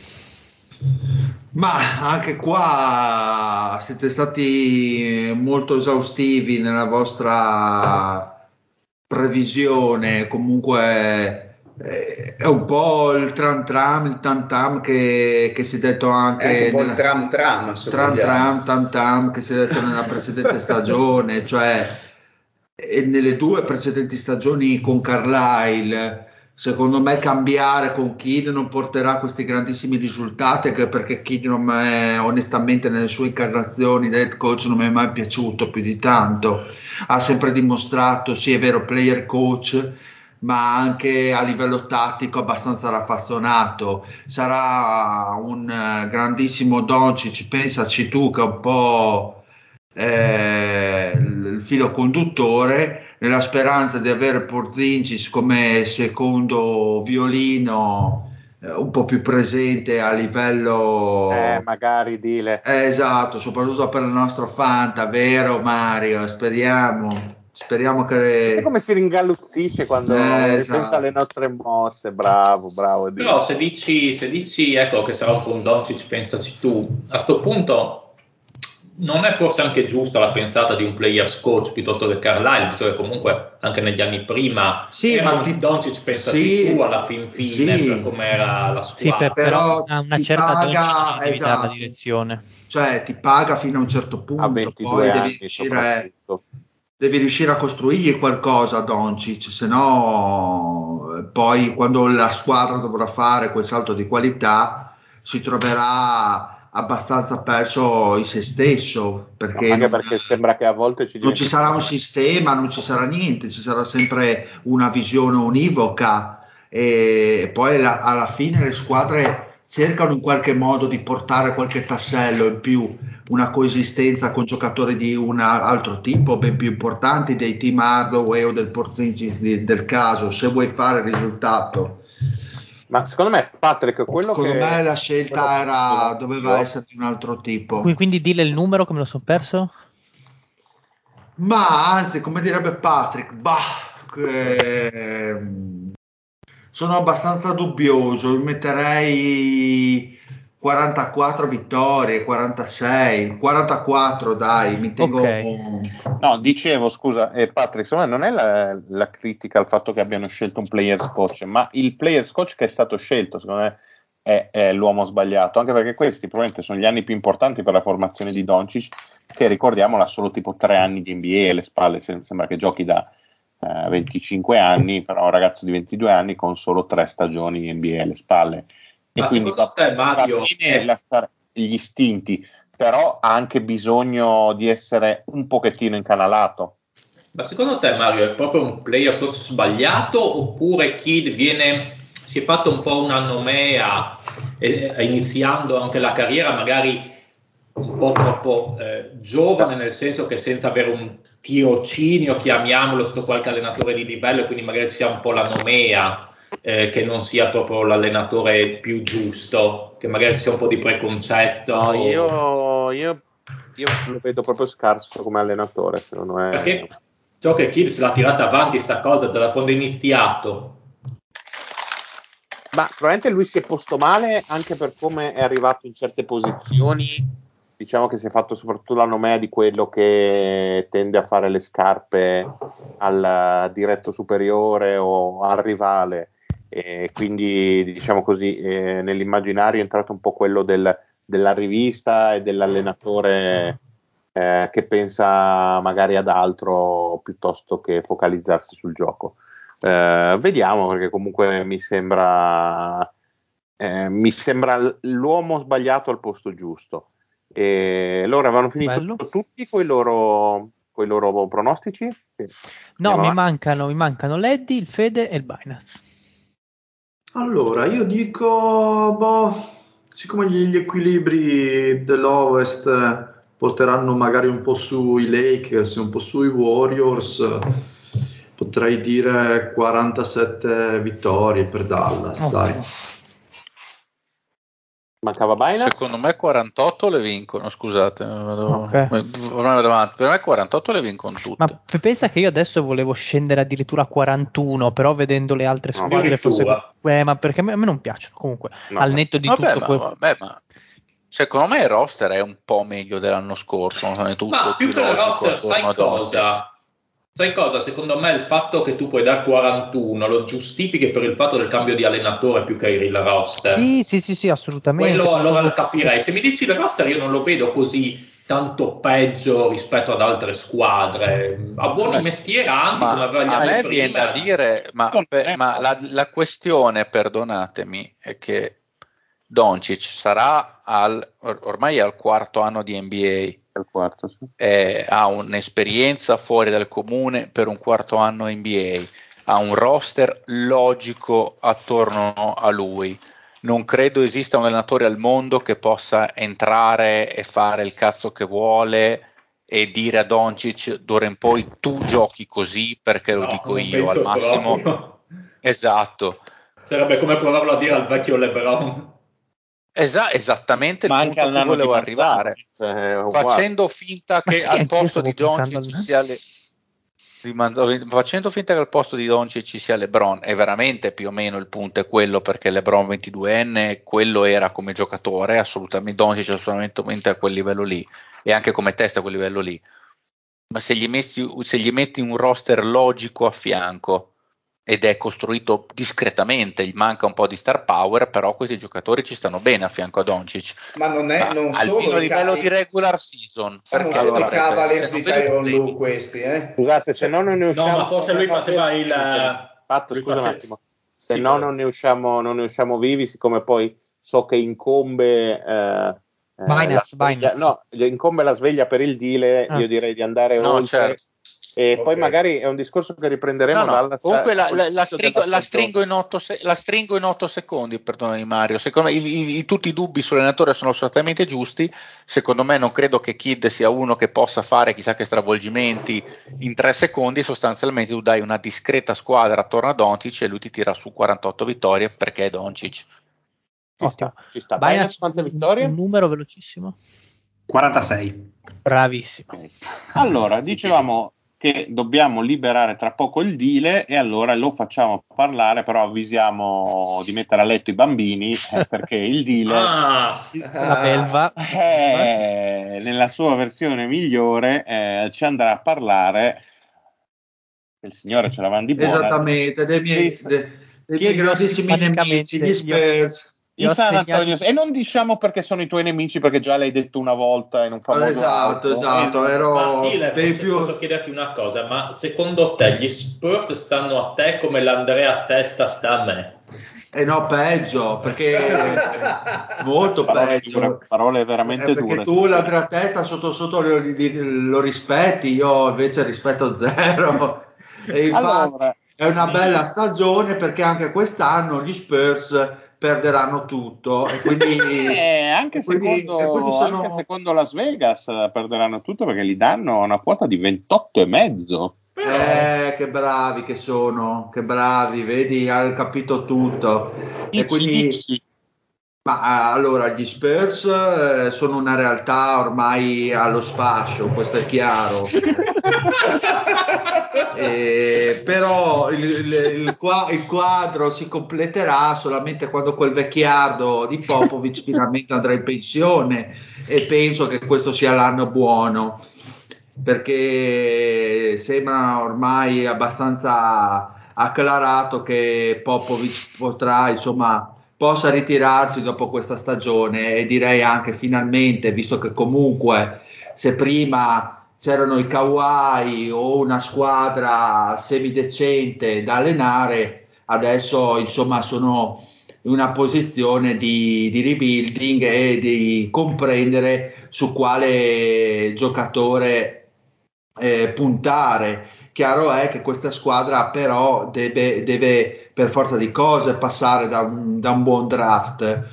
S3: Ma anche qua siete stati molto esaustivi nella vostra previsione, comunque eh, è un po' il tram tram, il tam tam che, che si è detto
S4: È anche
S3: anche
S4: un po' il
S3: nella,
S4: tram tram, se
S3: tram
S4: vogliamo.
S3: tram tam tam che si è detto nella precedente stagione, cioè e nelle due precedenti stagioni con Carlisle. Secondo me cambiare con Kidd non porterà questi grandissimi risultati, anche perché Kidd non è, onestamente nelle sue incarnazioni da head coach non mi è mai piaciuto più di tanto. Ha sempre dimostrato, sì è vero, player coach, ma anche a livello tattico abbastanza raffazzonato. Sarà un eh, grandissimo Doncic, pensaci tu, che è un po' eh, il filo conduttore, nella speranza di avere Porzingis come secondo violino eh, un po' più presente a livello
S2: Eh, magari dile.
S3: eh, esatto, soprattutto per il nostro Fanta, vero Mario? Speriamo, speriamo
S2: Guarda
S3: che
S2: come si ringalluzzisce quando
S3: eh,
S2: ripensa
S3: esatto.
S2: alle nostre mosse. Bravo, bravo. Dio.
S5: Però se dici, se dici ecco, che sarà un po' un Doncic, pensaci tu, a sto punto non è forse anche giusta la pensata di un players coach piuttosto che Carlisle, visto che comunque anche negli anni prima
S3: Sì,
S5: era
S3: ma
S5: un
S3: ti,
S5: Doncic, pensaci
S3: sì,
S5: tu alla fin fine per
S3: sì,
S5: come era la
S6: Sì, per,
S5: squadra.
S6: però
S3: però
S6: una, una
S3: ti
S6: certa Doncic
S3: paga,
S6: gli devi dare la
S3: esatto,
S6: direzione.
S3: cioè ti paga fino a un certo
S2: A
S3: punto, poi
S2: ventidue
S3: devi
S2: anni
S3: riuscire,
S2: soprattutto.
S3: devi riuscire a costruirgli qualcosa a Doncic, se no eh, poi quando la squadra dovrà fare quel salto di qualità si troverà abbastanza perso in se stesso, perché,
S2: anche
S3: non,
S2: perché sembra che a volte ci
S3: non ci sarà un sistema, non ci sarà niente, ci sarà sempre una visione univoca, e poi la, alla fine le squadre cercano in qualche modo di portare qualche tassello in più, una coesistenza con giocatori di un altro tipo, ben più importanti dei team Hardaway o del Porzingis di, del caso, se vuoi fare il risultato.
S2: Ma secondo me, Patrick, quello
S3: secondo
S2: che
S3: me la scelta era, doveva essere di un altro tipo.
S6: Quindi dille il numero che me lo sono perso.
S3: Ma anzi, come direbbe Patrick, bah, ehm, sono abbastanza dubbioso, metterei quarantaquattro vittorie, quarantasei, quarantaquattro dai, mi tengo...
S6: Ok.
S2: No, dicevo, scusa, eh, Patrick, secondo me non è la, la critica al fatto che abbiano scelto un players coach, ma il players coach che è stato scelto, secondo me, è, è l'uomo sbagliato, anche perché questi probabilmente sono gli anni più importanti per la formazione di Doncic, che ricordiamolo ha solo tipo tre anni di N B A alle spalle, sembra che giochi da eh, venticinque anni, però un ragazzo di ventidue anni con solo tre stagioni N B A alle spalle. E
S5: Ma
S2: quindi
S5: secondo te, Mario,
S2: va bene
S5: è...
S2: lasciare gli istinti, però ha anche bisogno di essere un pochettino incanalato.
S5: Ma secondo te, Mario, è proprio un player coach sbagliato, oppure Kidd viene, si è fatto un po' una nomea, eh, iniziando anche la carriera magari un po' troppo eh, giovane, nel senso che senza avere un tirocinio, chiamiamolo, sotto qualche allenatore di livello, e quindi magari sia un po' la nomea, eh, che non sia proprio l'allenatore più giusto, che magari sia un po' di preconcetto.
S2: No,
S5: o...
S2: io, io, io lo vedo proprio scarso come allenatore, secondo me.
S5: Perché so che Kidd se l'ha tirata avanti sta cosa già da quando è iniziato.
S2: Ma probabilmente lui si è posto male anche per come è arrivato in certe posizioni. Diciamo che si è fatto soprattutto la nomea di quello che tende a fare le scarpe al diretto superiore o al rivale, e quindi diciamo così eh, nell'immaginario è entrato un po' quello del, della rivista e dell'allenatore eh, che pensa magari ad altro piuttosto che focalizzarsi sul gioco. Eh, vediamo, perché comunque mi sembra eh, mi sembra l'uomo sbagliato al posto giusto. E loro avevano finito
S6: Bello.
S2: tutti coi loro, coi loro pronostici? Sì.
S6: No,
S2: Andiamo
S6: mi
S2: avanti.
S6: mancano, mi mancano l'Eddie, il Fede e il Binance.
S9: Allora, io dico, boh, siccome gli, gli equilibri dell'Ovest eh, porteranno magari un po' sui Lakers e un po' sui Warriors, eh, potrei dire quarantasette vittorie per Dallas,
S6: Ok.
S9: dai.
S2: Mancava Binance?
S8: Secondo me quarantotto le vincono, scusate, vado,
S6: Ok.
S8: ormai vado avanti. Per me quarantotto le vincono tutte.
S6: Ma f- pensa che io adesso volevo scendere addirittura a quarantuno, però vedendo le altre
S2: No,
S6: squadre forse...
S5: addirittura.
S6: Eh, ma perché a me, a me non piacciono comunque,
S2: No,
S6: al
S2: no.
S6: netto di
S8: Vabbè,
S6: tutto
S8: ma,
S6: quel...
S8: vabbè, ma secondo me il roster è un po' meglio dell'anno scorso, non è tutto
S5: Ma più
S8: più
S5: che il
S8: logico
S5: roster,
S8: attorno
S5: sai
S8: a Doncic.
S5: cosa? Sai cosa? Secondo me il fatto che tu puoi dare quarantuno lo giustifichi per il fatto del cambio di allenatore più che il roster.
S6: Sì, sì, sì, sì, assolutamente.
S5: Quello allora lo
S6: Tutto-
S5: capirei. Se mi dici il roster, io non lo vedo così tanto peggio rispetto ad altre squadre. Ha buoni
S8: Beh,
S5: mestieranti, come
S8: ma
S5: aveva gli
S8: a
S5: anni
S8: me viene da
S5: prima.
S8: dire, ma, per- ma la, la questione, perdonatemi, è che Doncic sarà al, or- ormai è al quarto anno di N B A.
S2: Al quarto, sì.
S8: Eh, ha un'esperienza fuori dal comune per un quarto anno N B A, ha un roster logico attorno a lui. Non credo esista un allenatore al mondo che possa entrare e fare il cazzo che vuole e dire a Doncic d'ora in poi tu giochi così perché lo
S5: No,
S8: dico
S5: non
S8: io, al
S5: penso
S8: massimo.
S5: proprio.
S8: Esatto.
S5: Sarebbe come provarlo a dire al vecchio LeBron.
S8: Esa- esattamente il
S2: Ma anche
S8: punto
S2: al
S8: a cui
S2: nano di
S8: volevo
S2: Mazzano,
S8: arrivare.
S2: cioè, è uguale.
S8: Facendo finta
S6: Ma
S8: che
S6: sì,
S8: al
S6: anch'io
S8: posto
S6: stavo
S8: di
S6: pensando
S8: Doncic
S6: al...
S8: ci sia le... riman- facendo finta che al posto di Doncic ci sia LeBron, e veramente più o meno il punto è quello, perché LeBron ventiduenne quello era come giocatore, assolutamente Doncic assolutamente a quel livello lì, e anche come testa a quel livello lì. Ma se gli, messi, se gli metti un roster logico a fianco ed è costruito discretamente, gli manca un po' di star power, però questi giocatori ci stanno bene a fianco a Doncic.
S4: Ma non è
S8: Ma
S4: non
S8: al
S4: solo
S8: meno
S4: i, ca-
S8: livello
S4: i-
S8: di regular season,
S4: ma non
S8: perché
S4: solo i
S8: farebbe?
S4: Cavaliers
S8: Cioè, non
S4: di
S8: vedo
S4: Tyronn
S8: problemi.
S4: Lue questi, eh?
S2: Scusate, se no non ne
S5: No,
S2: usciamo.
S5: ma forse lui
S2: no, no,
S5: faceva il...
S2: fermi, fermi. Fatto,
S5: lui
S2: scusa un
S5: face-
S2: attimo. Se
S5: Sì,
S2: no
S5: vado.
S2: non ne usciamo, non ne usciamo vivi, siccome poi so che incombe eh,
S6: Binance,
S2: la sveglia,
S6: Binance.
S2: no, incombe la sveglia per il deal,
S6: Ah.
S2: io direi di andare
S8: No,
S2: oltre.
S8: certo.
S2: E
S9: Ok.
S2: poi magari è un discorso che riprenderemo
S8: No, no.
S2: dalla
S8: Comunque la, la- la
S2: dalla
S8: stringo, la
S2: stagione.
S8: stringo in otto se- la stringo in otto secondi, perdonami Mario. Secondo me i- i- i- tutti i dubbi sull'allenatore sono assolutamente giusti. Secondo me non credo che Kidd sia uno che possa fare chissà che stravolgimenti in tre secondi. Sostanzialmente tu dai una discreta squadra attorno a Doncic e lui ti tira su quarantotto vittorie perché è Doncic.
S2: Ci
S6: Ottimo.
S2: sta, ci sta.
S6: Binance,
S2: Binance quante
S6: un-
S2: vittorie?
S6: Un numero velocissimo.
S7: quarantasei.
S6: Bravissimo.
S2: Ok. Allora, dicevamo che dobbiamo liberare tra poco il deal e allora lo facciamo parlare, però avvisiamo di mettere a letto i bambini eh, perché il deal
S5: Ah,
S6: La belva.
S2: eh, nella sua versione migliore eh, ci andrà a parlare, il signore ce l'aveva di buona,
S3: Esattamente, dei miei,
S2: Sì,
S3: de- dei
S2: che
S3: miei
S2: gli ho
S3: grandissimi
S6: simpaticamente-
S3: nemici, gli
S6: gli ho-
S3: Spurs.
S6: Gli
S2: i
S6: ho
S2: San
S6: segnali-
S2: Antonio, e non diciamo perché sono i tuoi nemici, perché già l'hai detto una volta in un famoso
S3: Esatto,
S2: audio.
S3: esatto,
S2: Eh,
S3: ero
S5: ma Dile,
S3: ben
S5: posso,
S3: più...
S5: posso chiederti una cosa, ma secondo te gli Spurs stanno a te come l'Andrea a testa sta a me?
S3: Eh no, peggio, perché molto
S2: parole
S3: peggio.
S2: dure, parole
S3: Eh,
S2: veramente
S3: perché
S2: dure.
S3: tu l'altra testa sotto sotto lo, lo rispetti, io invece rispetto zero. E infatti
S2: Allora,
S3: è una bella stagione perché anche quest'anno gli Spurs perderanno tutto e quindi,
S2: eh, anche,
S3: e quindi,
S2: secondo,
S3: e quindi sono...
S2: anche secondo Las Vegas eh, perderanno tutto perché gli danno una quota di ventotto e mezzo.
S3: Eh, che bravi che sono, che bravi, vedi, hai capito tutto. E
S2: Dici,
S3: quindi,
S2: dici.
S3: ma eh, allora, gli Spurs eh, sono una realtà ormai allo sfascio, questo è chiaro. Eh, però il, il- il qua- il quadro si completerà solamente quando quel vecchiardo di Popovic finalmente andrà in pensione e penso che questo sia l'anno buono perché sembra ormai abbastanza acclarato che Popovic potrà, insomma, possa ritirarsi dopo questa stagione e direi anche finalmente, visto che comunque se prima c'erano i Kawhi o una squadra semidecente da allenare, adesso insomma sono in una posizione di, di rebuilding e di comprendere su quale giocatore eh, puntare. Chiaro è che questa squadra però deve, deve per forza di cose passare da un, da un buon draft,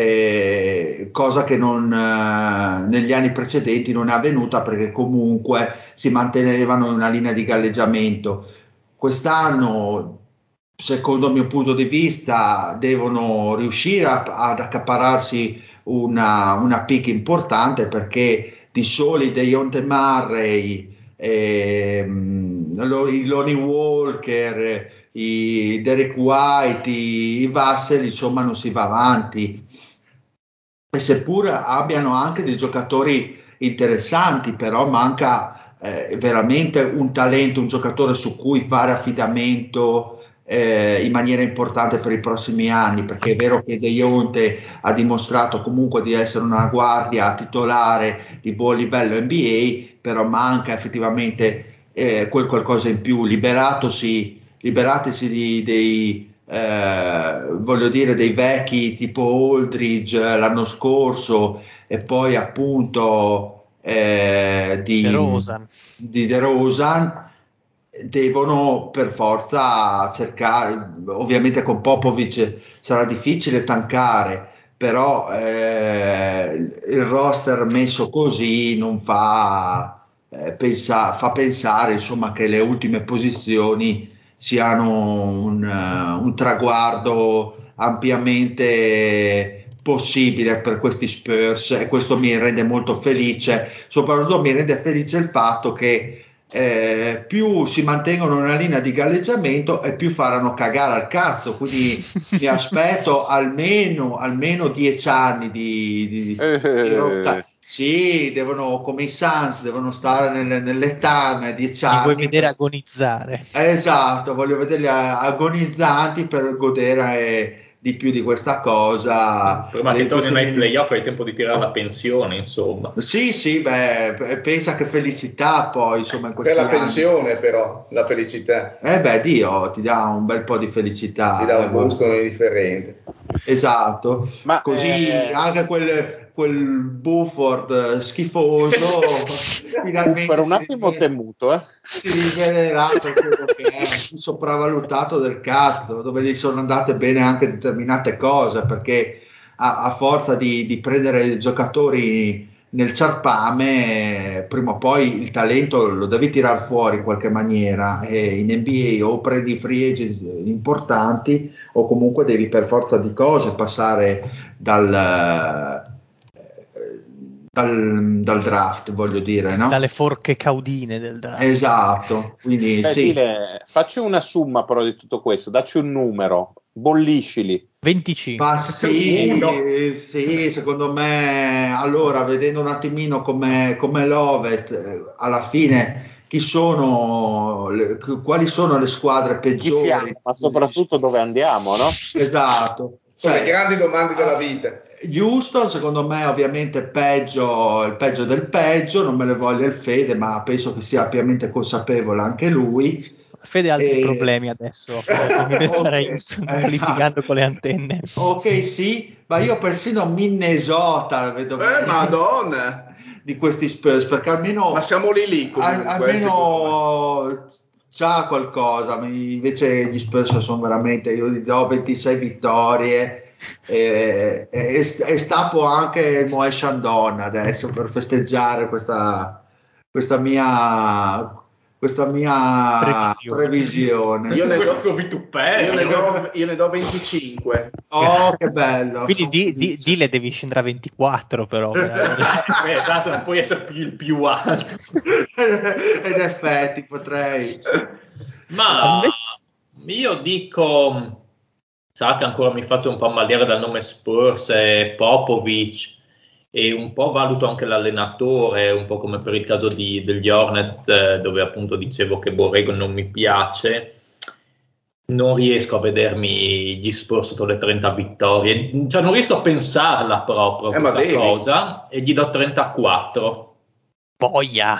S3: eh, cosa che non, eh, negli anni precedenti non è avvenuta perché comunque si mantenevano in una linea di galleggiamento. Quest'anno, secondo il mio punto di vista, devono riuscire a- ad accaparrarsi una, una pick importante perché di soli Dejounte Murray, ehm, lo- i Lonnie Walker, i Derek White, i, i Vassell, insomma non si va avanti. E seppur abbiano anche dei giocatori interessanti, però manca eh, veramente un talento, un giocatore su cui fare affidamento eh, in maniera importante per i prossimi anni, perché è vero che De Jonte ha dimostrato comunque di essere una guardia titolare di buon livello N B A, però manca effettivamente eh, quel qualcosa in più, liberatosi, liberatisi di, dei eh, voglio dire dei vecchi tipo Aldridge eh, l'anno scorso e poi appunto eh, di
S6: DeRozan.
S3: di DeRozan devono per forza cercare, ovviamente con Popovic sarà difficile tankare, però eh, il roster messo così non fa, eh, pensa, fa pensare insomma che le ultime posizioni siano un, uh, un traguardo ampiamente possibile per questi Spurs e questo mi rende molto felice, soprattutto mi rende felice il fatto che eh, più si mantengono in una linea di galleggiamento e più faranno cagare al cazzo, quindi mi aspetto almeno, almeno dieci anni di, di, di rotta.
S2: Eh,
S3: Sì, devono come i Suns, devono stare nel, nell'etame dieci
S6: Li vuoi
S3: anni.
S6: vedere
S3: per-
S6: agonizzare.
S3: Esatto, voglio vederli a- agonizzanti per godere eh, di più di questa cosa.
S5: Prima che
S3: di queste
S5: tornino ai
S3: mini-
S5: playoff hai tempo di tirare la pensione, insomma.
S3: Sì, sì, beh, p- pensa che felicità poi, insomma, in
S4: Per
S3: questi
S4: la
S3: anni.
S4: pensione però, la felicità
S3: Eh beh, Dio ti dà un bel po' di
S4: ti
S3: felicità.
S4: dà
S3: eh,
S4: un gusto indifferente.
S3: Esatto,
S2: Ma,
S3: così
S2: eh,
S3: anche quel, quel Bufford schifoso finalmente
S2: per un
S3: si
S2: attimo ho
S3: rivela-
S2: temuto, eh.
S3: si rivelerà per quello che è, un sopravvalutato del cazzo, dove gli sono andate bene anche determinate cose, perché a, a forza di, di prendere giocatori nel ciarpame, prima o poi il talento lo devi tirar fuori in qualche maniera, e in N B A o prendi free agent importanti o comunque devi per forza di cose passare dal, eh, dal, dal draft, voglio dire, no?
S6: Dalle forche caudine del draft.
S3: Esatto, quindi
S2: Beh,
S3: sì.
S2: Dile, facci una somma però di tutto questo, dacci un numero, bolliscili.
S6: venticinque.
S3: Ma sì,
S5: Uno.
S3: sì, secondo me, allora, vedendo un attimino com'è, com'è l'Ovest, eh, alla fine chi sono, le- quali sono le squadre
S2: Chi
S3: peggiori?
S2: siamo, ma soprattutto dove andiamo, no?
S3: Esatto.
S4: Sono
S3: Cioè,
S4: le grandi domande della vita.
S3: Houston, secondo me, ovviamente peggio, il peggio del peggio, non me ne voglia il Fede, ma penso che sia ampiamente consapevole anche lui.
S6: Fede ha altri
S3: E-
S6: problemi adesso, quindi ne sarei
S3: Ok,
S6: sto
S3: esatto.
S6: litigando con le antenne.
S3: Ok, sì, ma io persino Minnesota vedo
S4: Eh, Madonna!
S3: di questi Spurs, perché almeno,
S4: Ma siamo lì lì
S3: al-
S4: comunque, eh, secondo me.
S3: almeno c'ha qualcosa, mi- invece gli Spurs sono veramente, io gli do ventisei vittorie e, e, e stappo anche il Moe Shandon adesso per festeggiare questa, questa mia questa mia
S6: Previsione.
S3: previsione.
S4: Io ne do,
S5: Questo
S4: io
S5: vituperio.
S4: ne do, io ne do venticinque.
S3: Oh, che bello!
S6: Quindi
S3: sono
S6: di, di,
S3: felice.
S6: dile devi scendere a ventiquattro però. per avere-
S5: Beh, esatto, non puoi essere più il più alto.
S3: In effetti potrei.
S5: Ma io dico, sa che ancora mi faccio un po' ammaliare dal nome Spurs e Popovic, e un po' valuto anche l'allenatore, un po' come per il caso di- degli Hornets, eh, dove appunto dicevo che Borrego non mi piace. Non riesco a vedermi gli Spurs sotto le trenta vittorie, cioè non riesco a pensarla proprio
S4: Eh, ma
S5: questa
S4: devi.
S5: cosa, e gli do trentaquattro.
S6: Boia.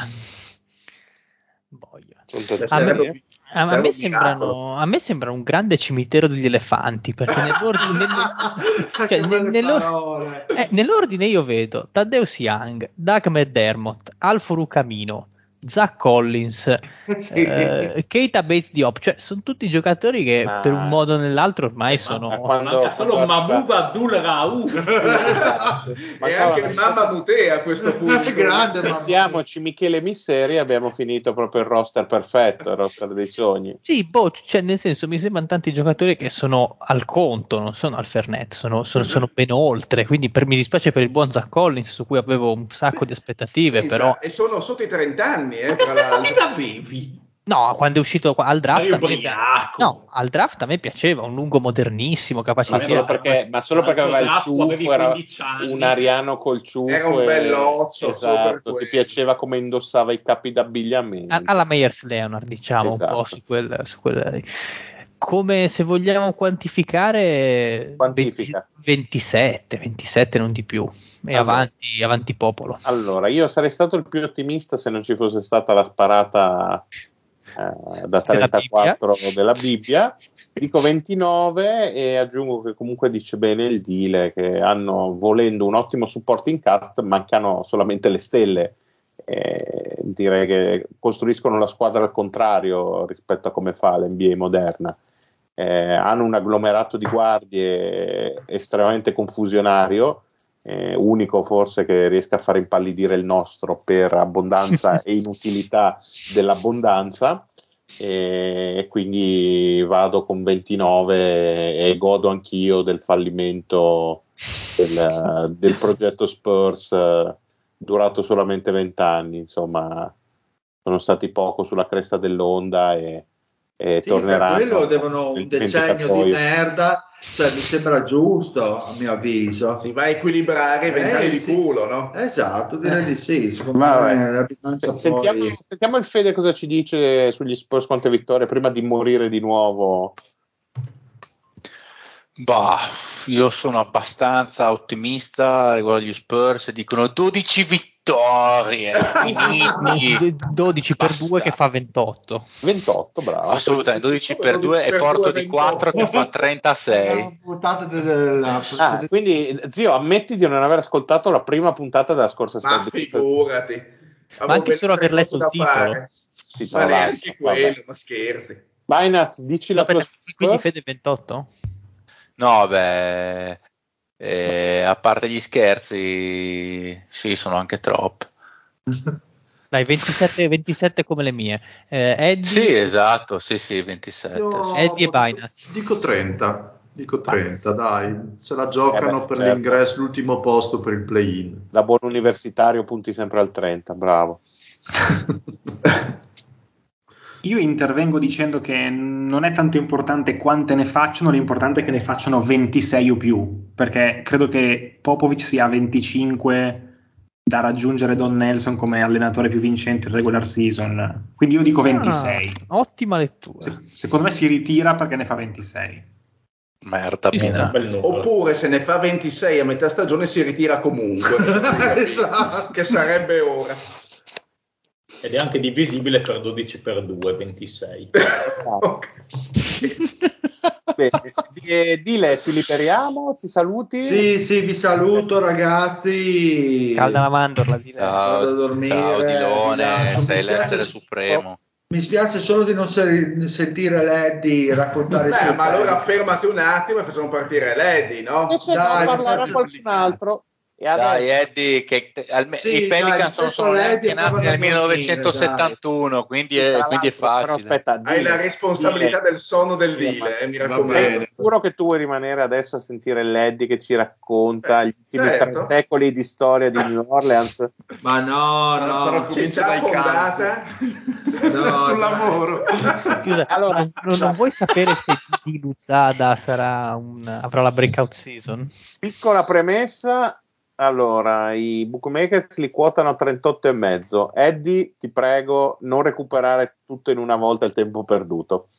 S6: Boia.
S2: Contro
S6: A me,
S2: te?
S6: a- a
S4: sarebbe
S6: me
S4: un
S6: sembrano, a me sembra un grande cimitero degli elefanti, perché nell'ordine, nel- cioè,
S3: Che
S6: nel-
S3: belle
S6: nell'or-
S3: parole.
S6: eh, nell'ordine io vedo Taddeus Young, Doug McDermott, Al-Farouq Amino, Zach Collins,
S3: Sì.
S6: eh, Keita Bates Diop, cioè sono tutti giocatori che per un
S2: Ma,
S6: modo o nell'altro ormai
S5: Eh,
S6: sono...
S5: ma-
S2: quando,
S5: manca solo
S2: quando arriva-
S5: Mahmoud Abdul Rauf.
S2: Esatto.
S4: E
S2: Mancava
S4: anche
S2: una
S4: il Mamma Mutea a questo punto.
S3: Grande mamma.
S2: Mettiamoci Michele Misseri, abbiamo finito proprio il roster perfetto, il roster dei sogni.
S6: Sì, boh, cioè nel senso mi sembrano tanti giocatori che sono al conto, non sono al Fernet, sono, sono, sono ben oltre, quindi per- mi dispiace per il buon Zach Collins su cui avevo un sacco di aspettative,
S4: Pensa,
S6: però
S4: e sono sotto i trenta anni, eh,
S5: Ma che
S4: tra l'altro.
S5: aspettative avevi?
S6: no, quando è uscito qua- al draft
S5: Eri
S6: a me,
S5: ubriaco.
S6: no, al draft a me piaceva, un lungo modernissimo, capace
S2: Ma
S6: di
S5: Vabbè,
S2: solo
S6: tirare.
S2: perché, ma solo
S5: ma
S2: perché
S5: al suo
S2: aveva il
S5: draft tu avevi
S2: ciuffo, era
S5: quindici anni.
S2: un ariano col ciuffo.
S4: Era un
S2: e-
S4: bell'occio, solo per
S2: esatto, ti
S4: quello.
S2: piaceva come indossava i capi
S6: A-
S2: d'abbigliamento.
S6: alla Meyers Leonard, diciamo, un po'
S2: Esatto.
S6: su quel, su quel- come se vogliamo quantificare
S2: Quantifica.
S6: venti ventisette, ventisette non di più, e
S2: Allora.
S6: avanti, avanti popolo.
S2: Allora, io sarei stato il più ottimista se non ci fosse stata la sparata eh, da trentaquattro della Bibbia. Dico ventinove e aggiungo che comunque dice bene il Dile, che hanno, volendo un ottimo supporting cast, mancano solamente le stelle. Eh, direi che costruiscono la squadra al contrario rispetto a come fa l'N B A moderna. Eh, hanno un agglomerato di guardie estremamente confusionario, eh, unico forse che riesca a far impallidire il nostro per abbondanza e inutilità dell'abbondanza, e, e quindi vado con ventinove e godo anch'io del fallimento del, del progetto Spurs, eh, durato solamente vent'anni. Insomma, sono stati poco sulla cresta dell'onda e e
S3: Sì, per
S2: torneranno
S3: quello devono
S2: nel
S3: un decennio di
S2: dimenticatoio.
S3: merda, cioè mi sembra giusto a mio avviso.
S4: Si va a equilibrare i vent'anni
S3: Eh,
S4: di
S3: sì.
S4: culo, no?
S3: Esatto, direi di sì. Secondo
S2: Vabbè.
S3: me la bilancia
S2: Se- Sentiamo,
S3: poi...
S2: sentiamo il Fede cosa ci dice sugli Spurs quante vittorie prima di morire di nuovo.
S8: Bah, io sono abbastanza ottimista riguardo agli Spurs, dicono dodici vittorie vittorie, finiti.
S6: dodici per
S8: Basta.
S6: due che fa ventotto.
S2: ventotto, bravo.
S8: Assolutamente, dodici per due e porto di quattro che fa trentasei.
S2: Ah, quindi zio, ammetti di non aver ascoltato la prima puntata della scorsa
S4: Ma
S2: stagione.
S4: figurati.
S6: Ma anche solo aver letto il titolo.
S2: Sì,
S4: Ma
S2: tra
S4: neanche
S2: l'altro, vabbè.
S4: quello, ma scherzi.
S2: Binance, dici la
S6: Va bene,
S2: tua
S6: quindi
S2: Spurs?
S6: Fede ventotto?
S8: No, beh, eh, a parte gli scherzi, sì, sono anche troppi.
S6: Dai, ventisette, ventisette come le mie. Eh, Eddie,
S8: Sì, esatto, sì, sì, ventisette.
S9: Io
S8: Sì.
S6: Eddie e Binance.
S9: dico trenta, dico trenta,
S2: Mazza.
S9: dai, se la giocano
S2: Eh beh,
S9: per
S2: certo.
S9: l'ingresso, l'ultimo posto per il play-in.
S2: Da buon universitario punti sempre al trenta, bravo.
S7: Io intervengo dicendo che non è tanto importante quante ne facciano, l'importante è che ne facciano ventisei o più, perché credo che Popovic sia a venticinque da raggiungere Don Nelson come allenatore più vincente in regular season. Quindi io dico ventisei.
S6: Ah, ottima lettura.
S7: Se- secondo me si ritira perché ne fa ventisei.
S8: Merda
S6: Ci sta.
S8: mia.
S4: Oppure se ne fa ventisei a metà stagione si ritira comunque.
S9: Esatto.
S4: Che sarebbe ora.
S5: Ed è anche divisibile per dodici per due, ventisei.
S4: Ok.
S2: Bene, di- Dile, ci liberiamo, ci saluti?
S3: Sì, sì, vi saluto ragazzi.
S6: Calda la mandorla, di lei.
S3: Vado a
S8: Ciao,
S3: dormire,
S8: ciao
S3: vi
S8: Dilone,
S3: lascio. Mi
S8: sei
S3: spiace-
S8: l'essere supremo.
S3: Mi spiace solo di non se- sentire Leddy raccontare i
S4: Beh,
S3: suoi
S4: ma allora
S3: pezzi.
S4: fermati un attimo e facciamo partire Lady, no?
S2: Invece
S3: Dai,
S2: no, parlare a
S3: faccio-
S2: qualcun altro. E
S8: Dai
S2: adesso,
S8: Eddie, che te- alme-
S3: Sì,
S8: i Pelicans
S3: dai,
S8: non sono neanche
S3: Lady e poi
S8: nati
S3: vado a
S8: nel
S3: dormire,
S8: millenovecentosettantuno, quindi
S2: sì,
S8: è,
S2: tra
S8: quindi è
S2: l'altro, però
S8: facile.
S2: aspetta,
S4: Hai
S2: Dile,
S4: la responsabilità
S2: Dile,
S4: del sonno del
S2: ferma.
S4: Dile, eh, mi
S3: Va
S4: raccomando.
S3: bene.
S2: Sei sicuro che tu vuoi rimanere adesso a sentire Leddy che ci racconta
S4: Eh,
S2: gli ultimi
S4: certo.
S2: tre secoli di storia di New Orleans?
S3: Ma no, no,
S9: Però
S3: no.
S9: comincia
S4: Città
S9: dai
S4: fondata
S3: No,
S4: sul
S3: dai.
S4: lavoro.
S6: Scusa,
S2: Allora,
S6: non, non- non vuoi sapere se Di Luzada sarà un, avrà la breakout season?
S2: piccola premessa, allora i bookmakers li quotano a trentotto e mezzo. Eddie, ti prego, non recuperare tutto in una volta il tempo perduto.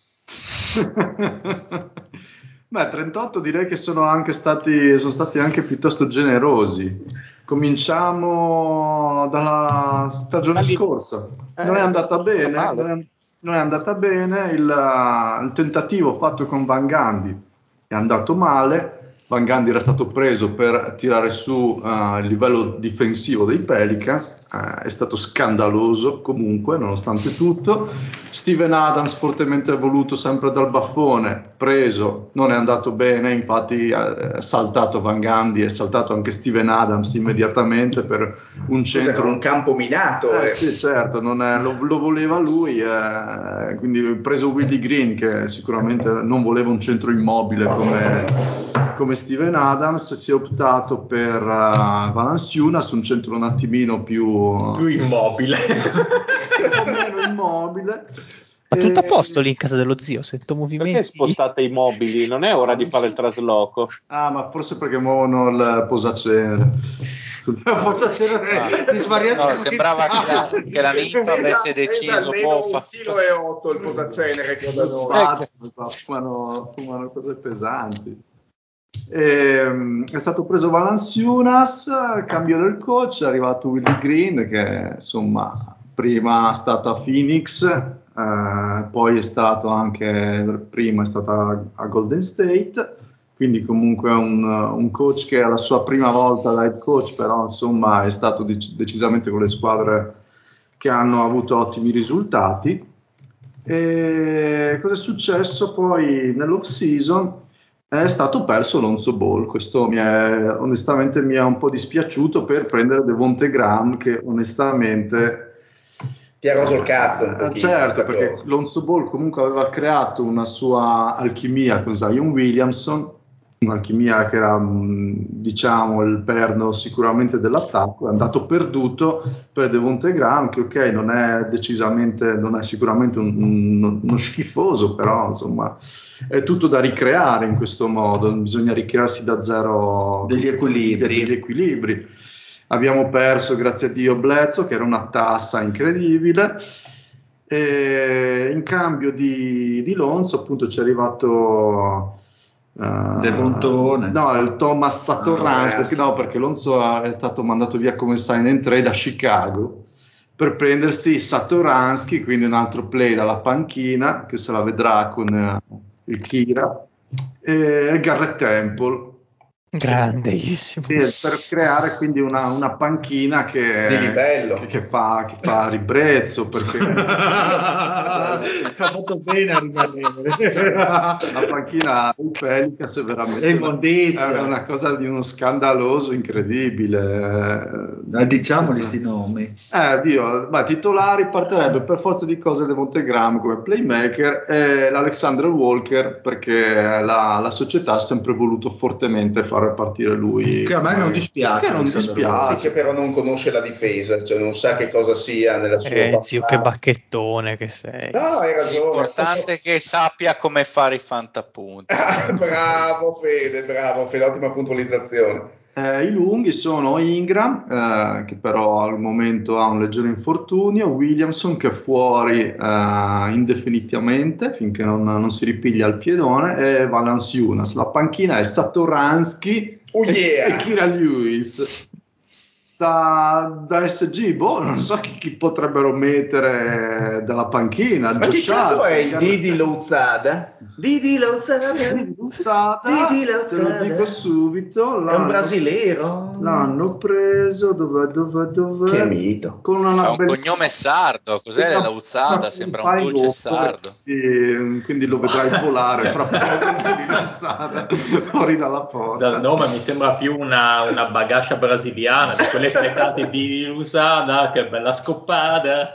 S9: Beh, trentotto direi che sono anche stati, sono stati anche piuttosto generosi. Cominciamo dalla stagione
S2: Dagli-
S9: scorsa.
S2: Eh,
S9: Non è andata bene,
S2: male.
S9: non è, non è andata bene. Il, il tentativo fatto con Van Gundy è andato male. Van Gundy era stato preso per tirare su uh, il livello difensivo dei Pelicans, uh, è stato scandaloso comunque nonostante tutto. Steven Adams fortemente voluto sempre dal baffone, preso, non è andato bene, infatti ha saltato Van Gundy, è saltato anche Steven Adams immediatamente per un
S4: Cos'era,
S9: centro.
S4: un campo minato.
S9: Eh,
S4: eh.
S9: sì, certo, non è- lo, lo voleva lui, eh, quindi preso Willie Green che sicuramente non voleva un centro immobile come, come Steven Adams, si è optato per uh, Valanciunas, un centro un attimino più,
S5: Più immobile.
S9: un po' meno immobile.
S6: Ma tutto a
S9: E-
S6: posto lì in casa dello zio, sento
S2: Perché
S6: movimenti.
S2: spostate i mobili? Non è ora
S9: No,
S2: di
S9: non
S2: fare
S9: so.
S2: il trasloco.
S9: Ah, ma forse perché muovono il posacenere. Sulla posacenere
S8: Ah,
S9: di svariati
S8: no, sembrava che la, che la ninfa
S4: Pesa,
S8: avesse
S4: pesa
S8: deciso,
S4: almeno
S8: boh,
S4: un
S8: fa-
S4: chilo e otto il posacenere qua da noi.
S9: Sbattono, fumano, fumano cose pesanti. E, è stato preso Valanciunas, cambio del coach, è arrivato Willie Green che insomma prima è stato a Phoenix, eh, poi è stato anche prima è stato a, a Golden State, quindi comunque un, un coach che è la sua prima volta da head coach, però insomma è stato dec- decisamente con le squadre che hanno avuto ottimi risultati. E cosa è successo poi nell'off season? È stato perso Lonzo Ball, questo mi è, onestamente mi è un po' dispiaciuto per prendere Devonte Graham che onestamente
S4: Ti ha roso il cazzo un
S9: eh,
S4: pochino.
S9: certo,
S4: questa
S9: perché
S4: cosa.
S9: Lonzo Ball comunque aveva creato una sua alchimia con Zion Williamson, un'alchimia che era mh, diciamo il perno sicuramente dell'attacco, è andato perduto per Devonte Graham che ok non è decisamente non è sicuramente un, un, uno schifoso, però insomma è tutto da ricreare in questo modo, bisogna ricrearsi da zero
S3: Degli equilibri.
S9: degli equilibri. Abbiamo perso grazie a Dio Bledsoe che era una tassa incredibile. E in cambio di, di Lonzo appunto ci è arrivato
S3: Uh, Devontone.
S2: No, il Thomas Satoransky,
S9: Ah,
S2: perché, no, perché Lonzo è stato mandato via come sign and trade da Chicago per prendersi Satoransky, quindi un altro play dalla panchina che se la vedrà con uh, il Kira, e Garrett Temple.
S6: Grandissimo.
S2: Sì, per creare quindi una, una panchina che,
S4: Di livello.
S2: che, che fa, che fa ribrezzo, perché
S3: Ha fatto bene a rimanere.
S2: la panchina dei Pelicans è veramente
S3: È
S2: una,
S3: immondizia.
S2: è una cosa di uno scandaloso incredibile.
S3: Eh, diciamo questi nomi.
S2: Eh, Dio, ma titolari partirebbe per forza di cose Devonte Graham come playmaker e l'Alexander Walker, perché la, la società ha sempre voluto fortemente far partire lui.
S3: Che a me non dispiace.
S2: Che non
S3: Alexander
S2: dispiace.
S4: Sì, che però non conosce la difesa, cioè non sa che cosa sia nella sua
S6: Eh, zio, che
S4: battaglia.
S6: bacchettone che sei.
S4: No, no, hai ragione.
S8: L'importante è che sappia come fare i fantapunti.
S4: Bravo Fede, bravo Fede, ottima puntualizzazione.
S2: Eh, I lunghi sono Ingram, eh, che però al momento ha un leggero infortunio, Williamson che è fuori eh, indefinitivamente finché non, non si ripiglia il piedone, e Valanciunas. La panchina è Satoransky
S4: Oh
S2: e,
S4: yeah!
S2: e Kira Lewis. Da, da S G, boh, non so chi, chi potrebbero mettere dalla panchina.
S4: Ma che
S2: Josh
S4: cazzo
S2: Hart,
S4: è il
S2: Gar-
S4: Didi Louzada? Didi Louzada?
S2: Didi Louzada,
S4: Didi
S2: te lo
S4: Louzada.
S2: dico subito.
S4: È un
S2: l'hanno-
S4: brasilero?
S2: L'hanno preso, dov'è, dov'è, dov'è?
S4: Che mito.
S2: Con una
S8: Ha un
S2: bellissima-
S8: cognome sardo, cos'è
S2: una
S8: la Uzzada?
S2: bellissima
S8: Sembra
S2: pompa
S8: un
S2: in
S8: dolce
S2: goffo,
S8: sardo.
S2: quindi, quindi lo vedrai volare fra poco di Lozzada, fuori dalla porta.
S5: Dal nome mi sembra più una, una bagascia brasiliana, di quelle che le canti di Lusada, che bella scoppata.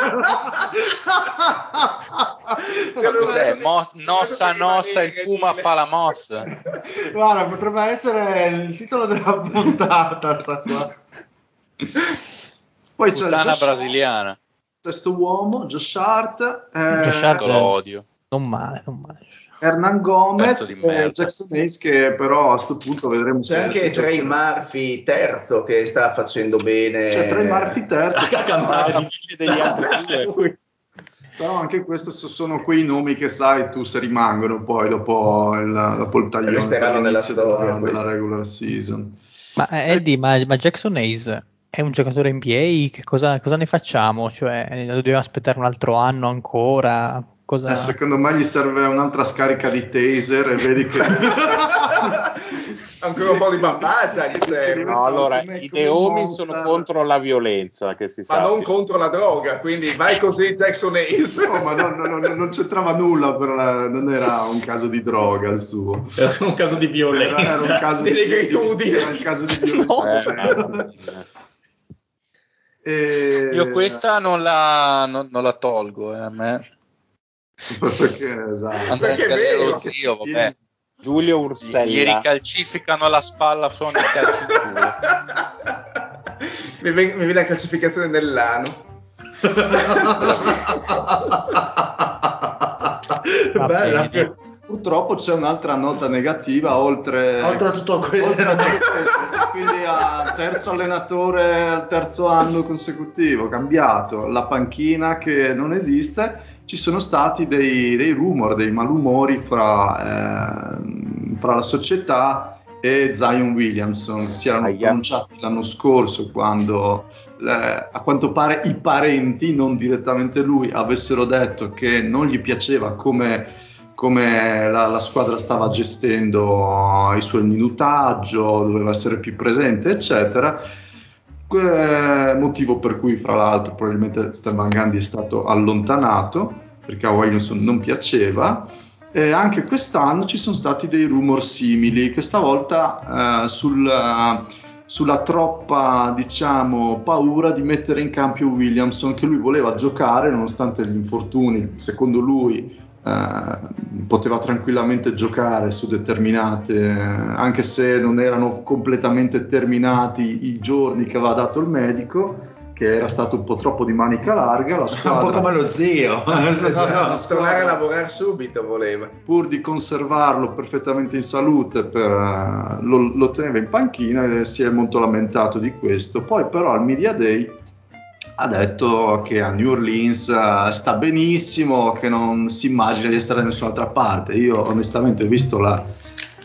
S8: Ma cos'è? Mo- nossa nossa, il Puma fa la mossa.
S2: Guarda, potrebbe essere il titolo della puntata sta qua. Poi c'è
S8: Puttana
S2: Josh
S8: brasiliana.
S2: Hart, sesto uomo, Josh Hart, eh,
S6: Josh Hart
S8: Lo odio.
S6: non male, non male.
S2: Hernan
S8: Pezzo
S2: Gomez
S8: di
S2: e
S8: merda.
S2: Jackson Hayes, che però a sto punto vedremo
S4: C'è
S2: se
S4: anche
S2: se
S4: Trey
S2: giocherà.
S4: Murphy, terzo, che sta facendo bene.
S2: C'è Trey Murphy terzo,
S5: A cantare
S2: però,
S5: di
S8: fine degli altri due.
S2: però anche questo so- sono quei nomi che sai tu se rimangono poi dopo il, dopo il taglione
S4: Resteranno
S2: per
S4: nella
S2: l'inizio
S4: storia,
S2: della,
S4: questi.
S2: della regular season.
S6: Ma eh, Eddie, ma, ma Jackson Hayes è un giocatore N B A? Che cosa, cosa ne facciamo? Cioè, dobbiamo aspettare un altro anno ancora? Cosa...
S2: Eh, secondo me gli serve un'altra scarica di taser e vedi che
S4: Ancora un po' di bambaggia gli serve.
S2: No, No, allora, come- i come Deomi Monster. sono contro
S9: la violenza, che si
S4: Ma
S9: sa.
S4: non contro la droga, quindi vai così Jackson Hayes.
S2: No, ma non, non- non- non c'entrava nulla, per la- non era un caso di droga il suo.
S5: Era solo un caso di violenza.
S2: Era, era un caso
S4: Di
S2: di,
S4: negritudine.
S2: era il caso di violenza.
S9: Eh, mamma mia.
S2: E-
S8: Io questa non la, non, non la tolgo, eh, a me.
S2: perché esatto.
S8: Andrà
S4: Perché
S8: in
S4: è
S8: carriera
S4: vero.
S8: lo zio, vabbè.
S9: Giulio
S8: Gli
S9: Ursella.
S8: ricalcificano la spalla, sono i calci in culo.
S4: mi, ven- mi viene la calcificazione nell'ano.
S6: Va
S2: Bella.
S6: bene.
S2: Purtroppo c'è un'altra nota negativa oltre,
S3: Oltre a tutto questo.
S2: oltre a tutto questo. Quindi a terzo allenatore al terzo anno consecutivo, cambiato, la panchina che non esiste, ci sono stati dei, dei rumor, dei malumori fra, eh, fra la società e Zion Williamson. Si erano
S9: Aia.
S2: pronunciati l'anno scorso quando eh, a quanto pare i parenti, non direttamente lui, avessero detto che non gli piaceva come come la, la squadra stava gestendo il suo minutaggio, doveva essere più presente, eccetera. Que- motivo per cui, fra l'altro, probabilmente Stan Van Gundy è stato allontanato, perché a Williamson non piaceva. E anche quest'anno ci sono stati dei rumor simili, questa volta eh, sul, sulla troppa, diciamo, paura di mettere in campo Williamson, che lui voleva giocare nonostante gli infortuni. Secondo lui Uh, poteva tranquillamente giocare su determinate, uh, anche se non erano completamente terminati i giorni che aveva dato il medico, che era stato un po' troppo di manica larga. La squadra,
S3: un po' come lo zio.
S2: Esatto,
S4: Tornare a lavorare subito voleva.
S2: pur di conservarlo perfettamente in salute, per, uh, lo, lo teneva in panchina e si è molto lamentato di questo. Poi però al Media Day ha detto che a New Orleans uh, sta benissimo, che non si immagina di stare da nessun'altra parte. Io onestamente ho visto la,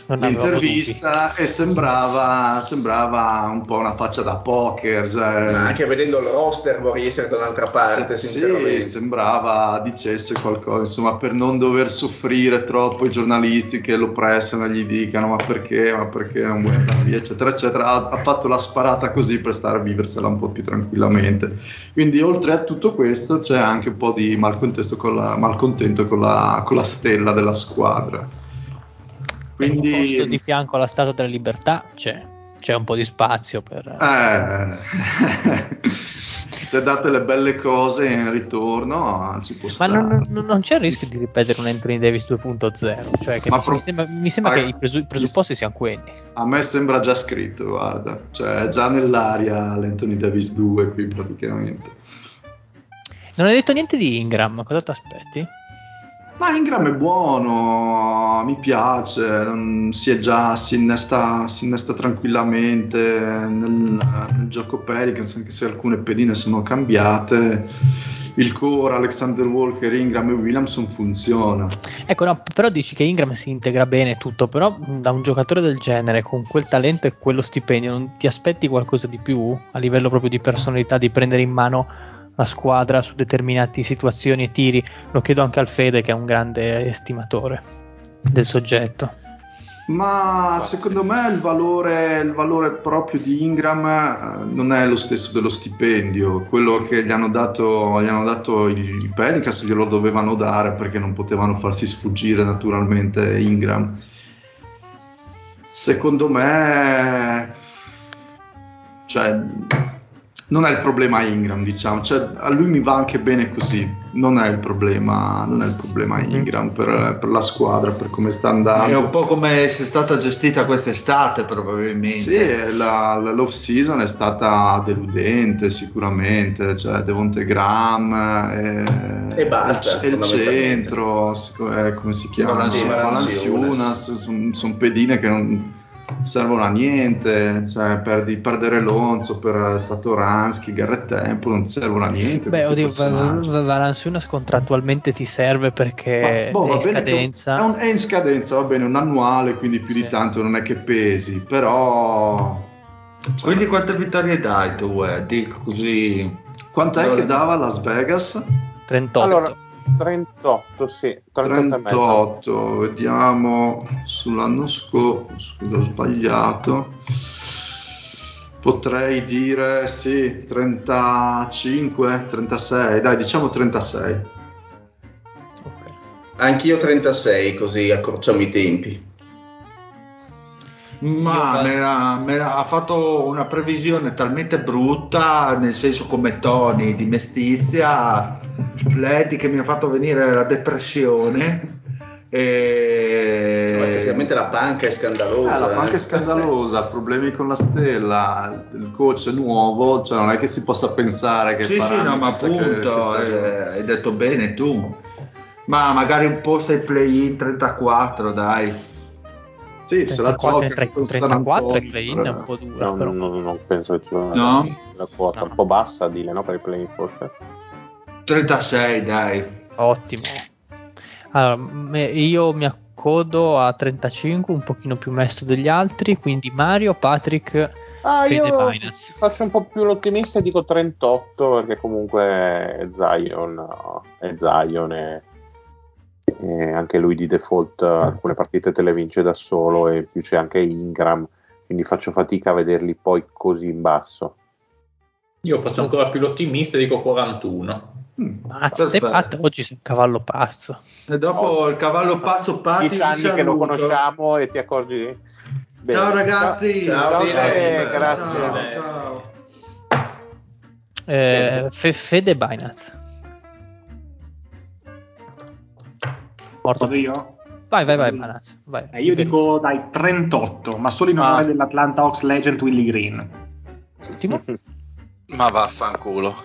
S6: Non avevo
S3: l'intervista
S6: dubbi.
S3: e sembrava, sembrava un po' una faccia da poker, cioè,
S4: Ma anche vedendo il roster vorrei essere da un'altra parte,
S3: se-
S4: sinceramente.
S3: sì, sembrava dicesse qualcosa, insomma, per non dover soffrire troppo i giornalisti che lo pressano e gli dicano ma perché, ma perché non vuoi andare via, eccetera, eccetera. Ha, ha fatto la sparata così per stare a viversela un po' più tranquillamente. Quindi oltre a tutto questo c'è anche un po' di malcontento con la, malcontento con la, con la stella della squadra.
S6: Quindi il posto di
S3: Quindi
S6: fianco alla Statua della Libertà c'è, c'è un po' di spazio per...
S3: eh, se date le belle cose in ritorno ci può
S6: Ma
S3: stare.
S6: non, non- non c'è il rischio di ripetere un Anthony Davis due punto zero? Cioè che
S3: Ma
S6: mi,
S3: pro-
S6: mi sembra, mi sembra
S3: Ah,
S6: che i, presu- i presupposti siano quelli.
S3: A me sembra già scritto, guarda, cioè è già nell'aria l'Anthony Davis due qui praticamente.
S6: Non hai detto niente di Ingram, cosa ti aspetti?
S3: Ma Ingram è buono, mi piace, non- si è già, si innesta, si innesta tranquillamente nel, nel gioco Pelicans, anche se alcune pedine sono cambiate. Il core, Alexander Walker, Ingram e Williamson funziona.
S6: Ecco, no, però dici che Ingram si integra bene e tutto, però da un giocatore del genere, con quel talento e quello stipendio, non ti aspetti qualcosa di più a livello proprio di personalità, di prendere in mano la squadra su determinate situazioni e tiri? Lo chiedo anche al Fede, che è un grande estimatore del soggetto.
S3: Ma secondo me il valore, il valore proprio di Ingram eh, non è lo stesso dello stipendio. Quello che gli hanno dato, gli hanno dato i Pelicans glielo dovevano dare perché non potevano farsi sfuggire naturalmente Ingram. Secondo me, cioè, non è il problema Ingram, diciamo, cioè, a lui mi va anche bene così, non è il problema, non è il problema Ingram per, per la squadra, per come sta andando.
S10: È un po' come se è stata gestita quest'estate probabilmente.
S3: Sì, la, la l'off season è stata deludente sicuramente, cioè Devonte Graham e,
S4: E basta,
S3: e il
S4: fondamentalmente.
S3: centro, eh, come si chiama?
S10: Valanciunas.
S3: Valanciunas, sono son pedine che non servono a niente, cioè perdi, perdere Lonzo per Satoransky, Garrett Temple non servono a niente.
S6: Beh,
S3: questi
S6: oddio,
S3: personaggi.
S6: Valanciunas contrattualmente ti serve perché
S3: Ma, boh,
S6: è
S3: va
S6: in
S3: bene che
S6: scadenza.
S3: È, un- è in scadenza, va bene, un annuale, quindi più
S6: Sì.
S3: di tanto non è che pesi, però...
S10: Quindi quante vittorie dai tu, eh? Dico così.
S3: Quant'è che dava Las Vegas?
S6: trentotto.
S2: Allora, trentotto, sì, trentotto e mezzo.
S3: trentotto, vediamo sull'anno scorso, scusa, ho sbagliato. Potrei dire sì, trentacinque, trentasei, dai, diciamo trentasei.
S6: Ok.
S4: Anch'io trentasei, così accorciamo i tempi.
S10: Ma
S6: Io-
S10: me l'ha, me l'ha- ha fatto una previsione talmente brutta, nel senso come Tony, di mestizia, Leti, che mi ha fatto venire la depressione. E...
S4: No, effettivamente la panca è scandalosa.
S3: Eh, la panca
S4: eh.
S3: è scandalosa, problemi con la stella, il coach è nuovo, cioè non è che si possa pensare che
S10: Sì, sì,
S3: faranno
S10: no, ma
S3: chissà che-
S10: appunto,
S3: che stagione.
S10: eh, hai detto bene tu. Ma magari un posto ai play-in trentaquattro, dai.
S3: Sì, se la
S6: trentaquattro,
S3: gioca con San
S6: trentaquattro e
S3: Antonio,
S6: play-in è un
S3: per-
S6: po' dura,
S2: Non,
S6: però.
S2: non- non penso che ci sia
S10: No?
S2: una, una quota
S6: No.
S2: un po' bassa, dile, no? Per i play forse.
S10: trentasei, dai.
S6: Ottimo. Allora, me- io mi accodo a trentacinque, un pochino più mesto degli altri, quindi Mario, Patrick,
S2: Ah,
S6: Fede
S2: io
S6: Binance.
S2: faccio un po' più l'ottimista e dico trentotto, perché comunque è Zion, è Zion e, e anche lui di default alcune partite te le vince da solo, e più c'è anche Ingram, quindi faccio fatica a vederli poi così in basso.
S5: Io faccio ancora più l'ottimista e dico quarantuno.
S6: Mazza, te
S10: Perfetto.
S6: Pat, oggi sei un cavallo pazzo.
S10: E dopo
S2: Oh.
S10: il cavallo pazzo Patti
S2: Dieci
S10: vi
S2: anni che lo
S10: saluto.
S2: conosciamo e ti accorgi. Bene.
S10: Ciao ragazzi.
S4: Ciao,
S2: Ciao,
S4: Dile.
S2: Dile, grazie.
S10: Ciao, ciao.
S6: Eh, Fe- Fede Binance. Morto.
S7: Vado io?
S6: Vai, vai, vai,
S7: Vado io.
S6: Binance. Vai.
S7: Eh, io dico dai trentotto, ma solo in onore
S8: Ah.
S7: dell'Atlanta Hawks legend Willie Green.
S6: Ultimo.
S8: Ma vaffanculo.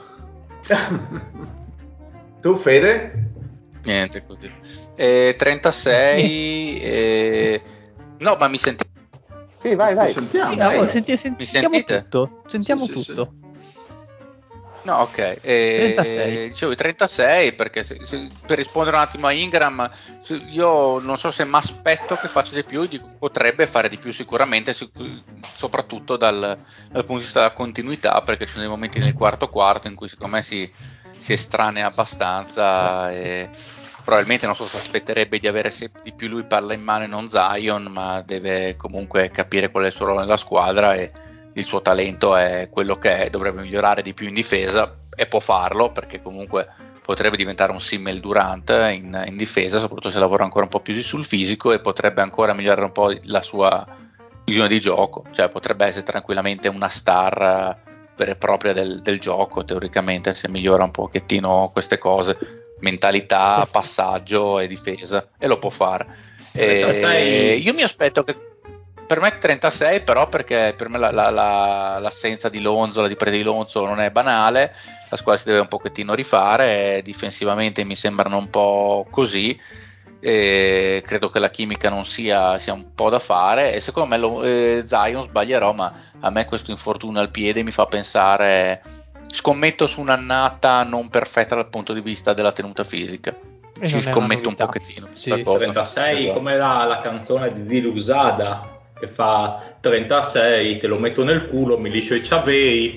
S4: Tu, Fede?
S8: Niente così. Eh, trentasei. eh, No, ma mi sentite?
S2: Sì, vai, vai.
S3: Ti sentiamo.
S6: Sì, ah,
S3: sì.
S6: senti- senti-
S8: Mi
S6: sentiamo
S8: sentite?
S6: tutto. Sentiamo
S3: Sì, sì,
S6: tutto.
S8: No, ok, e,
S6: trentasei.
S8: Dicevo i trentasei perché se, se, per rispondere un attimo a Ingram, se, io non so se mi aspetto che faccia di più, dico, potrebbe fare di più sicuramente, soprattutto dal, dal punto di vista della continuità, perché ci sono dei momenti nel quarto quarto in cui secondo me si, si estranea abbastanza e probabilmente non so se aspetterebbe di avere se di più lui palla in mano e non Zion, ma deve comunque capire qual è il suo ruolo nella squadra e il suo talento è quello che è, dovrebbe migliorare di più in difesa e può farlo perché comunque potrebbe diventare un Simmel Durant in, in difesa, soprattutto se lavora ancora un po' più sul fisico, e potrebbe ancora migliorare un po' la sua visione di gioco, cioè potrebbe essere tranquillamente una star vera e propria del, del gioco teoricamente, se migliora un pochettino queste cose, mentalità, passaggio e difesa, e lo può fare. E io mi aspetto che per me trentasei, però, perché per me la, la, la, l'assenza di Lonzo, la dipresa di Lonzo non è banale, la squadra si deve un pochettino rifare, difensivamente mi sembrano un po' così, e credo che la chimica non sia, sia un po' da fare, e secondo me lo, eh, Zion sbaglierò, ma a me questo infortunio al piede mi fa pensare, scommetto su un'annata non perfetta dal punto di vista della tenuta fisica.
S6: E
S8: Ci scommetto un
S6: novità.
S8: pochettino.
S5: Sì, trentasei, esatto. Come la, la canzone di Diluxada che fa trentasei, te lo metto nel culo, mi liscio i ciavei.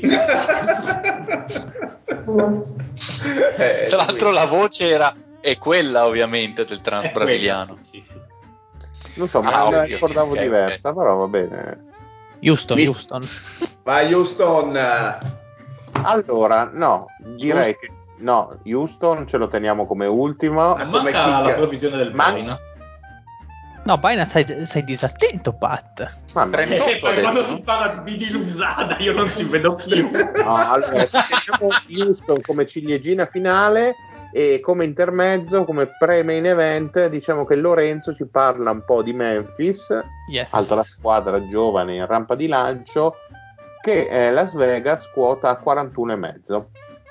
S8: eh, Tra l'altro qui la voce era è quella ovviamente del trans è brasiliano.
S2: Quella, sì, sì, sì. Non so, ah, me la ricordavo okay, diversa, okay. Però va bene.
S6: Houston, mi... Houston.
S9: Vai Houston.
S2: Allora, no, direi Houston. che no, Houston ce lo teniamo come ultimo.
S5: Ma
S2: come
S5: manca kick. La provvisione del Man- Baina.
S6: No, Baina sei, sei disattento, Pat.
S2: Ma
S5: eh, quando si parla di Diluxada io non ci vedo più.
S2: No, allora teniamo Houston come ciliegina finale, e come intermezzo, come pre-main event, diciamo che Lorenzo ci parla un po' di Memphis,
S6: yes.
S2: altra squadra giovane in rampa di lancio, che è Las Vegas quota a quarantuno e mezzo.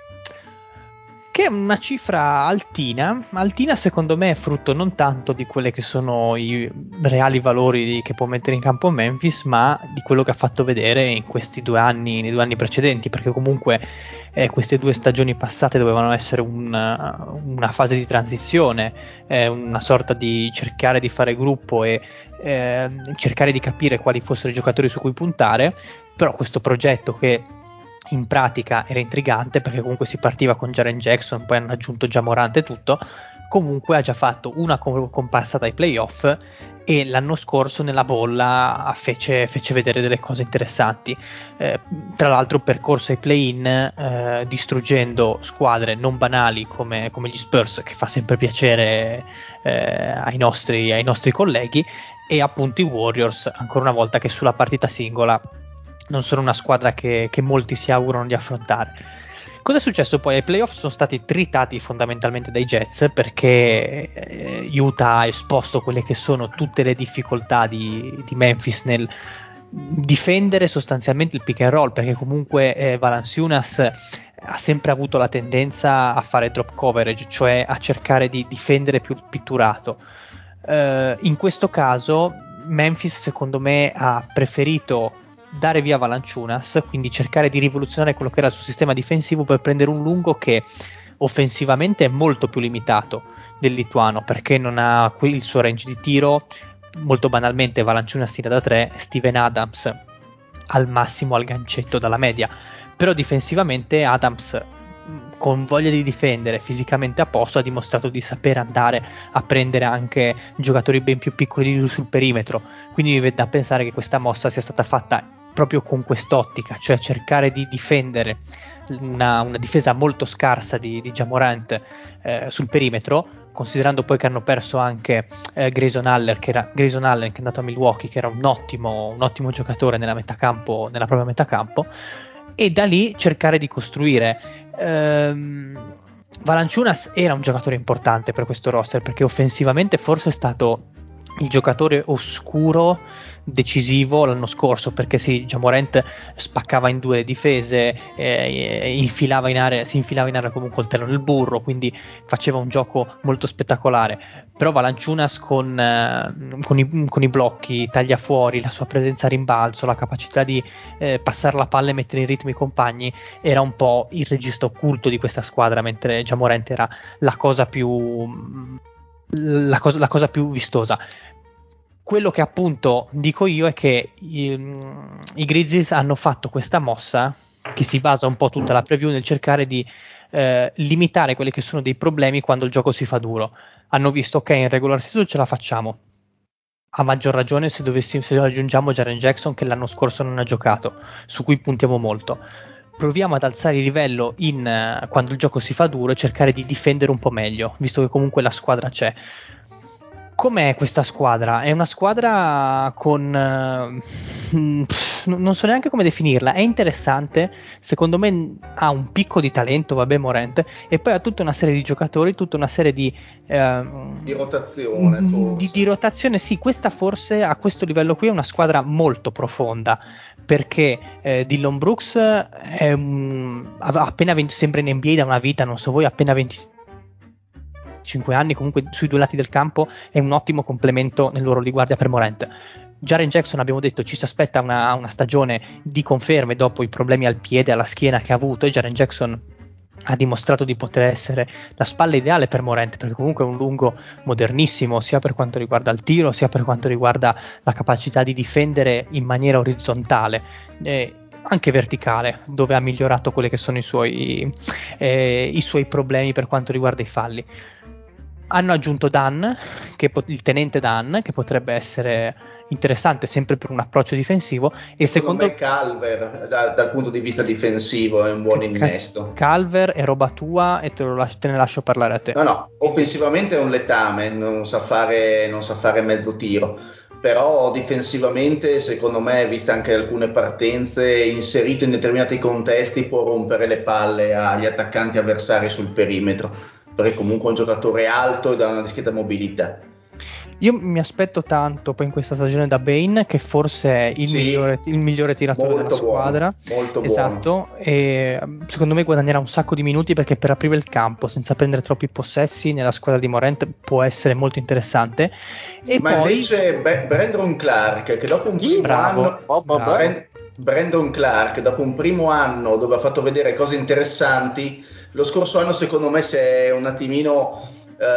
S6: Che è una cifra altina, altina secondo me è frutto non tanto di quelli che sono i reali valori che può mettere in campo Memphis, ma di quello che ha fatto vedere in questi due anni, nei due anni precedenti, perché comunque eh, queste due stagioni passate dovevano essere una, una fase di transizione, eh, una sorta di cercare di fare gruppo e eh, cercare di capire quali fossero i giocatori su cui puntare, però questo progetto che in pratica era intrigante perché comunque si partiva con Jaren Jackson, poi hanno aggiunto già Morant e tutto, comunque ha già fatto una comparsata ai playoff e l'anno scorso nella bolla fece, fece vedere delle cose interessanti, eh, tra l'altro percorso ai play-in eh, distruggendo squadre non banali come, come gli Spurs, che fa sempre piacere eh, ai, nostri, ai nostri colleghi, e appunto i Warriors ancora una volta che sulla partita singola non sono una squadra che, che molti si augurano di affrontare. Cosa è successo poi? Ai playoff sono stati tritati fondamentalmente dai Jets perché eh, Utah ha esposto quelle che sono tutte le difficoltà di, di Memphis nel difendere sostanzialmente il pick and roll, perché comunque eh, Valanciunas ha sempre avuto la tendenza a fare drop coverage, cioè a cercare di difendere più pitturato. Uh, in questo caso Memphis secondo me ha preferito dare via Valanciunas, quindi cercare di rivoluzionare quello che era il suo sistema difensivo per prendere un lungo che offensivamente è molto più limitato del lituano, perché non ha qui il suo range di tiro. Molto banalmente Valanciunas tira da tre, Steven Adams al massimo al gancetto dalla media, però difensivamente Adams, con voglia di difendere, fisicamente a posto, ha dimostrato di sapere andare a prendere anche giocatori ben più piccoli di lui sul perimetro, quindi mi viene da pensare che questa mossa sia stata fatta proprio con quest'ottica, cioè cercare di difendere una, una difesa molto scarsa di, di Ja Morant eh, sul perimetro, considerando poi che hanno perso anche eh, Grayson Allen, che era Grayson Allen che è andato a Milwaukee, che era un ottimo, un ottimo giocatore nella metacampo, nella propria metacampo, e da lì cercare di costruire. ehm, Valanciunas era un giocatore importante per questo roster perché offensivamente forse è stato il giocatore oscuro decisivo l'anno scorso, perché sì, Ja Morant spaccava in due le difese, eh, infilava in area, si infilava in area come un coltello nel burro, quindi faceva un gioco molto spettacolare. Però Valanciunas con, eh, con, i, con i blocchi, taglia fuori, la sua presenza a rimbalzo, la capacità di eh, passare la palla e mettere in ritmo i compagni, era un po' il regista occulto di questa squadra, mentre Ja Morant era la cosa più la cosa, la cosa più vistosa. Quello che appunto dico io è che i, i Grizzlies hanno fatto questa mossa che si basa un po' tutta la preview nel cercare di eh, limitare quelli che sono dei problemi quando il gioco si fa duro. Hanno visto, ok, in regular season ce la facciamo, a maggior ragione se, dovessimo, se aggiungiamo Jaren Jackson che l'anno scorso non ha giocato, su cui puntiamo molto. Proviamo ad alzare il livello in, uh, quando il gioco si fa duro e cercare di difendere un po' meglio, visto che comunque la squadra c'è. Com'è questa squadra? È una squadra con... Uh, pff, non so neanche come definirla, è interessante, secondo me ha un picco di talento, vabbè Morant, e poi ha tutta una serie di giocatori, tutta una serie di... Uh,
S4: di rotazione forse.
S6: Di, di rotazione, sì, questa forse a questo livello qui è una squadra molto profonda, perché eh, Dillon Brooks è un, ha appena venti, sembra in N B A da una vita, non so voi, appena venticinque anni, comunque sui due lati del campo è un ottimo complemento nel ruolo di guardia per Morant. Jaren Jackson, abbiamo detto, ci si aspetta una, una stagione di conferme dopo i problemi al piede, alla schiena che ha avuto, e Jaren Jackson ha dimostrato di poter essere la spalla ideale per Morant, perché comunque è un lungo modernissimo sia per quanto riguarda il tiro sia per quanto riguarda la capacità di difendere in maniera orizzontale, eh, anche verticale, dove ha migliorato quelli che sono i suoi, eh, i suoi problemi per quanto riguarda i falli. Hanno aggiunto Dan, che il tenente Dan, che potrebbe essere interessante sempre per un approccio difensivo. E secondo,
S4: secondo me Calver da, dal punto di vista difensivo è un buon innesto.
S6: Calver è roba tua e te, lo lascio, te ne lascio parlare a te.
S4: No, no, offensivamente è un letame, non sa fare, non sa fare mezzo tiro, però difensivamente secondo me, viste anche alcune partenze, inserito in determinati contesti può rompere le palle agli attaccanti avversari sul perimetro, perché comunque è un giocatore alto e da una discreta mobilità.
S6: Io mi aspetto tanto poi in questa stagione da Bane, che forse è il, sì, migliore, il migliore tiratore della squadra.
S4: Buono, molto
S6: esatto,
S4: buono.
S6: E secondo me guadagnerà un sacco di minuti, perché per aprire il campo senza prendere troppi possessi nella squadra di Morant può essere molto interessante. E
S4: Ma
S6: poi
S4: invece Be- Brandon Clark, che dopo un primo
S6: bravo,
S4: anno
S2: oh, bravo.
S4: Brand- Brandon Clark dopo un primo anno dove ha fatto vedere cose interessanti, lo scorso anno secondo me si è un attimino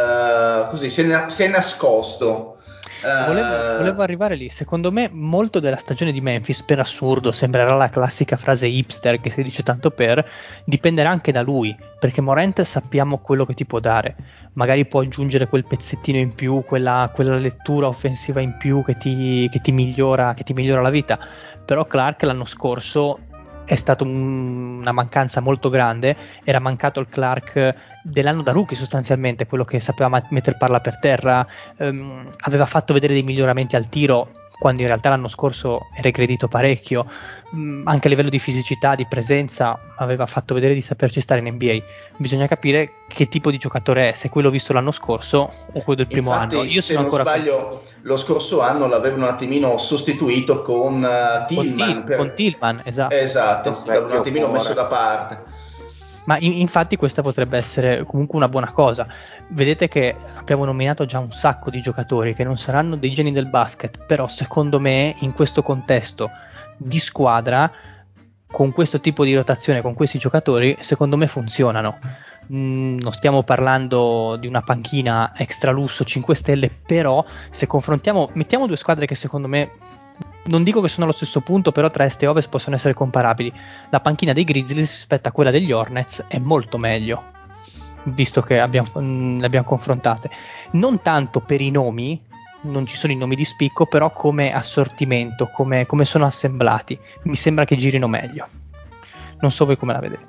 S4: Uh, così si è, si è nascosto. Uh,
S6: volevo, volevo arrivare lì. Secondo me molto della stagione di Memphis, per assurdo, sembrerà la classica frase hipster che si dice tanto per, dipenderà anche da lui, perché Morant sappiamo quello che ti può dare, magari può aggiungere quel pezzettino in più, quella, quella lettura offensiva in più che ti, che ti migliora, che ti migliora la vita. Però Clark l'anno scorso è stata un, una mancanza molto grande, era mancato il Clark dell'anno da rookie sostanzialmente, quello che sapeva mettere palla per terra, ehm, aveva fatto vedere dei miglioramenti al tiro quando in realtà l'anno scorso era regredito parecchio, mh, anche a livello di fisicità, di presenza aveva fatto vedere di saperci stare in N B A. Bisogna capire che tipo di giocatore è, se quello visto l'anno scorso o quello del primo
S4: Infatti,
S6: anno. Io
S4: se
S6: sono
S4: non
S6: ancora
S4: sbaglio
S6: convinto.
S4: lo scorso anno l'avevano un attimino sostituito con uh, Tillman,
S6: con,
S4: per...
S6: con Tillman, esatto,
S4: esatto,
S6: sì, sì.
S4: l'avevano un attimino
S2: cuore.
S4: messo da parte.
S6: Ma in, infatti questa potrebbe essere comunque una buona cosa. Vedete che abbiamo nominato già un sacco di giocatori che non saranno dei geni del basket, però secondo me in questo contesto di squadra, con questo tipo di rotazione, con questi giocatori, secondo me funzionano. Mm, non stiamo parlando di una panchina extra lusso cinque stelle, però se confrontiamo, mettiamo due squadre che secondo me, non dico che sono allo stesso punto, però tra est e ovest possono essere comparabili. La panchina dei Grizzlies rispetto a quella degli Hornets è molto meglio, visto che abbiamo, mh, le abbiamo confrontate. Non tanto per i nomi, non ci sono i nomi di spicco, però come assortimento, come, come sono assemblati, mi sembra che girino meglio. Non so voi come la vedete.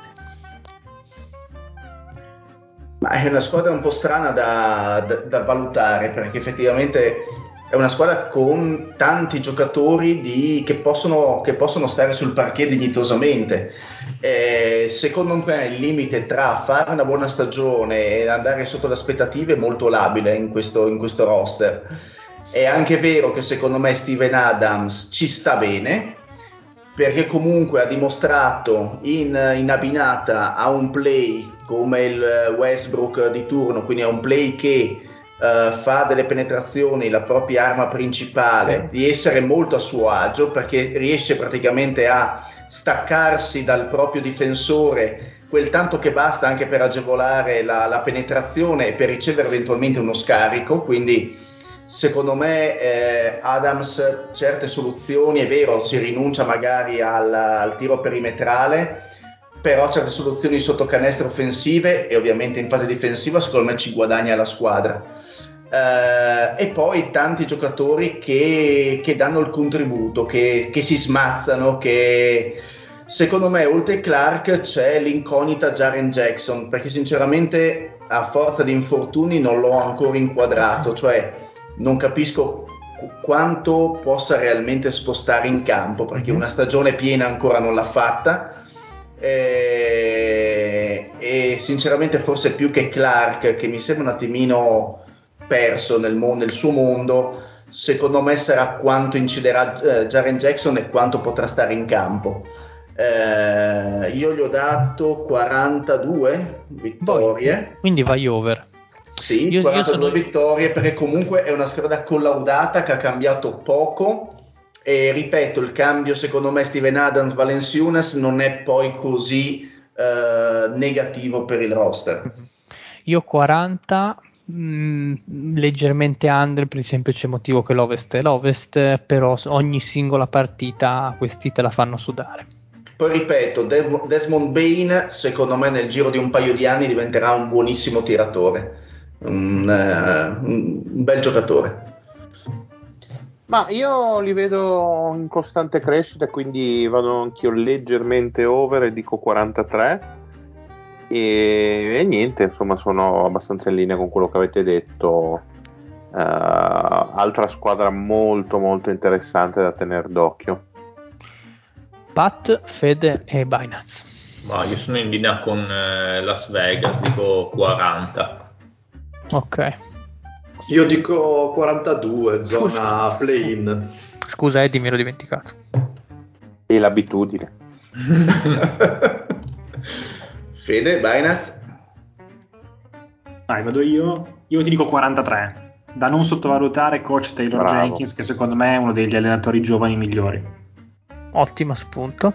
S4: Ma è una squadra un po' strana da, da, da valutare, perché effettivamente è una squadra con tanti giocatori di, che, possono, che possono stare sul parquet dignitosamente. Eh, secondo me il limite tra fare una buona stagione e andare sotto le aspettative è molto labile in questo, in questo roster. È anche vero che secondo me Steven Adams ci sta bene, perché comunque ha dimostrato in, in abbinata a un play come il Westbrook di turno, quindi a un play che uh, fa delle penetrazioni, la propria arma principale, sì, di essere molto a suo agio, perché riesce praticamente a staccarsi dal proprio difensore quel tanto che basta anche per agevolare la, la penetrazione e per ricevere eventualmente uno scarico. Quindi secondo me eh, Adams certe soluzioni, è vero, si rinuncia magari al, al tiro perimetrale, però certe soluzioni sotto canestro offensive e ovviamente in fase difensiva secondo me ci guadagna la squadra. Eh, e poi tanti giocatori che, che danno il contributo, che, che si smazzano, che secondo me oltre Clark c'è l'incognita Jaren Jackson, perché sinceramente a forza di infortuni non l'ho ancora inquadrato, cioè non capisco quanto possa realmente spostare in campo, perché una stagione piena ancora non l'ha fatta, e, e sinceramente forse più che Clark, che mi sembra un attimino perso nel, mondo, nel suo mondo, secondo me sarà quanto inciderà eh, Jaren Jackson e quanto potrà stare in campo. Eh, io gli ho dato quarantadue vittorie.
S6: Boy, quindi vai over.
S4: Sì,
S6: io,
S4: quarantadue
S6: io sono...
S4: vittorie, perché comunque è una squadra collaudata che ha cambiato poco e ripeto, il cambio secondo me Steven Adams, Valanciunas non è poi così eh, negativo per il roster.
S6: Io quaranta, mh, leggermente under per il semplice motivo che l'Ovest è l'Ovest, però ogni singola partita questi te la fanno sudare.
S4: Poi ripeto, De- Desmond Bane secondo me nel giro di un paio di anni diventerà un buonissimo tiratore, un, uh, un bel giocatore.
S2: Ma io li vedo in costante crescita, quindi vado anch'io leggermente over e dico quarantatré e, e niente, insomma sono abbastanza in linea con quello che avete detto. Uh, altra squadra molto molto interessante da tenere d'occhio.
S6: Pat, Fede e Binance.
S5: Ma io sono in linea con eh, Las Vegas, dico quaranta.
S6: Ok.
S9: Io dico quarantadue, zona play-in.
S6: Scusa Eddie, mi ero dimenticato.
S2: E l'abitudine.
S4: Fede, Binance?
S7: Dai, vado io. Io ti dico quarantatré. Da non sottovalutare coach Taylor
S2: Bravo.
S7: Jenkins, che secondo me è uno degli allenatori giovani migliori.
S6: Ottimo spunto.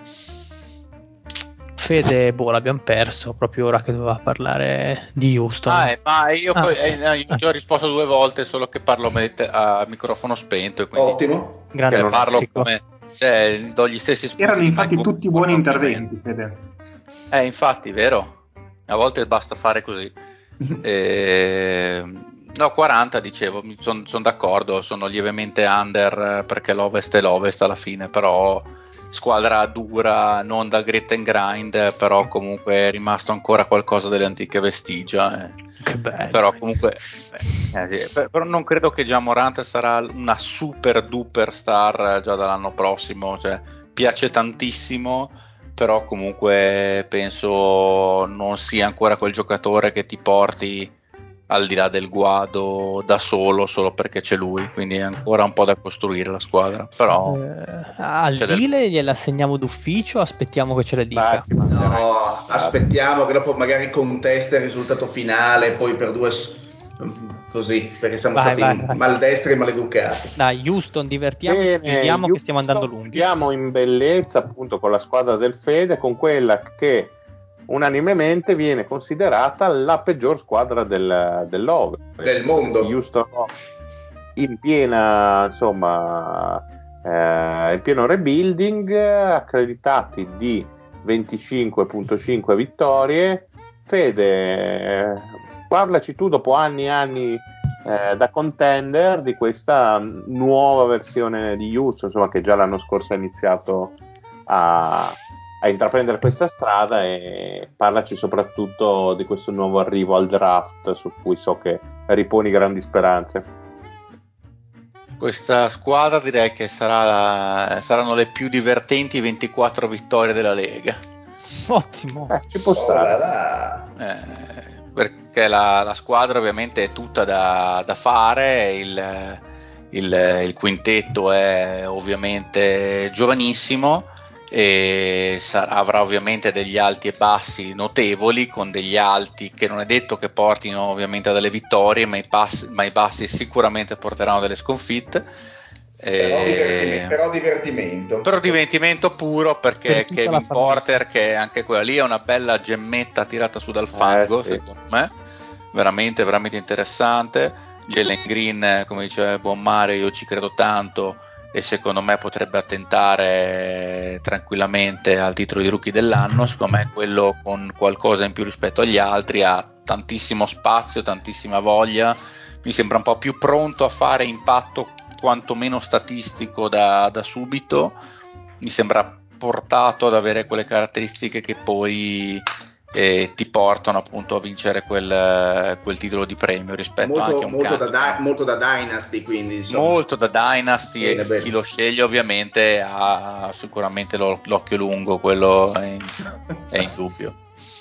S6: Fede, boh, l'abbiamo perso proprio ora che doveva parlare di Houston.
S8: Ah, eh, ma io,
S6: Ah,
S8: poi,
S6: okay.
S8: eh, io ti ho risposto due volte, solo che parlo a microfono spento. E quindi,
S4: Ottimo.
S6: Grande
S8: cioè, parlo
S6: lessico.
S8: come, cioè, do gli stessi spunti.
S7: Erano
S8: di
S7: infatti
S8: Michael
S7: tutti buoni
S8: Jordan,
S7: interventi, Fede.
S8: Eh, infatti, vero. A volte basta fare così. E... No, quaranta dicevo, sono son d'accordo, sono lievemente under perché l'Ovest è l'Ovest alla fine, però squadra dura, non da grit and grind, però comunque è rimasto ancora qualcosa delle antiche vestigia. Eh.
S6: Che bello.
S8: Però comunque, eh, eh, però non credo che già Morant sarà una super duper star già dall'anno prossimo, cioè piace tantissimo, però comunque penso non sia ancora quel giocatore che ti porti al di là del guado da solo solo perché c'è lui, quindi è ancora un po' da costruire la squadra, però
S6: eh, al
S8: c'è del...
S6: Dile gliela assegniamo d'ufficio, aspettiamo che ce la dica.
S2: Dai, ci mancherai.
S4: No, aspettiamo che dopo magari contesta il risultato finale, poi per due così, perché siamo
S6: Vai,
S4: stati
S6: vai, vai.
S4: maldestri e maleducati.
S6: Dai, Houston, divertiamoci,
S2: Bene,
S6: vediamo che stiamo
S2: Houston,
S6: andando lunghi.
S2: Andiamo in bellezza appunto con la squadra del Fede, con quella che unanimemente viene considerata la peggior squadra del, dell'Ovest
S4: Del mondo.
S2: Houston in piena insomma eh, in pieno rebuilding, accreditati di venticinque virgola cinque vittorie. Fede, eh, parlaci tu dopo anni e anni eh, da contender di questa nuova versione di Houston, insomma, che già l'anno scorso ha iniziato a a intraprendere questa strada, e parlaci soprattutto di questo nuovo arrivo al draft su cui so che riponi grandi speranze.
S8: Questa squadra direi che sarà la, saranno le più divertenti ventiquattro vittorie della Lega.
S6: Ottimo.
S2: Eh, ci può
S4: Oh
S2: stare.
S4: là là.
S8: Eh, perché la, la squadra ovviamente è tutta da, da fare, il, il, il quintetto è ovviamente giovanissimo e sa- avrà ovviamente degli alti e bassi notevoli, con degli alti che non è detto che portino ovviamente a delle vittorie, ma i, pass- ma i bassi sicuramente porteranno delle sconfitte.
S4: Però,
S8: Eh,
S4: divertime- però divertimento.
S8: però divertimento puro, perché
S6: Per tutta la
S8: Kevin
S6: famiglia.
S8: Porter, che anche quella lì è una bella gemmetta tirata su dal fango,
S2: Eh, sì.
S8: secondo me, veramente veramente interessante. Jalen Green, come diceva il buon Mario, io ci credo tanto e secondo me potrebbe attentare tranquillamente al titolo di rookie dell'anno. Secondo me quello con qualcosa in più rispetto agli altri, ha tantissimo spazio, tantissima voglia, mi sembra un po' più pronto a fare impatto quantomeno statistico da, da subito, mi sembra portato ad avere quelle caratteristiche che poi eh, ti portano appunto a vincere quel, quel titolo di premio rispetto
S4: Molto,
S8: anche a un
S4: molto, da,
S8: Canton.
S4: Dy- molto da Dynasty, quindi insomma.
S8: Molto da Dynasty,
S4: Bene,
S8: e
S4: bene.
S8: chi lo sceglie ovviamente ha sicuramente lo- l'occhio lungo, quello è, in, è indubbio.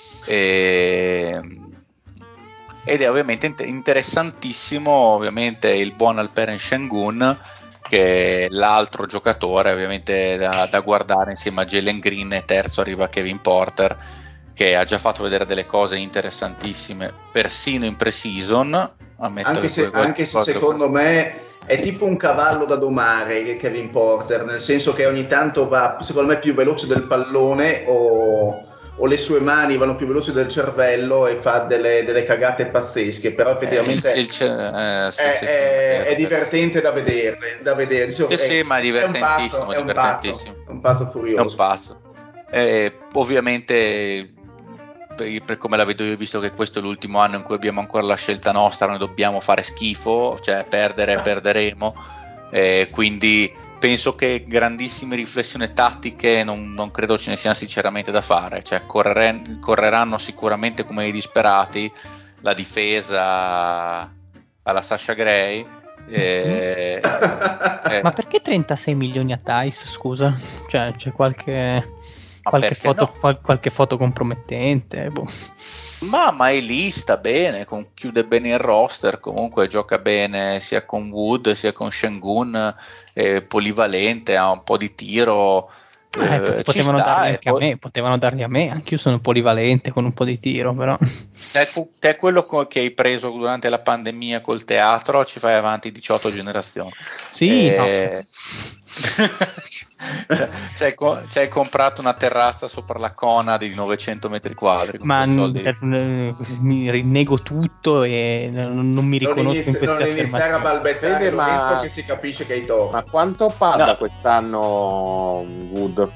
S8: E, ed è ovviamente inter- interessantissimo ovviamente il buon Alperen Sengun, che è l'altro giocatore ovviamente da, da guardare insieme a Jalen Green, e terzo arriva Kevin Porter, che ha già fatto vedere delle cose interessantissime persino in pre-season, ammetto
S4: Anche
S8: che
S4: se,
S8: quelle
S4: anche se
S8: cose-
S4: secondo me è tipo un cavallo da domare che Kevin Porter, nel senso che ogni tanto va, secondo me, più veloce del pallone, o, o le sue mani vanno più veloci del cervello e fa delle, delle cagate pazzesche, però effettivamente
S8: Eh, il- il ce- eh, sì,
S4: è,
S8: sì, sì,
S4: è-
S8: vero,
S4: è
S8: vero.
S4: divertente da vederle, da vedere. Insomma,
S8: Sì, sì,
S4: è,
S8: ma è
S4: è un pazzo,
S8: divertentissimo,
S4: è un pazzo,
S8: divertentissimo.
S4: è un pazzo
S8: È un
S4: furioso.
S8: pazzo. Eh, ovviamente, per, per come la vedo io, visto che questo è l'ultimo anno in cui abbiamo ancora la scelta nostra, noi dobbiamo fare schifo, cioè perdere, perderemo. Eh, quindi penso che grandissime riflessioni tattiche non, non credo ce ne siano sinceramente da fare. Cioè, correre- correranno sicuramente come i disperati, la difesa alla Sasha Gray. Eh, eh,
S6: Ma perché trentasei milioni a Tice, scusa? Cioè, c'è qualche,
S8: Ma
S6: qualche,
S8: perché
S6: foto,
S8: no?
S6: qual- qualche foto compromettente? Boh.
S8: Ma, ma è lì, sta bene, con- chiude bene il roster, comunque gioca bene sia con Wood sia con Sengun, è polivalente, ha un po' di tiro,
S6: Eh,
S8: eh,
S6: pot-
S8: ci
S6: potevano
S8: sta.
S6: darli
S8: E
S6: anche a
S8: poi
S6: me, potevano darli a me, anch'io sono polivalente con un po' di tiro, però.
S8: te, te quello co- che hai preso durante la pandemia col teatro, ci fai avanti diciotto generazioni.
S6: Sì, no.
S8: Eh, cioè, ci hai co- ci hai comprato una terrazza sopra la Cona di novecento metri quadri con
S6: Ma
S8: quei soldi.
S6: per- mi rinnego tutto e non, non mi
S4: Non,
S6: riconosco
S4: inizi-
S6: in queste
S4: non iniziare a
S6: affermazioni.
S4: balbettare,
S2: Vede, ma-
S4: Lorenzo, che si capisce che hai torto.
S2: Ma quanto paga
S8: No.
S2: quest'anno Wood?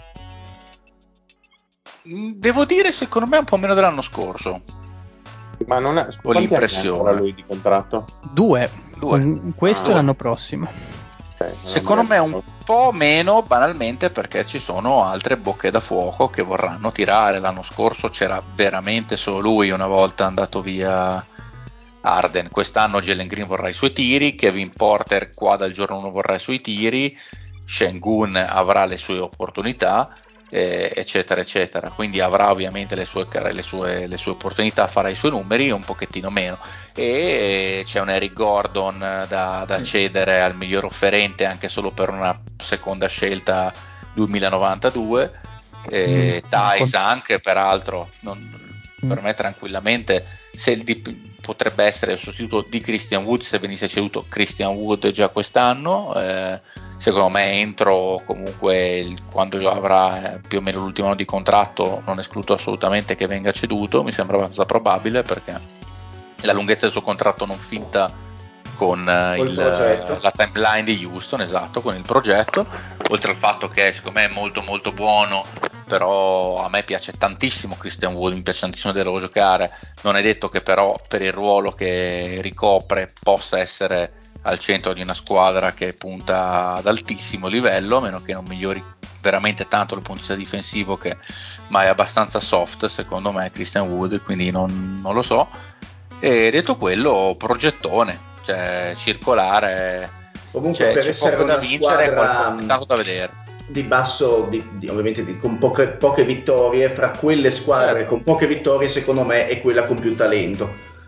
S8: Devo dire, secondo me, un po' meno dell'anno scorso.
S2: Ma non è,
S8: Ho
S2: quanti anni ha
S8: l'impressione.
S2: ancora lui di contratto?
S6: Due,
S8: Due.
S6: con questo
S2: Ah.
S6: e l'anno prossimo.
S2: Cioè, non
S8: Secondo
S2: è-
S8: me un po' meno, banalmente perché ci sono altre bocche da fuoco che vorranno tirare. L'anno scorso c'era veramente solo lui, una volta andato via Harden. Quest'anno Jalen Green vorrà i suoi tiri, Kevin Porter qua dal giorno uno vorrà i suoi tiri, Sengun avrà le sue opportunità, eh, eccetera eccetera, quindi avrà ovviamente le sue, le, sue, le sue opportunità, farà i suoi numeri, un pochettino meno, e c'è un Eric Gordon da, da cedere al miglior offerente anche solo per una seconda scelta duemilanovantadue, eh,
S6: Mm.
S8: Thais anche peraltro non,
S6: Mm.
S8: per me tranquillamente se il di, potrebbe essere il sostituto di Christian Wood se venisse ceduto Christian Wood già quest'anno. Eh, secondo me entro comunque il, quando avrà eh, più o meno l'ultimo anno di contratto non escludo assolutamente che venga ceduto, mi sembra abbastanza probabile perché la lunghezza del suo contratto non finta con eh,
S4: Col
S8: il,
S4: progetto.
S8: la timeline di Houston, esatto, con il progetto, oltre al fatto che secondo me è molto molto buono, però a me piace tantissimo Christian Wood, mi piace tantissimo vederlo giocare, non è detto che però per il ruolo che ricopre possa essere al centro di una squadra che punta ad altissimo livello, a meno che non migliori veramente tanto dal punto di vista difensivo, che ma è abbastanza soft secondo me Christian Wood, quindi non, non lo so. E detto quello, progettone, cioè circolare,
S4: Comunque,
S8: c'è,
S4: per
S8: c'è
S4: essere
S8: poco da
S4: una
S8: vincere,
S4: squadra
S8: qualcosa tanto da vedere.
S4: di basso, di, di- ovviamente di- con poche, poche vittorie, fra quelle squadre
S8: Certo.
S4: con poche vittorie, secondo me è quella con più talento.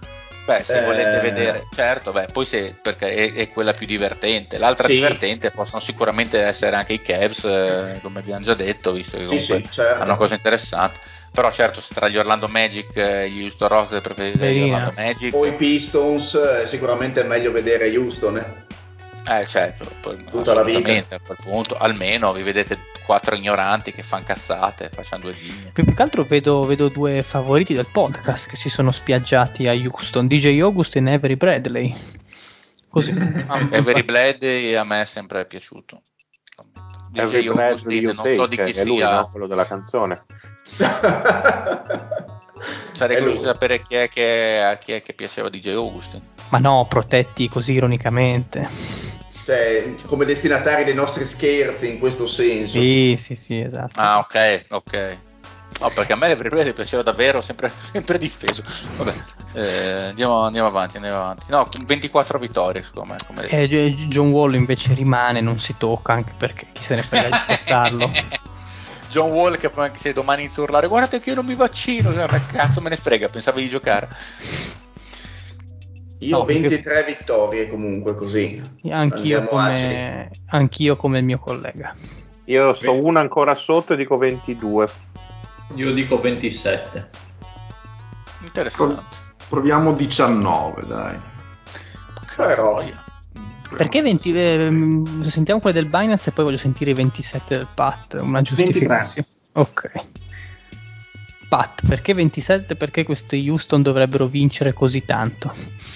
S8: Beh, se
S4: Eh,
S8: volete vedere, certo, beh, poi se, perché è, è quella più divertente. L'altra
S4: Sì.
S8: divertente possono sicuramente essere anche i Cavs, eh, come abbiamo già detto, visto che
S4: Sì,
S8: comunque
S4: sì, certo.
S8: hanno cose interessanti. Però certo, se tra gli Orlando Magic e gli Houston Rockets preferite gli
S6: Verina.
S8: Orlando Magic,
S4: O i Pistons, eh, sicuramente è meglio vedere Houston. Eh.
S8: eh certo, poi,
S4: Tutta la vita.
S8: assolutamente, a quel punto almeno vi vedete quattro ignoranti che fanno cazzate, facciano due linee.
S6: Più che altro vedo, vedo due favoriti del podcast che si sono spiaggiati a Houston, D J August e Avery Bradley. Così.
S8: Ah, Avery Bradley a me è sempre piaciuto. D J
S2: Every Breath
S8: Augustin,
S2: You
S8: non so di
S2: Take,
S8: chi
S2: è lui,
S8: sia.
S2: no? Quello della canzone.
S8: Sarei
S4: È
S8: curioso di
S4: lui.
S8: sapere chi è che, a chi è che piaceva D J Augustin.
S6: Ma no, protetti così ironicamente.
S4: Cioè, come destinatari dei nostri scherzi in questo senso.
S6: Sì, sì, sì, esatto.
S8: Ah, ok, ok. No, perché a me Avery Bradley piaceva davvero, sempre, sempre difeso. Vabbè, eh, andiamo, andiamo avanti, andiamo avanti. No, ventiquattro vittorie, secondo me. Come
S6: E John Wall invece rimane, non si tocca, anche perché chi se ne frega di spostarlo.
S8: John Wall che poi anche se domani inizia a urlare guardate che io non mi vaccino, ma cazzo me ne frega, pensavo di giocare.
S4: Io
S6: No,
S4: ventitré vittorie comunque così.
S6: Anch'io
S4: Andiamo
S6: come, anch'io come il mio collega.
S2: Io sto una ancora sotto e dico ventidue.
S5: Io dico ventisette.
S8: Interessante.
S9: Proviamo diciannove, dai.
S4: Però
S6: Perché venti, eh, sentiamo quelle del Binance e poi voglio sentire i ventisette del Pat, una giustificazione. Ok. Pat, perché ventisette? Perché questi Houston dovrebbero vincere così tanto?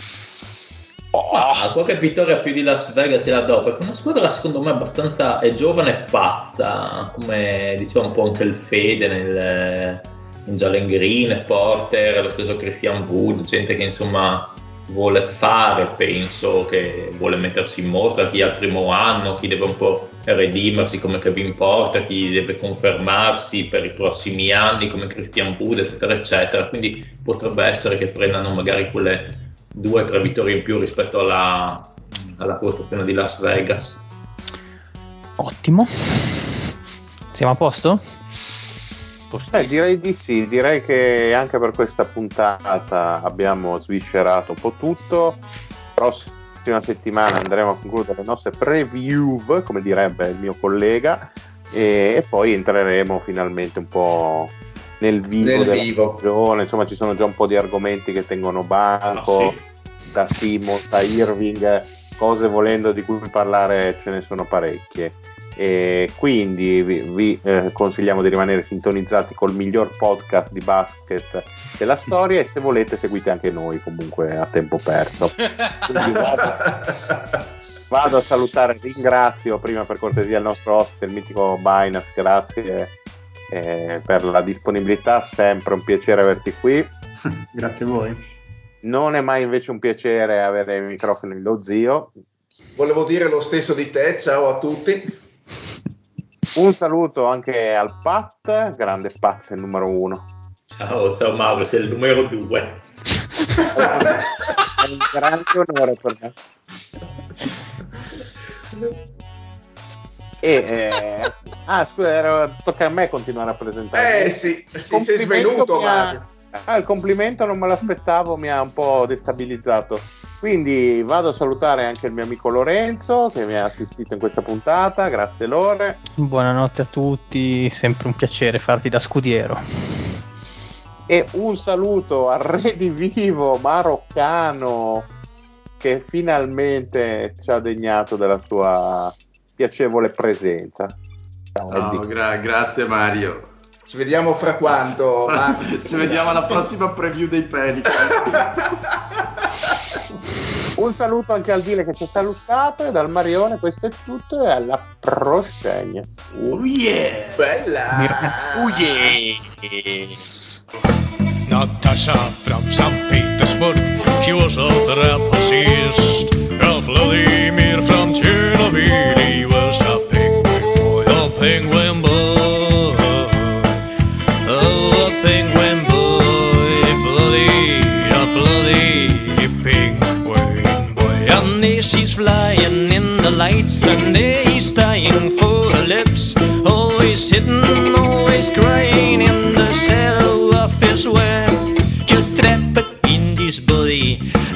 S5: Ma qualche vittoria più di Las Vegas se la do, perché una squadra secondo me abbastanza è giovane e pazza, come diceva un po' anche il Fede nel, in Jalen Green, Porter, lo stesso Christian Wood, gente che insomma vuole fare, penso che vuole mettersi in mostra, chi è al primo anno, chi deve un po' redimersi come Kevin Porter, chi deve confermarsi per i prossimi anni come Christian Wood, eccetera eccetera, quindi potrebbe essere che prendano magari quelle due o tre vittorie in più rispetto alla, alla quotazione di Las Vegas.
S6: Ottimo, siamo a posto?
S2: Eh, direi di sì, direi che anche per questa puntata abbiamo sviscerato un po' tutto. Prossima settimana andremo a concludere le nostre preview, come direbbe il mio collega, e, e poi entreremo finalmente un po' nel vivo
S4: Nel
S2: della
S4: vivo.
S2: stagione. Insomma, ci sono già un po' di argomenti che tengono banco,
S5: Ah, sì.
S2: da Simmons a Irving, cose volendo di cui parlare ce ne sono parecchie. E quindi vi, vi eh, consigliamo di rimanere sintonizzati col miglior podcast di basket della storia, e se volete seguite anche noi comunque a tempo perso. Quindi vado, vado a salutare, ringrazio prima per cortesia il nostro ospite, il mitico Binance, grazie eh, per la disponibilità, sempre un piacere averti qui.
S7: Grazie a voi.
S2: Non è mai invece un piacere avere i microfoni dello zio.
S4: volevo dire lo stesso di te, ciao a tutti.
S2: Un saluto anche al Pat, grande Pat, il numero uno.
S5: Ciao, ciao Mauro, sei il numero due.
S2: È un grande onore per me. E eh, ah scusa, era, tocca a me continuare a presentare.
S4: Eh sì, sì sei svenuto,
S2: mi ha-
S4: Mario.
S2: ah, il complimento non me l'aspettavo, mi ha un po' destabilizzato. Quindi vado a salutare anche il mio amico Lorenzo che mi ha assistito in questa puntata, grazie Lore.
S6: Buonanotte a tutti, sempre un piacere farti da scudiero.
S2: E un saluto al re di vivo maroccano che finalmente ci ha degnato della sua piacevole presenza. Ciao,
S9: Ciao,
S2: Eddie.
S9: gra- grazie Mario.
S4: Ci vediamo fra quanto, Mario?
S9: Ci vediamo alla prossima preview dei Pelicans.
S2: Un saluto anche al Dile che ci ha salutato, e dal Marione questo è tutto, e alla prossima.
S9: Oh yeah!
S4: Bella!
S8: Oh yeah!
S11: Natasha from Saint Petersburg, she was a trapezist. Ralph Vladimir from Chernobyl, he was a penguin boy, a penguin boy. Oh, a penguin boy, bloody, a bloody penguin boy. And there she's flying in the lights, and there he's dying for her lips. Always hidden, always crying in the shadow of his web. Just trapped in this body.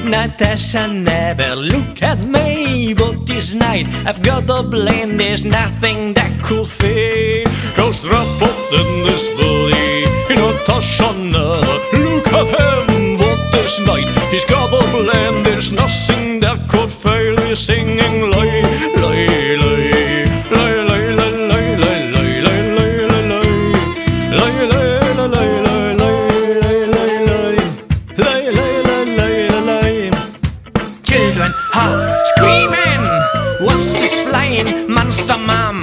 S11: his body. Natasha never look at him, what this night he's got a blend. There's nothing that could fail. He's singing lay, lay, lay, lay, lay, lay, lay, lay, lay, lay, lay, lay, lay, lay, lay, lay, lay, lay. Children are screaming, what's this flying monster, mom?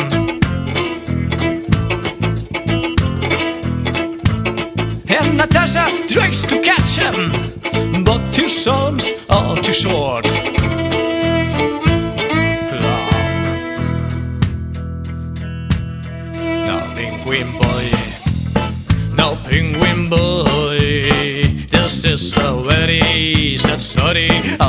S11: And Natasha tries to catch him, but his arms are too short. Now penguin boy, now penguin boy, this is the very sad story